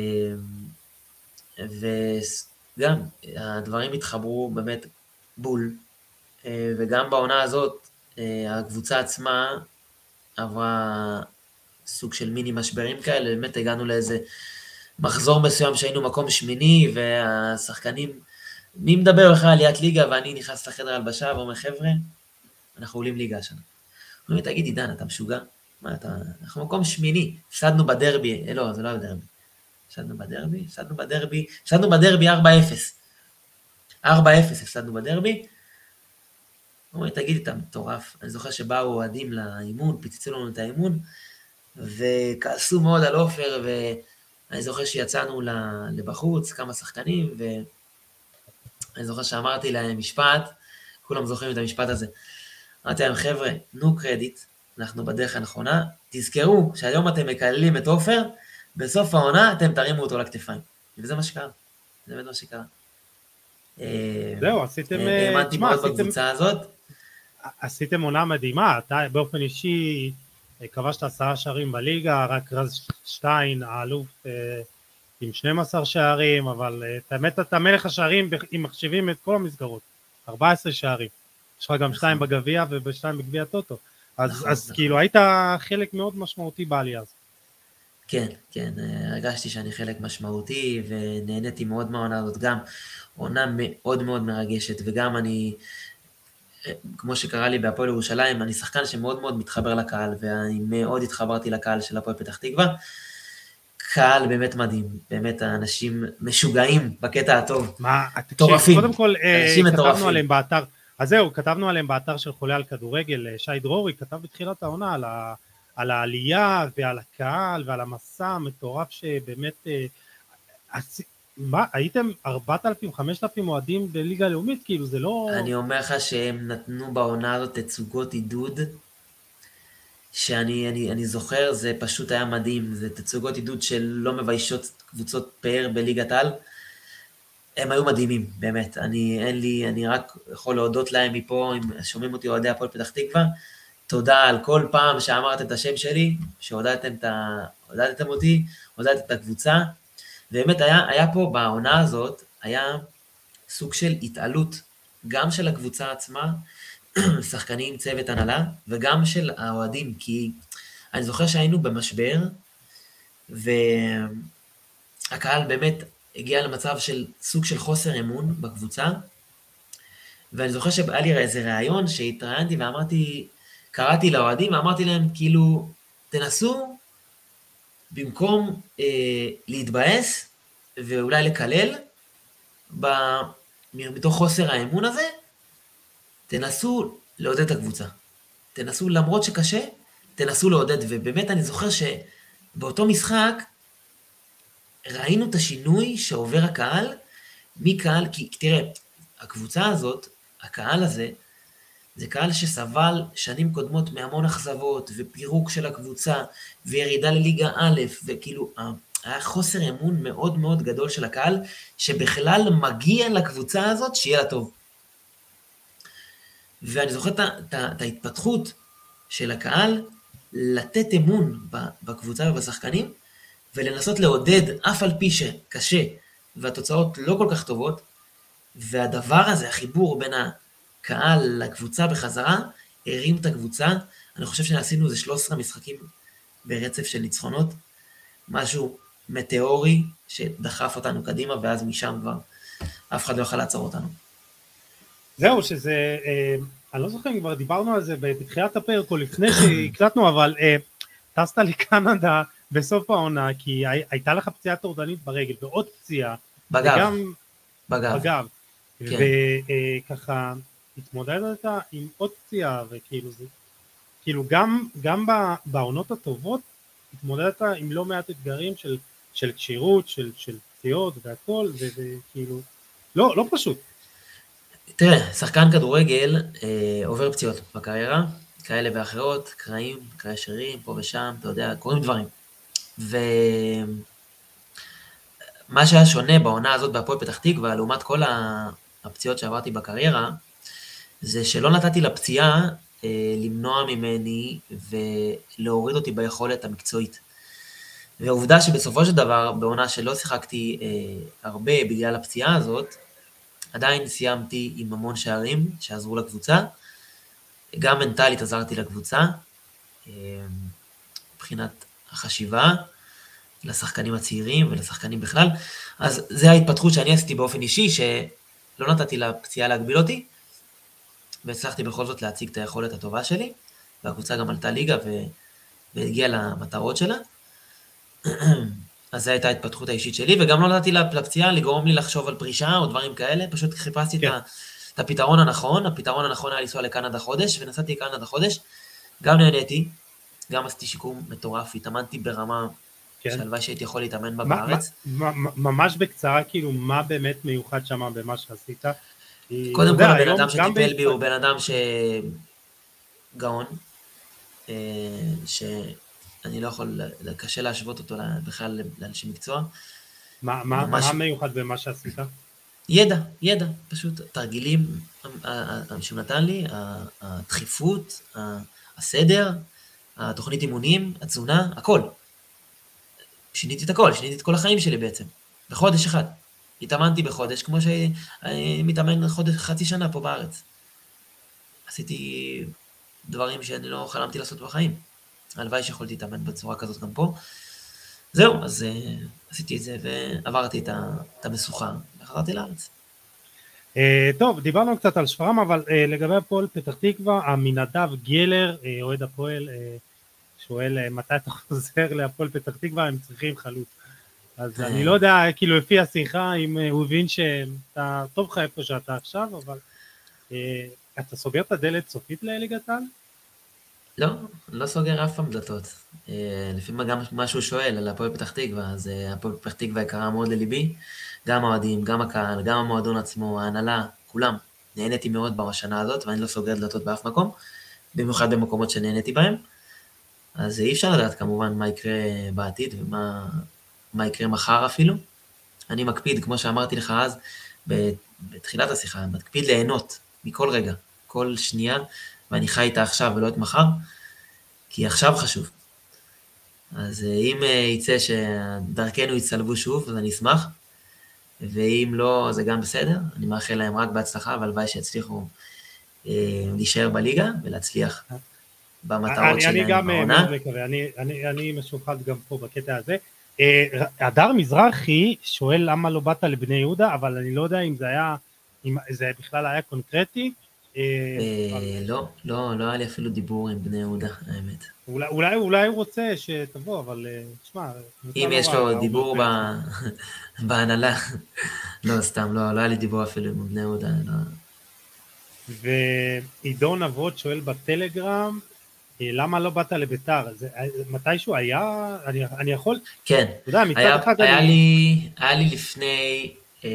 Speaker 2: וגם הדברים התחברו באמת בול, וגם בעונה הזאת הקבוצה עצמה עברה סוג של מיני משברים כאלה, באמת הגענו לאיזה מחזור מסוים שהיינו מקום שמיני, והשחקנים, מי מדבר בכלל עליית ליגה, ואני נכנס לחדר הלבשה ואומר, חבר'ה, אנחנו עולים ליגה השנה. הוא אומר, תגיד, עידן, אתה משוגע? מה אתה, אנחנו מקום שמיני, הפסדנו בדרבי, לא, זה לא בדרבי. הפסדנו בדרבי 4-0. 4-0 הפסדנו בדרבי. הוא אומר, תגיד, אתה מטורף. אני זוכר שבאו אוהדים לאימון, פיצצו לנו את האימון, וכעסו מאוד על עופר, ואני זוכר שיצאנו לבחוץ, כמה שחקנים, ואני זוכר שאמרתי להם משפט, כולם זוכרים את המשפט הזה. אמרתי להם, חבר'ה, נו קרדיט, אנחנו בדרך הנכונה, תזכרו שהיום אתם מקללים את עופר, בסוף העונה אתם תרימו אותו לכתפיים. וזה מה שקרה. זה באמת מה שקרה.
Speaker 1: זהו, עשיתם...
Speaker 2: האמנתי מאוד בקבוצה הזאת.
Speaker 1: עשיתם עונה מדהימה, אתה באופן אישי כבשת 10 שערים בליגה, רק רז שטיין, האלוף עם 12 שערים, אבל באמת אתה מלך השערים, אם מחשיבים את כל המסגרות, 14 שערים. יש לך גם 2 בגביע ו2 בגביע טוטו. אז כאילו היית חלק מאוד משמעותי בעלייה הזאת.
Speaker 2: כן, כן, הרגשתי שאני חלק משמעותי, ונהניתי מאוד מהעונה הזאת, גם עונה מאוד מאוד מרגשת, וגם אני, כמו שקרה לי בהפועל ירושלים, אני שחקן שמאוד מאוד מתחבר לקהל, ואני מאוד התחברתי לקהל של הפועל פתח תקווה, קהל באמת מדהים, באמת האנשים משוגעים בקטע הטוב, מטורפים,
Speaker 1: קודם כל
Speaker 2: אנשים מטורפים.
Speaker 1: כתבנו עליהם באתר, אז זהו, כתבנו עליהם באתר של חולה על כדורגל, שי דרורי כתב בתחילת העונה על העלייה ועל הקהל ועל המסע המטורף שבאמת, מה, הייתם 4,000, 5,000 אוהדים בליגה הלאומית, כאילו זה לא...
Speaker 2: אני אומר לך שהם נתנו בעונה הזאת תצוגות עידוד, שאני זוכר, זה פשוט היה מדהים, זה תצוגות עידוד שלא מביישות קבוצות פאר בליגת העל, הם היו מדהימים, באמת, אני רק יכול להודות להם מפה, אם שומעים אותי אוהדי הפועל פתח תקווה, תודה על כל פעם שאמרתם את השם שלי, שהודדתם אותי, הודדתם את הקבוצה, ובאמת היה פה בעונה הזאת, היה סוג של התעלות, גם של הקבוצה עצמה, שחקנים, צוות הנהלה, וגם של האוהדים, כי אני זוכר שהיינו במשבר, והקהל באמת הגיע למצב של סוג של חוסר אמון בקבוצה, ואני זוכר שהיה לי איזה רעיון שהתראיינתי ואמרתי, קראתי לאוהדים ואמרתי להם, כאילו, תנסו, במקום להתבאס ואולי לקלל, מתוך חוסר האמון הזה, תנסו לעודד את הקבוצה. תנסו, למרות שקשה, תנסו לעודד. ובאמת אני זוכר שבאותו משחק, ראינו את השינוי שעובר הקהל, מקהל, כי תראה, הקבוצה הזאת, הקהל הזה, זה קהל שסבל שנים קודמות מהמון אכזבות, ופירוק של הקבוצה, וירידה לליגה א', וכאילו, היה חוסר אמון מאוד מאוד גדול של הקהל, שבכלל מגיע לקבוצה הזאת שיהיה לה טוב. ואני זוכר את ההתפתחות של הקהל, לתת אמון בקבוצה ובשחקנים, ולנסות לעודד אף על פי שקשה, והתוצאות לא כל כך טובות, והדבר הזה, החיבור בין הקהל לקבוצה בחזרה, הרים את הקבוצה. אני חושב שעשינו איזה 13 משחקים ברצף של ניצחונות, משהו מטאורי שדחף אותנו קדימה, ואז משם כבר אף אחד לא יוכל לעצור אותנו.
Speaker 1: זהו, שזה, אני לא זוכר אם כבר דיברנו על זה בתחילת הפרק או לפני שהקלטנו, אבל טסת לקנדה בסוף העונה, כי הייתה לך פציעה טורדנית ברגל, ועוד פציעה.
Speaker 2: בגב.
Speaker 1: בגב.
Speaker 2: כן.
Speaker 1: וככה, התמודדת עם עוד פציעה, וכאילו זה, כאילו גם בעונות הטובות, התמודדת עם לא מעט אתגרים של קשירות, של פציעות והכל, וכאילו, לא פשוט.
Speaker 2: תראה, שחקן כדורגל עובר פציעות בקריירה, כאלה ואחרות, קרעים, קרעי שרירים, פה ושם, אתה יודע, קוראים דברים. ומה שהיה שונה בעונה הזאת בהפועל פתח תקווה, לעומת כל הפציעות שעברתי בקריירה, זה שלא נתתי לפציעה למנוע ממני ולהוריד אותי ביכולת המקצועית. והעובדה שבסופו של דבר, בעונה שלא שיחקתי הרבה בגלל הפציעה הזאת, עדיין סיימתי עם המון שערים שעזרו לקבוצה, גם מנטלית עזרתי לקבוצה, מבחינת החשיבה, לשחקנים הצעירים ולשחקנים בכלל, אז זה ההתפתחות שאני עשיתי באופן אישי, שלא נתתי לפציעה להגביל אותי, והצלחתי בכל זאת להציג את היכולת הטובה שלי, והקבוצה גם עלתה ליגה והגיעה למטרות שלה, אז זו הייתה ההתפתחות האישית שלי, וגם לא נתתי לפציעה לגרום לי לחשוב על פרישה או דברים כאלה, פשוט חיפשתי את הפתרון הנכון, הפתרון הנכון היה לנסוע לקנדה חודש, ונסעתי לקנדה חודש, גם נהניתי, גם עשיתי שיקום מטורף, התאמנתי ברמה שהלוואי שהייתי יכול להתאמן בה בארץ.
Speaker 1: ממש בקצרה, כאילו, מה באמת מיוחד שם במה שעשית?
Speaker 2: קודם כל, הבן אדם שטיפל בי הוא בן אדם גאון, אני לא יכול, קשה להשוות אותו בכלל לאנשי מקצוע.
Speaker 1: מה מיוחד במה שעשית?
Speaker 2: ידע, פשוט תרגילים שהוא נתן לי, הדחיפות, הסדר, התוכנית אימונים, התזונה, הכל. שיניתי את הכל, שיניתי את כל החיים שלי בעצם, בחודש אחד. התאמנתי בחודש, כמו שאני מתאמן חצי שנה פה בארץ. עשיתי דברים שאני לא חלמתי לעשות בחיים. הלוואי שיכולתי להתאמן בצורה כזאת גם פה. זהו, אז עשיתי את זה ועברתי את המשוכה וחזרתי לארץ.
Speaker 1: טוב, דיברנו קצת על שפרעם, אבל לגבי הפועל פתח תקווה, עמינדב גלר, אוהד הפועל, שואל מתי אתה חוזר להפועל פתח תקווה, הם צריכים חלוץ. אז אני לא יודע, כאילו לפי השיחה, אם הוא הבין שאתה טוב לך איפה שאתה עכשיו, אבל אתה סוגר את הדלת סופית לליגת העל?
Speaker 2: לא סוגר אף פעם דלתות. לפעמים גם מה שהוא שואל על הפועל פתח תקווה, אז הפועל פתח תקווה יקרה מאוד לליבי, גם האוהדים, גם הקהל, גם המועדון עצמו, ההנהלה, כולם. נהניתי מאוד בשנה הזאת, ואני לא סוגר דלתות באף מקום, במיוחד במקומות שנהניתי בהם. אז אי אפשר לדעת כמובן מה יקרה בעתיד, ומה יקרה מחר אפילו. אני מקפיד, כמו שאמרתי לך אז, בתחילת השיחה, מקפיד ליהנות מכל רגע, כל שנייה, ואני חי איתה עכשיו ולא את מחר, כי עכשיו חשוב. אז אם יצא שדרכנו יצלבו שוב, אז אני אשמח, ואם לא, זה גם בסדר, אני מאחל להם רק בהצלחה, אבל הלוואי שיצליחו להישאר בליגה ולהצליח במטרות שלהם בעונה.
Speaker 1: אני משוחד גם פה בקטע הזה. הדר מזרחי שואל למה לא באת לבני יהודה, אבל אני לא יודע אם זה בכלל היה קונקרטי.
Speaker 2: לא היה לי אפילו דיבור עם בני יהודה, האמת.
Speaker 1: אולי הוא רוצה שתבוא, אבל תשמע,
Speaker 2: אם יש לו דיבור בהנהלה, לא סתם, לא היה לי דיבור אפילו עם בני יהודה.
Speaker 1: ועידון אבות שואל בטלגרם, למה לא באת לביתר? מתישהו היה, אני יכול?
Speaker 2: כן, היה לי לפני,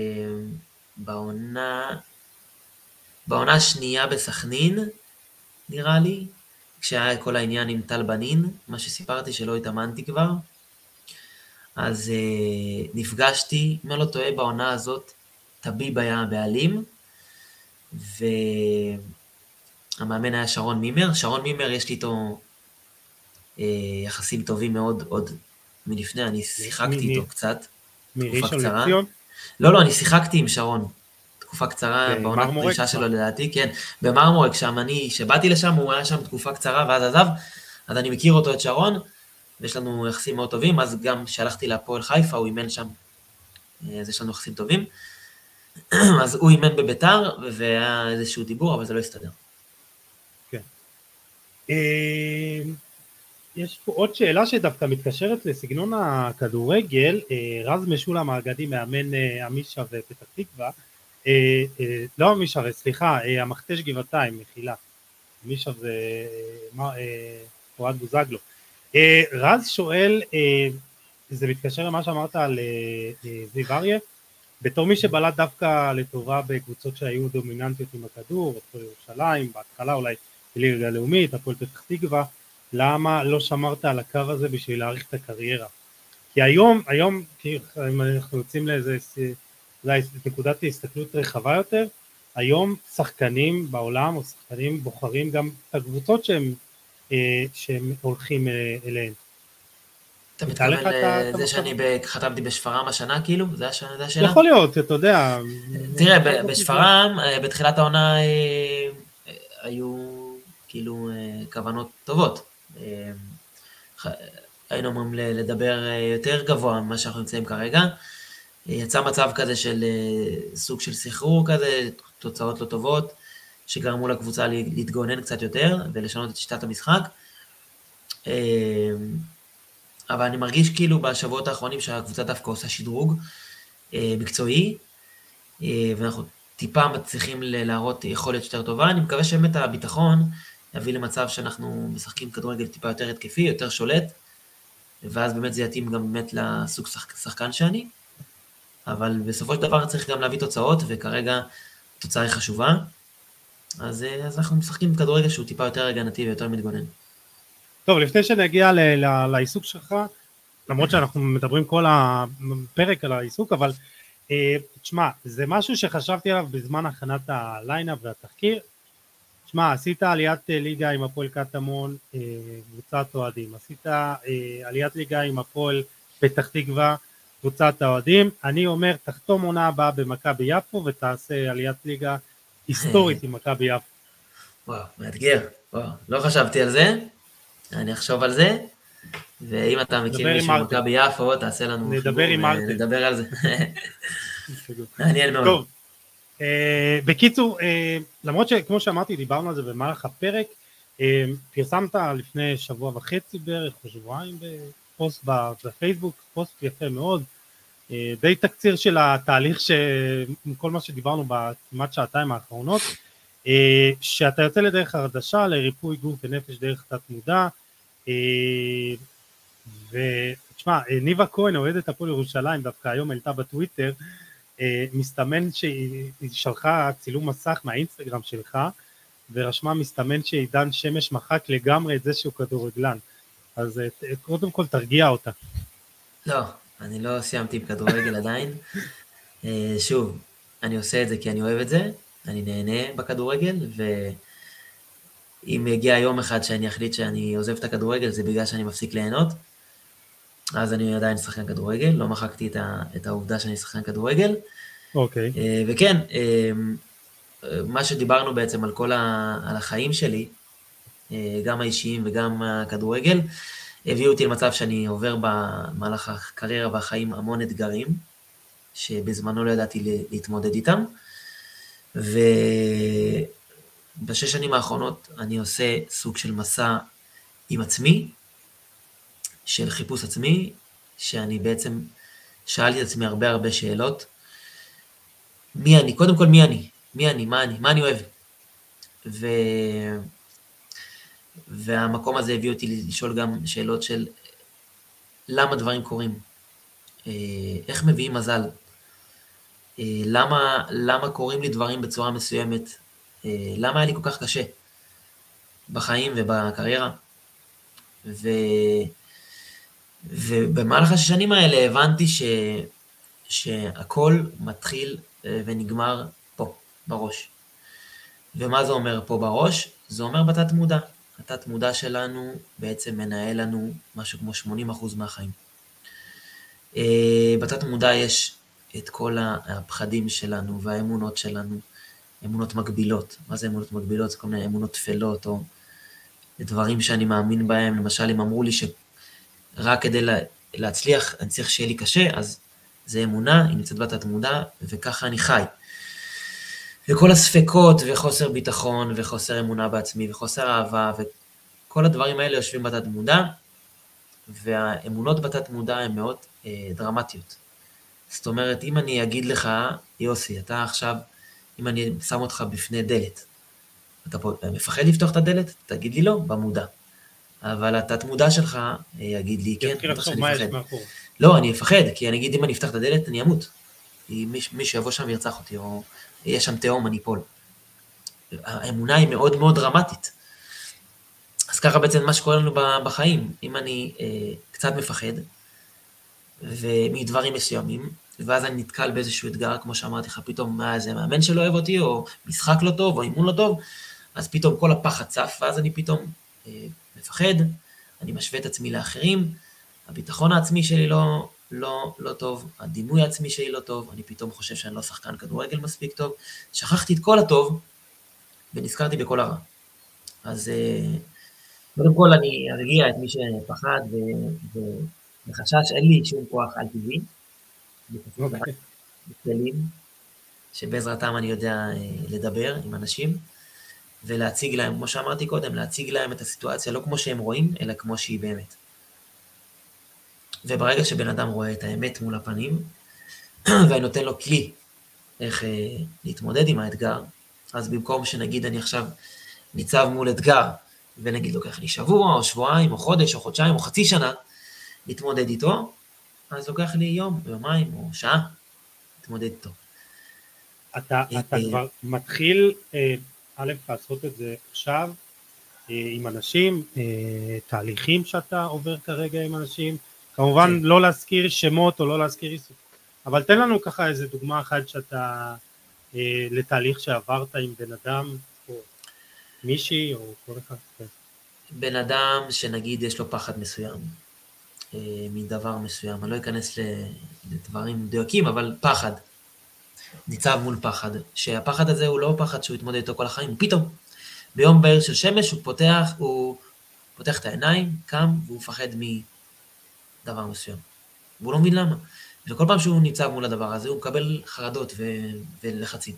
Speaker 2: בעונה השנייה בסכנין, נראה לי, כשהיה כל העניין עם טל בנין, מה שסיפרתי שלא התאמנתי כבר, אז נפגשתי, אם אני לא טועה, בעונה הזאת, טביב היה הבעלים, והמאמן היה שרון מימר. שרון מימר יש לי איתו יחסים טובים מאוד עוד מלפני, אני שיחקתי איתו קצת, תקופה קצרה. לא, אני שיחקתי עם שרון. תקופה קצרה, בעונת
Speaker 1: במרמורק
Speaker 2: פרישה
Speaker 1: כבר.
Speaker 2: שלו לדעתי, כן, במרמורק, שבאתי לשם, הוא היה שם תקופה קצרה, ואז עזב, אז אני מכיר אותו, את שרון, ויש לנו יחסים מאוד טובים, אז גם כשהלכתי להפועל חיפה, הוא אימן שם, אז יש לנו יחסים טובים, אז הוא אימן בביתר, והיה איזשהו דיבור, אבל זה לא הסתדר.
Speaker 1: כן. יש פה עוד שאלה שדווקא מתקשרת לסגנון הכדורגל, רז משולם האגדי מאמן עמישה ופתח תקווה, לא עמישה, סליחה, המכתש גבעתיים, מחילה, עמישה זה אוהד בוזגלו. רז שואל, זה מתקשר למה שאמרת על זיו אריה, בתור מי שבלט דווקא לטובה בקבוצות שהיו דומיננטיות עם הכדור, הפועל ירושלים, בהתחלה אולי בליגה הלאומית, הפועל פתח תקווה, למה לא שמרת על הקו הזה בשביל להאריך את הקריירה? כי היום אם אנחנו יוצאים לאיזה נקודת הסתכלות רחבה יותר, היום שחקנים בעולם או שחקנים בוחרים גם את הקבוצות שהם הולכים אליהן.
Speaker 2: אתה מתכוון לזה שאני חתמתי בשפרעם השנה, כאילו? זה השאלה?
Speaker 1: יכול להיות, אתה יודע.
Speaker 2: תראה, בשפרעם, בתחילת העונה היו כאילו כוונות טובות. היינו אומרים לדבר יותר גבוה ממה שאנחנו נמצאים כרגע. יצא מצב כזה של סוג של סחרור כזה, תוצאות לא טובות, שגרמו לקבוצה להתגונן קצת יותר ולשנות את שיטת המשחק. אבל אני מרגיש כאילו בשבועות האחרונים שהקבוצה דווקא עושה שדרוג מקצועי, ואנחנו טיפה מצליחים להראות יכולת יותר טובה. אני מקווה שבאמת הביטחון יביא למצב שאנחנו משחקים כדורגל טיפה יותר התקפי, יותר שולט, ואז באמת זה יתאים גם באמת לסוג שחקן שאני, אבל בסופו של דבר צריך גם להביא תוצאות, וכרגע התוצאה היא חשובה, אז אנחנו משחקים כדורגל שהוא טיפה יותר הגנתי ויותר מתגונן.
Speaker 1: טוב, לפני שנגיע לעיסוק שלך, למרות שאנחנו מדברים כל הפרק על העיסוק, אבל תשמע, זה משהו שחשבתי עליו בזמן הכנת הליינאפ והתחקיר. תשמע, עשית עליית ליגה עם הפועל קטמון, קבוצת אוהדים, עשית עליית ליגה עם הפועל פתח תקווה, קבוצת האוהדים. אני אומר, תחתום עונה הבאה במכבי יפו ותעשה עליית ליגה היסטורית עם מכבי יפו.
Speaker 2: וואו, מאתגר, וואו, לא חשבתי על זה, אני אחשוב על זה, ואם אתה מכיר מישהו מכבי יפו, תעשה לנו חיבור ונדבר על זה. מעניין מאוד.
Speaker 1: טוב, בקיצור, למרות שכמו שאמרתי, דיברנו על זה במהלך הפרק, פרסמת לפני שבוע וחצי בערך, או שבועיים בפוסט בפייסבוק, פוסט יפה מאוד, די תקציר של התהליך כל מה שדיברנו בכמעט שעתיים האחרונות, שאתה יוצא לדרך הרדשה לריפוי גוף ונפש דרך תת מודע, ותשמע, ניבה כהן אוהדת הפועל ירושלים, דווקא היום העלתה בטוויטר, מסתמן שהיא שלחה צילום מסך מהאינסטגרם שלך, ורשמה מסתמן שעידן שמש מחק לגמרי את זה שהוא כדורגלן, אז קודם כל תרגיע אותה.
Speaker 2: לא, אני לא סיימתי בכדורגל עדיין, שוב, אני עושה את זה כי אני אוהב את זה, אני נהנה בכדורגל, ואם יגיע יום אחד שאני אחליט שאני עוזב את הכדורגל, זה בגלל שאני מפסיק ליהנות, אז אני עדיין שחקן כדורגל, לא מחקתי את העובדה שאני שחקן כדורגל.
Speaker 1: אוקיי.
Speaker 2: וכן, מה שדיברנו בעצם על החיים שלי, גם האישיים וגם הכדורגל, הביאו אותי למצב שאני עובר במהלך הקריירה והחיים המון אתגרים, שבזמנו לא ידעתי להתמודד איתם, ובשש שנים האחרונות אני עושה סוג של מסע עם עצמי, של חיפוש עצמי, שאני בעצם שאלתי את עצמי הרבה שאלות. מי אני? קודם כל, מי אני? מי אני? מה אני אוהב? והמקום הזה הביא אותי לשאול גם שאלות של למה דברים קורים? איך מביאים מזל? למה קורים לי דברים בצורה מסוימת? למה היה לי כל כך קשה בחיים ובקריירה? ובמהלך השנים האלה הבנתי שהכל מתחיל ונגמר פה, בראש. ומה זה אומר פה בראש? זה אומר בתת מודע. התת מודע שלנו בעצם מנהל לנו משהו כמו 80% מהחיים. בתת מודע יש את כל הפחדים שלנו והאמונות שלנו, אמונות מגבילות. מה זה אמונות מגבילות? זה כל מיני אמונות תפלות, או דברים שאני מאמין בהם. למשל, אם אמרו לי שרק כדי להצליח, אני צריך שיהיה לי קשה, אז זה אמונה, היא נמצאת בתת מודע, וככה אני חי. וכל הספקות וחוסר ביטחון וחוסר אמונה בעצמי וחוסר אהבה וכל הדברים האלה יושבים בתת מודע, והאמונות בתת מודע הן מאוד דרמטיות. זאת אומרת, אם אני אגיד לך, יוסי, אתה עכשיו, אם אני שם אותך בפני דלת, אתה מפחד לפתוח את הדלת? תגיד לי לא, במודע. אבל התת מודע שלך יגיד לי, כן, בטח שאני אפחד. לא, אני אפחד, כי אני אגיד, אם אני אפתח את הדלת, אני אמות. מישהו יבוא שם וירצח אותי, או יש שם תהום, אני אפול. האמונה היא מאוד מאוד דרמטית. אז ככה בעצם מה שקורה לנו בחיים, אם אני קצת מפחד, ומדברים מסוימים, ואז אני נתקל באיזשהו אתגר, כמו שאמרתי לך, פתאום מה זה מאמן שלא אוהב אותי, או משחק לא טוב, או אימון לא טוב, אז פתאום כל הפחד צף, ואז אני פתאום מפחד, אני משווה את עצמי לאחרים, הביטחון העצמי שלי לא טוב, הדימוי העצמי שלי לא טוב, אני פתאום חושב שאני לא שחקן כדורגל מספיק טוב, שכחתי את כל הטוב, ונזכרתי בכל הרע. אז קודם כל אני ארגיע את מי שפחד וחשש, אין לי שום כוח על טבעי, בכלים, שבעזרתם אני יודע לדבר עם אנשים, ולהציג להם, כמו שאמרתי קודם, להציג להם את הסיטואציה לא כמו שהם רואים, אלא כמו שהיא באמת. וברגע שבן אדם רואה את האמת מול הפנים, ואני נותן לו כלי איך להתמודד עם האתגר, אז במקום שנגיד אני עכשיו ניצב מול אתגר, ונגיד לוקח לי שבוע, או שבועיים, או חודש, או חודשיים, או חצי שנה, להתמודד איתו, אז לוקח לי יום, או יומיים, או שעה, להתמודד איתו.
Speaker 1: אתה כבר מתחיל, א', לעשות את זה עכשיו, עם אנשים, תהליכים שאתה עובר כרגע עם אנשים, כמובן לא להזכיר שמות או לא להזכיר עיסוק, אבל תן לנו ככה איזה דוגמה אחת שאתה, לתהליך שעברת עם בן אדם, או מישהי, או כל אחד.
Speaker 2: בן אדם שנגיד יש לו פחד מסוים, מדבר מסוים, אני לא אכנס לדברים מדויקים, אבל פחד, ניצב מול פחד, שהפחד הזה הוא לא פחד שהוא יתמודד איתו כל החיים, פתאום, ביום בהיר של שמש הוא פותח את העיניים, קם, והוא פחד מדבר מסוים, והוא לא מבין למה, וכל פעם שהוא ניצב מול הדבר הזה, הוא מקבל חרדות ולחצים,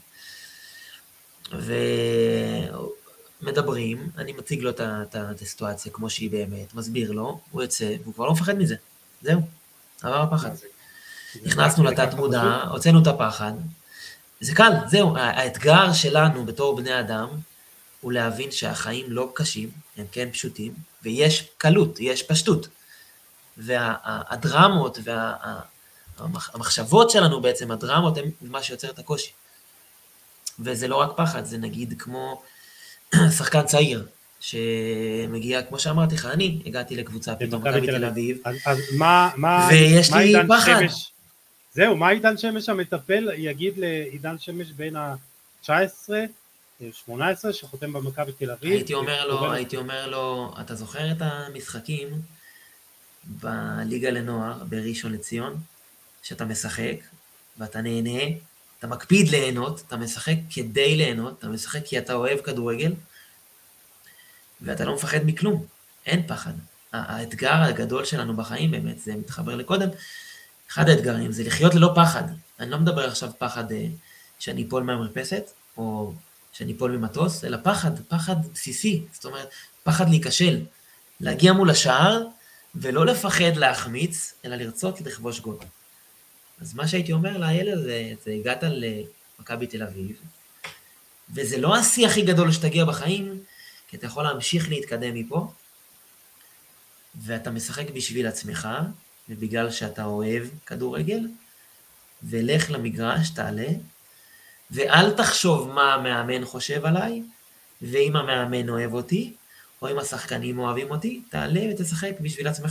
Speaker 2: מדברים, אני מציג לו את הסיטואציה כמו שהיא באמת, מסביר לו, הוא יוצא, והוא כבר לא מפחד מזה. זהו, עבר הפחד. נכנסנו לתת מודע, הוצאנו את הפחד. זה קל, זהו, האתגר שלנו בתור בני אדם, הוא להבין שהחיים לא קשים, הם כן פשוטים, ויש קלות, יש פשטות. והדרמות והמחשבות שלנו בעצם, הדרמות הן מה שיוצר את הקושי. וזה לא רק פחד, זה נגיד כמו שחקן צעיר, שמגיע, כמו שאמרתי לך, אני הגעתי לקבוצה פתאום, מכבי תל אביב, ויש לי פחד.
Speaker 1: זהו, מה עידן שמש המטפל יגיד לעידן שמש בין ה-19, 18, שחותם במכבי תל אביב?
Speaker 2: הייתי אומר לו, אתה זוכר את המשחקים בליגה לנוער, בראשון לציון, שאתה משחק, ואתה נהנה, אתה מקפיד ליהנות, אתה משחק כדי ליהנות, אתה משחק כי אתה אוהב כדורגל, ואתה לא מפחד מכלום, אין פחד. האתגר הגדול שלנו בחיים באמת, זה מתחבר לקודם, אחד האתגרים זה לחיות ללא פחד. אני לא מדבר עכשיו פחד שאני אפול מהמרפסת, או שאני אפול ממטוס, אלא פחד בסיסי, זאת אומרת, פחד להיכשל, להגיע מול השער, ולא לפחד להחמיץ, אלא לרצות לכבוש גול. אז מה שהייתי אומר לילד זה הגעת למכבי תל אביב, וזה לא השיא הכי גדול שתגיע בחיים, כי אתה יכול להמשיך להתקדם מפה, ואתה משחק בשביל עצמך, ובגלל שאתה אוהב כדורגל, ולך למגרש, תעלה, ואל תחשוב מה המאמן חושב עליי, ואם המאמן אוהב אותי, או אם השחקנים אוהבים אותי, תעלה ותשחק בשביל עצמך.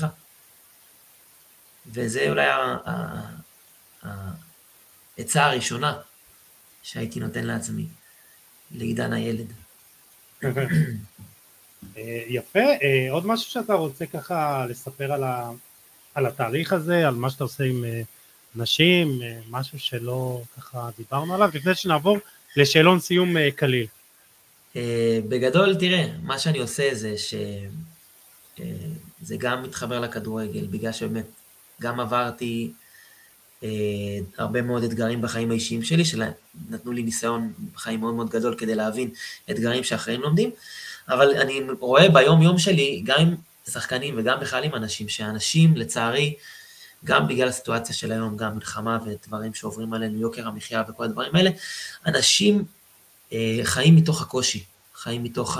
Speaker 2: וזה אולי העצה הראשונה שהייתי נותן לעצמי, לעידן הילד.
Speaker 1: יפה, עוד משהו שאתה רוצה ככה לספר על התהליך הזה, על מה שאתה עושה עם נשים, משהו שלא ככה דיברנו עליו, לפני שנעבור לשאלון סיום קליל.
Speaker 2: בגדול, תראה, מה שאני עושה זה זה גם מתחבר לכדורגל, בגלל שבאמת גם עברתי הרבה מאוד אתגרים בחיים האישיים שלי, שנתנו לי ניסיון בחיים מאוד מאוד גדול כדי להבין אתגרים שאחרים לומדים, אבל אני רואה ביום יום שלי, גם עם שחקנים וגם בכלל עם אנשים, שאנשים לצערי, גם בגלל הסיטואציה של היום, גם מלחמה ודברים שעוברים עלינו, יוקר המחיה וכל הדברים האלה, אנשים חיים מתוך הקושי, חיים מתוך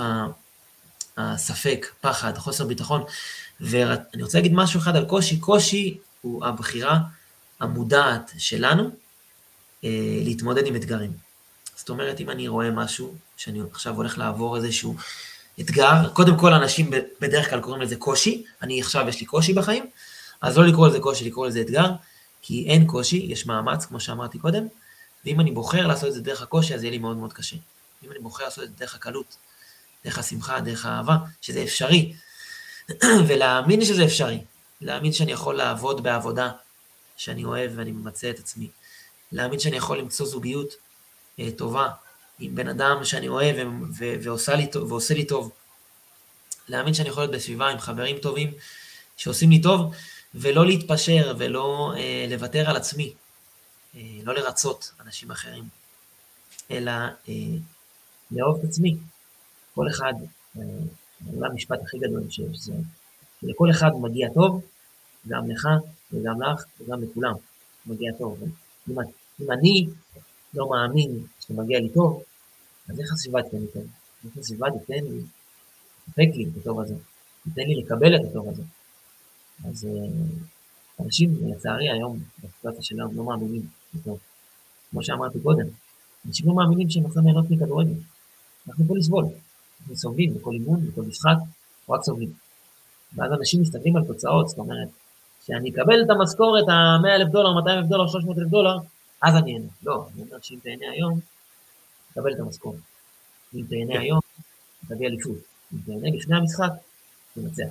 Speaker 2: הספק, פחד, חוסר ביטחון, ואני רוצה להגיד משהו אחד על קושי, קושי הוא הבחירה המודעת שלנו להתמודד עם אתגרים. זאת אומרת, אם אני רואה משהו, שאני עכשיו הולך לעבור איזשהו אתגר, קודם כל אנשים בדרך כלל קוראים לזה קושי, אני עכשיו יש לי קושי בחיים, אז לא לקרוא לזה קושי, לקרוא לזה אתגר, כי אין קושי, יש מאמץ, כמו שאמרתי קודם, ואם אני בוחר לעשות את זה דרך הקושי, אז יהיה לי מאוד מאוד קשה. אם אני בוחר לעשות את זה דרך הקלות, דרך השמחה, דרך האהבה, שזה אפשרי, ולהאמין שזה אפשרי, להאמין שאני יכול לעבוד בעבודה שאני אוהב ואני ממצא את עצמי, להאמין שאני יכול למצוא זוגיות טובה עם בן אדם שאני אוהב ועושה לי טוב, להאמין שאני יכול להיות בסביבה עם חברים טובים שעושים לי טוב, ולא להתפשר ולא לוותר על עצמי, לא לרצות אנשים אחרים, אלא לאהוב את עצמי. כל אחד, זה המשפט הכי גדול שיש, זה לכל אחד מגיע טוב, גם לך וגם לך וגם לכולם מגיע טוב. אם אני לא מאמין שמגיע לי טוב, אז איך הסביבה תתן לי טוב? איך הסביבה תתן לי, תתפק לי את הטוב הזה, תתן לי לקבל את הטוב הזה. אז אנשים, לצערי היום, בסיטואציה שלנו, לא מאמינים לטוב. כמו שאמרתי קודם, אנשים לא מאמינים שהם יכולים ליהנות מכדורגל. אנחנו פה לסבול. אנחנו סובלים בכל אימון, בכל משחק, רק סובלים. ואז אנשים מסתכלים על תוצאות, זאת אומרת, שאני אקבל את המשכורת, $100,000, $200,000, $300,000, אז אני אהנה. לא, אני אומר שאם תהנה היום, תקבל את המשכורת. אם תהנה היום, תביא אליפות. אם תהנה לפני המשחק, תנצח.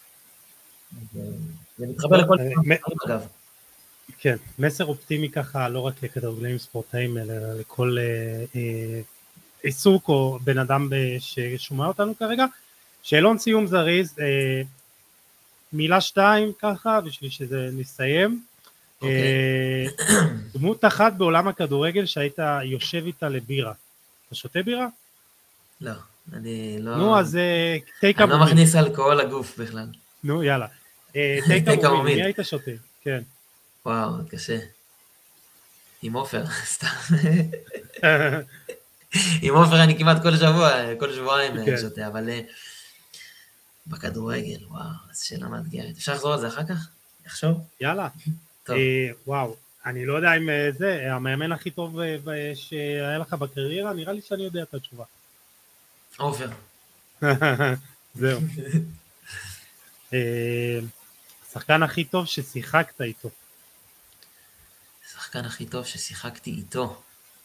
Speaker 2: זה מתחבר לכל אגב.
Speaker 1: כן, מסר אופטימי ככה, לא רק לכדורגלנים ספורטאים, אלא לכל עיסוק או בן אדם ששומע אותנו כרגע. שאלון סיום זריז, מילה 2 ככה, בשביל שזה נסיים. דמות אחת בעולם הכדורגל שהיית יושב איתה לבירה. אתה שותה בירה?
Speaker 2: לא, אני לא...
Speaker 1: נו, אז
Speaker 2: אני לא מכניס אלכוהול לגוף בכלל.
Speaker 1: נו, יאללה. תיקה מוביל, מי היית שותה? כן.
Speaker 2: וואו, קשה. עם עופר, סתם. עם עופר אני כמעט כל שבוע, כל שבועיים שותה, אבל בכדורגל, וואו, אז שאלה מאתגרת. אפשר לחזור על זה אחר כך? לחשוב?
Speaker 1: יאללה. וואו, אני לא יודע אם זה, המאמן הכי טוב שהיה לך בקריירה, נראה לי שאני יודע את התשובה.
Speaker 2: עופר.
Speaker 1: זהו. השחקן הכי טוב ששיחקת איתו.
Speaker 2: השחקן הכי טוב ששיחקתי איתו.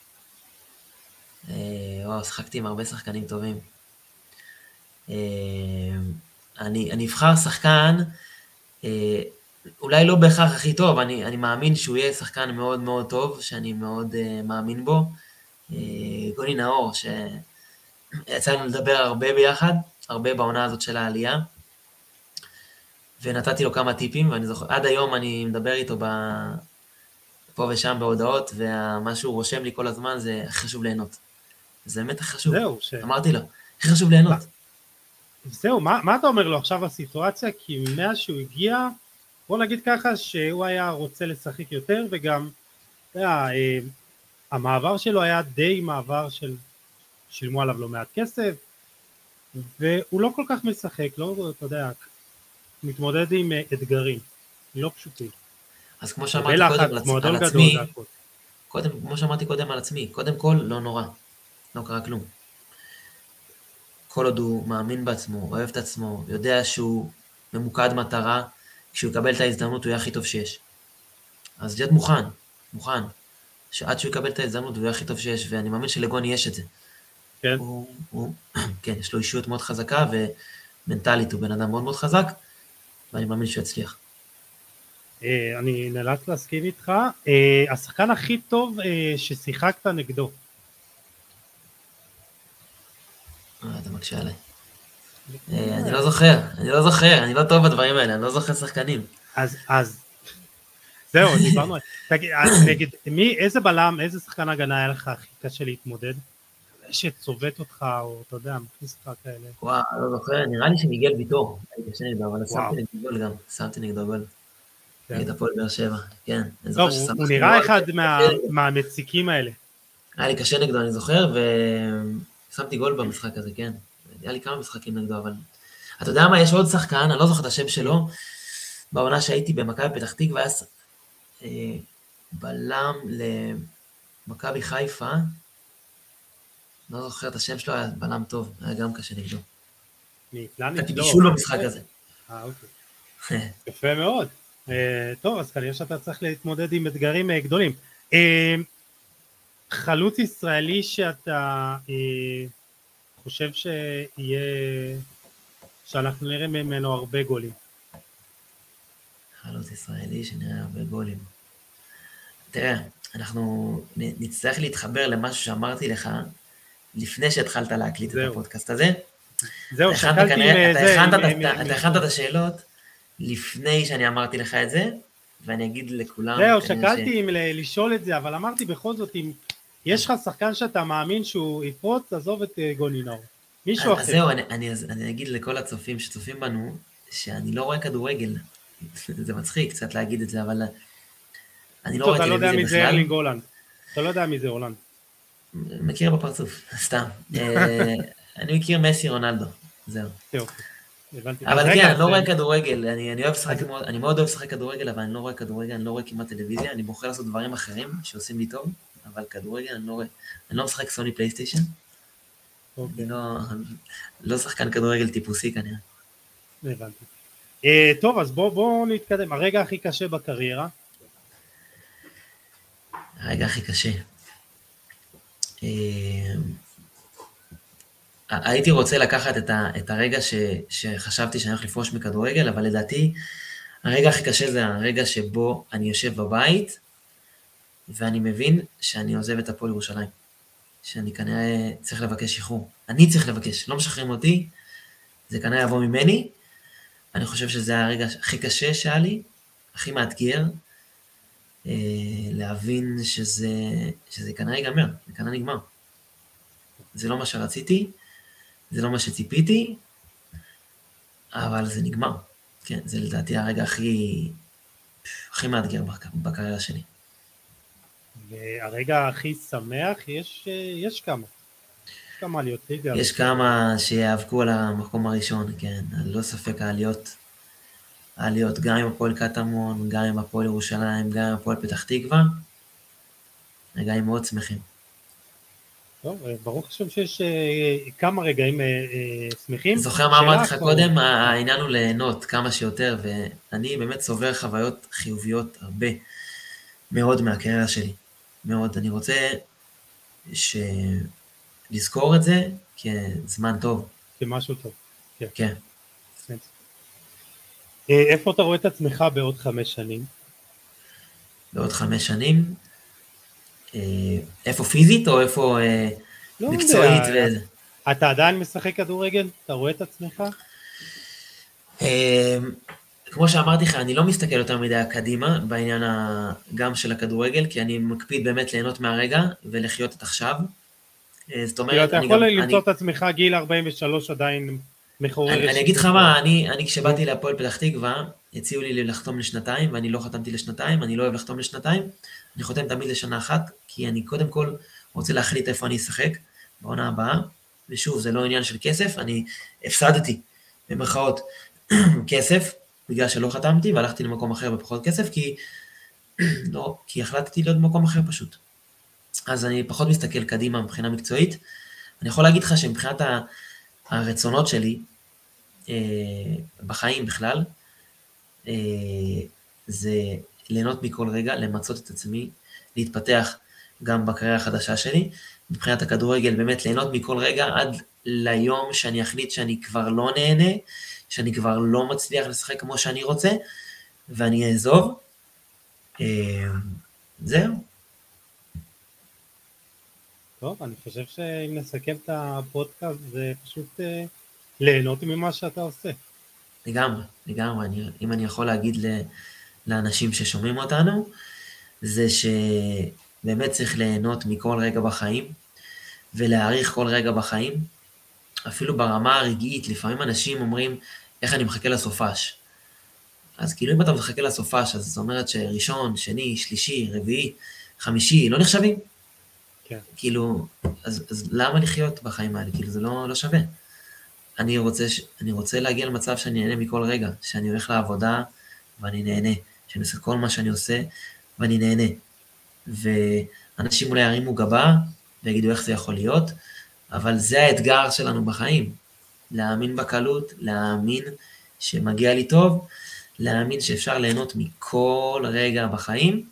Speaker 2: וואו, שיחקתי עם הרבה שחקנים טובים. אני אבחר שחקן, אולי לא בהכרח הכי טוב, אני מאמין שהוא יהיה שחקן מאוד מאוד טוב, שאני מאוד מאמין בו. גוני נאור, שיצא לנו לדבר הרבה ביחד, הרבה בעונה הזאת של העלייה, ונתתי לו כמה טיפים, ואני זוכר, עד היום אני מדבר איתו פה ושם בהודעות, ומה שהוא רושם לי כל הזמן זה חשוב ליהנות. זה באמת חשוב. אמרתי לו, הכי חשוב ליהנות.
Speaker 1: זהו, מה אתה אומר לו עכשיו בסיטואציה? כי מאז שהוא הגיע, בוא נגיד ככה שהוא היה רוצה לשחק יותר, וגם המעבר שלו היה די מעבר שילמו עליו לא מעט כסף, והוא לא כל כך משחק, לא, אתה יודע, מתמודד עם אתגרים, לא פשוטים.
Speaker 2: אז כמו שאמרתי קודם על עצמי, כמו שאמרתי קודם על עצמי, קודם כל לא נורא, לא קרה כלום. כל עוד הוא מאמין בעצמו, אוהב את עצמו, יודע שהוא ממוקד מטרה, כשהוא יקבל את ההזדמנות הוא יהיה הכי טוב שיש. אז להיות מוכן, שעד שהוא יקבל את ההזדמנות הוא יהיה הכי טוב שיש, ואני מאמין שלגוני יש את זה.
Speaker 1: כן.
Speaker 2: כן, יש לו אישיות מאוד חזקה, ומנטלית הוא בן אדם מאוד מאוד חזק, ואני מאמין שהוא יצליח.
Speaker 1: אני נאלץ להסכים איתך. השחקן הכי טוב ששיחקת נגדו.
Speaker 2: אתה מקשה עליי. אני לא זוכר, אני לא טוב בדברים האלה, אני לא זוכר שחקנים.
Speaker 1: אז זהו, דיברנו. נגד איזה בלם, איזה שחקן הגנה היה לך הכי קשה להתמודד? שצובט אותך, או אתה יודע, מכניס אותך כאלה.
Speaker 2: וואו, לא זוכר, נראה לי שמיגל ויטור, הייתי קשה נגדו, אבל שמתי נגדו גול. נגד הפועל באר שבע, כן.
Speaker 1: טוב, הוא נראה אחד מהמציקים האלה.
Speaker 2: היה לי קשה נגדו, אני זוכר, ושמתי גול במשחק הזה, כן. היה לי כמה משחקים נגדו, אבל... אתה יודע מה, יש עוד שחקן, אני לא זוכר את השם שלו, בעונה שהייתי במכבי פתח תקווה, היה בלם למכבי חיפה, לא זוכר את השם שלו, היה בלם טוב, היה גם קשה נגדו. הייתי בישול במשחק הזה.
Speaker 1: אוקיי. יפה מאוד. טוב, אז כנראה שאתה צריך להתמודד עם אתגרים גדולים. חלוץ ישראלי שאתה חושב שיהיה, שאנחנו נראה ממנו הרבה גולים.
Speaker 2: חלוץ ישראלי שנראה הרבה גולים. תראה, אנחנו נצטרך להתחבר למשהו שאמרתי לך, לפני שהתחלת להקליט את הפודקאסט הזה.
Speaker 1: זהו, שקלתי עם זה.
Speaker 2: אתה הכנת את השאלות לפני שאני אמרתי לך את זה, ואני אגיד לכולם...
Speaker 1: זהו, שקלתי אם לשאול את זה, אבל אמרתי בכל זאת, אם יש לך שחקן שאתה מאמין שהוא יפרוץ, עזוב את גוני נאור. מישהו אחר.
Speaker 2: זהו, אני אגיד לכל הצופים שצופים בנו, שאני לא רואה כדורגל. זה מצחיק קצת להגיד את זה, אבל אני לא רואה טלוויזיה בכלל.
Speaker 1: אתה לא יודע מי זה ארלינג הולנד. אתה לא יודע מי זה הולנד.
Speaker 2: מכיר בפרצוף, סתם. אני מכיר מסי רונלדו, זהו. אבל כן, אני לא רואה כדורגל, אני מאוד אוהב לשחק כדורגל, אבל אני לא רואה כדורגל, אני לא רואה כמעט טלוויזיה, אני בוחר לעשות דברים אחרים שעושים לי טוב, אבל כדורגל אני לא רואה, אני לא משחק סוני פלייסטיישן, אני לא שחקן כדורגל טיפוסי כנראה.
Speaker 1: הבנתי. טוב, אז בואו נתקדם, הרגע הכי קשה בקריירה.
Speaker 2: הרגע הכי קשה. הייתי רוצה לקחת את הרגע שחשבתי שאני הולך לפרוש מכדורגל, אבל לדעתי הרגע הכי קשה זה הרגע שבו אני יושב בבית, ואני מבין שאני עוזב את הפועל ירושלים, שאני כנראה צריך לבקש שחרור. אני צריך לבקש, לא משחררים אותי, זה כנראה יבוא ממני. אני חושב שזה הרגע הכי קשה שהיה לי, הכי מאתגר, להבין שזה כנראה ייגמר, זה כנראה נגמר. זה לא מה שרציתי, זה לא מה שציפיתי, אבל זה נגמר. כן, זה לדעתי הרגע הכי מאתגר בקריירה שלי.
Speaker 1: והרגע הכי שמח, יש כמה. יש כמה עליות ליגה.
Speaker 2: יש כמה שיאבקו על המקום הראשון, כן. לא ספק העליות, גם עם הפועל קטמון, גם עם הפועל ירושלים, גם עם הפועל פתח תקווה. רגעים מאוד שמחים.
Speaker 1: טוב, ברוך השם שיש כמה רגעים שמחים.
Speaker 2: זוכר מה אמרתי לך קודם, העניין הוא ליהנות כמה שיותר, ואני באמת צובר חוויות חיוביות הרבה מאוד מהקריירה שלי. מאוד, אני רוצה לזכור את זה כזמן טוב.
Speaker 1: כמשהו טוב.
Speaker 2: כן.
Speaker 1: איפה אתה רואה את עצמך בעוד 5 שנים?
Speaker 2: בעוד 5 שנים? איפה פיזית או איפה מקצועית?
Speaker 1: אתה עדיין משחק כדורגל? אתה רואה את עצמך?
Speaker 2: כמו שאמרתי לך, אני לא מסתכל יותר מדי קדימה בעניין גם של הכדורגל, כי אני מקפיד באמת ליהנות מהרגע ולחיות את עכשיו. זאת אומרת,
Speaker 1: אתה יכול למצוא את עצמך גיל 43 עדיין מחורר.
Speaker 2: אני אגיד לך מה, אני כשבאתי להפועל פתח תקווה, הציעו לי לחתום לשנתיים, ואני לא חתמתי לשנתיים, אני לא אוהב לחתום לשנתיים, אני חותם תמיד לשנה אחת, כי אני קודם כל רוצה להחליט איפה אני אשחק בעונה הבאה, ושוב, זה לא עניין של כסף, אני הפסדתי במרכאות כסף, בגלל שלא חתמתי, והלכתי למקום אחר בפחות כסף, כי החלטתי להיות במקום אחר פשוט. אז אני פחות מסתכל קדימה מבחינה מקצועית. אני יכול להגיד לך שמבחינת הרצונות שלי, בחיים בכלל, זה ליהנות מכל רגע, למצות את עצמי, להתפתח גם בקריירה החדשה שלי. מבחינת הכדורגל, באמת ליהנות מכל רגע, עד ליום שאני אחליט שאני כבר לא נהנה, שאני כבר לא מצליח לשחק כמו שאני רוצה, ואני אעזוב, זהו.
Speaker 1: טוב, אני חושב שאם נסכם את הפודקאסט זה פשוט ליהנות ממה שאתה עושה.
Speaker 2: לגמרי. אם אני יכול להגיד לאנשים ששומעים אותנו, זה שבאמת צריך ליהנות מכל רגע בחיים, ולהעריך כל רגע בחיים, אפילו ברמה הרגעית. לפעמים אנשים אומרים, איך אני מחכה לסופש? אז כאילו אם אתה מחכה לסופש, אז זאת אומרת שראשון, שני, שלישי, רביעי, חמישי, לא נחשבים.
Speaker 1: כן.
Speaker 2: כאילו, אז למה לחיות בחיים האלה? כאילו זה לא שווה. אני רוצה להגיע למצב שאני נהנה מכל רגע, שאני הולך לעבודה ואני נהנה, שאני עושה כל מה שאני עושה ואני נהנה. ואנשים אולי ירימו גבה ויגידו איך זה יכול להיות, אבל זה האתגר שלנו בחיים. להאמין בקלות, להאמין שמגיע לי טוב, להאמין שאפשר ליהנות מכל רגע בחיים,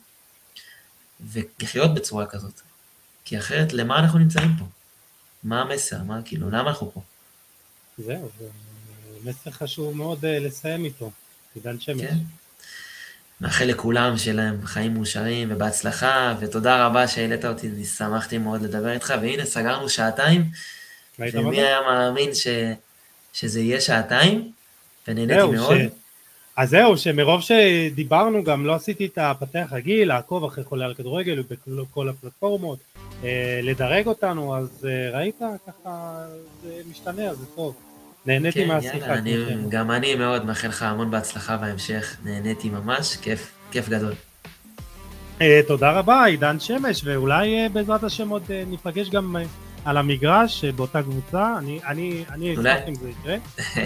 Speaker 2: ולחיות בצורה כזאת. כי אחרת, למה אנחנו נמצאים פה? מה המסר? למה אנחנו פה?
Speaker 1: זהו, זה מסר חשוב מאוד לסיים איתו, עידן שמש.
Speaker 2: כן. מאחל לכולם שלהם חיים מאושרים ובהצלחה, ותודה רבה שהעלית אותי, אני שמחתי מאוד לדבר איתך, והנה סגרנו שעתיים, ומי היה מאמין שזה יהיה שעתיים, ונהניתי מאוד.
Speaker 1: אז זהו, שמרוב שדיברנו גם לא עשיתי את הפתח רגיל, לעקוב אחרי חולה על כדורגל ובכל הפלטפורמות, לדרג אותנו, אז ראית ככה, זה משתנה, אז זה טוב. נהניתי מהשיחה.
Speaker 2: גם אני מאוד מאחל לך המון בהצלחה בהמשך, נהניתי ממש, כיף גדול.
Speaker 1: תודה רבה, עידן שמש, ואולי בעזרת השם עוד ניפגש גם על המגרש באותה קבוצה, אני אשמח אם זה יקרה.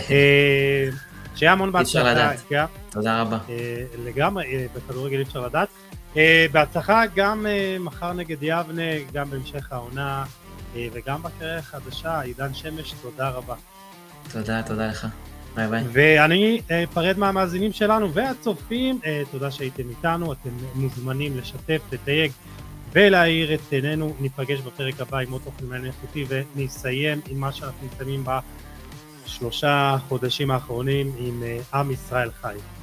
Speaker 1: שיהיה המון בהצלחה.
Speaker 2: תודה רבה.
Speaker 1: לגמרי, בכדורגל אי אפשר לדעת. בהצלחה גם מחר נגד יבנה, גם בהמשך העונה, וגם בקריירה החדשה. עידן שמש, תודה רבה.
Speaker 2: תודה לך. ביי ביי.
Speaker 1: ואני אפרד מהמאזינים שלנו והצופים, תודה שהייתם איתנו, אתם מוזמנים לשתף, לתייג ולהאיר את עינינו. ניפגש בפרק הבא עם עוד תוכן מעניין איכותי, ונסיים עם מה שאנחנו מסיימים בשלושה חודשים האחרונים עם עם ישראל חי.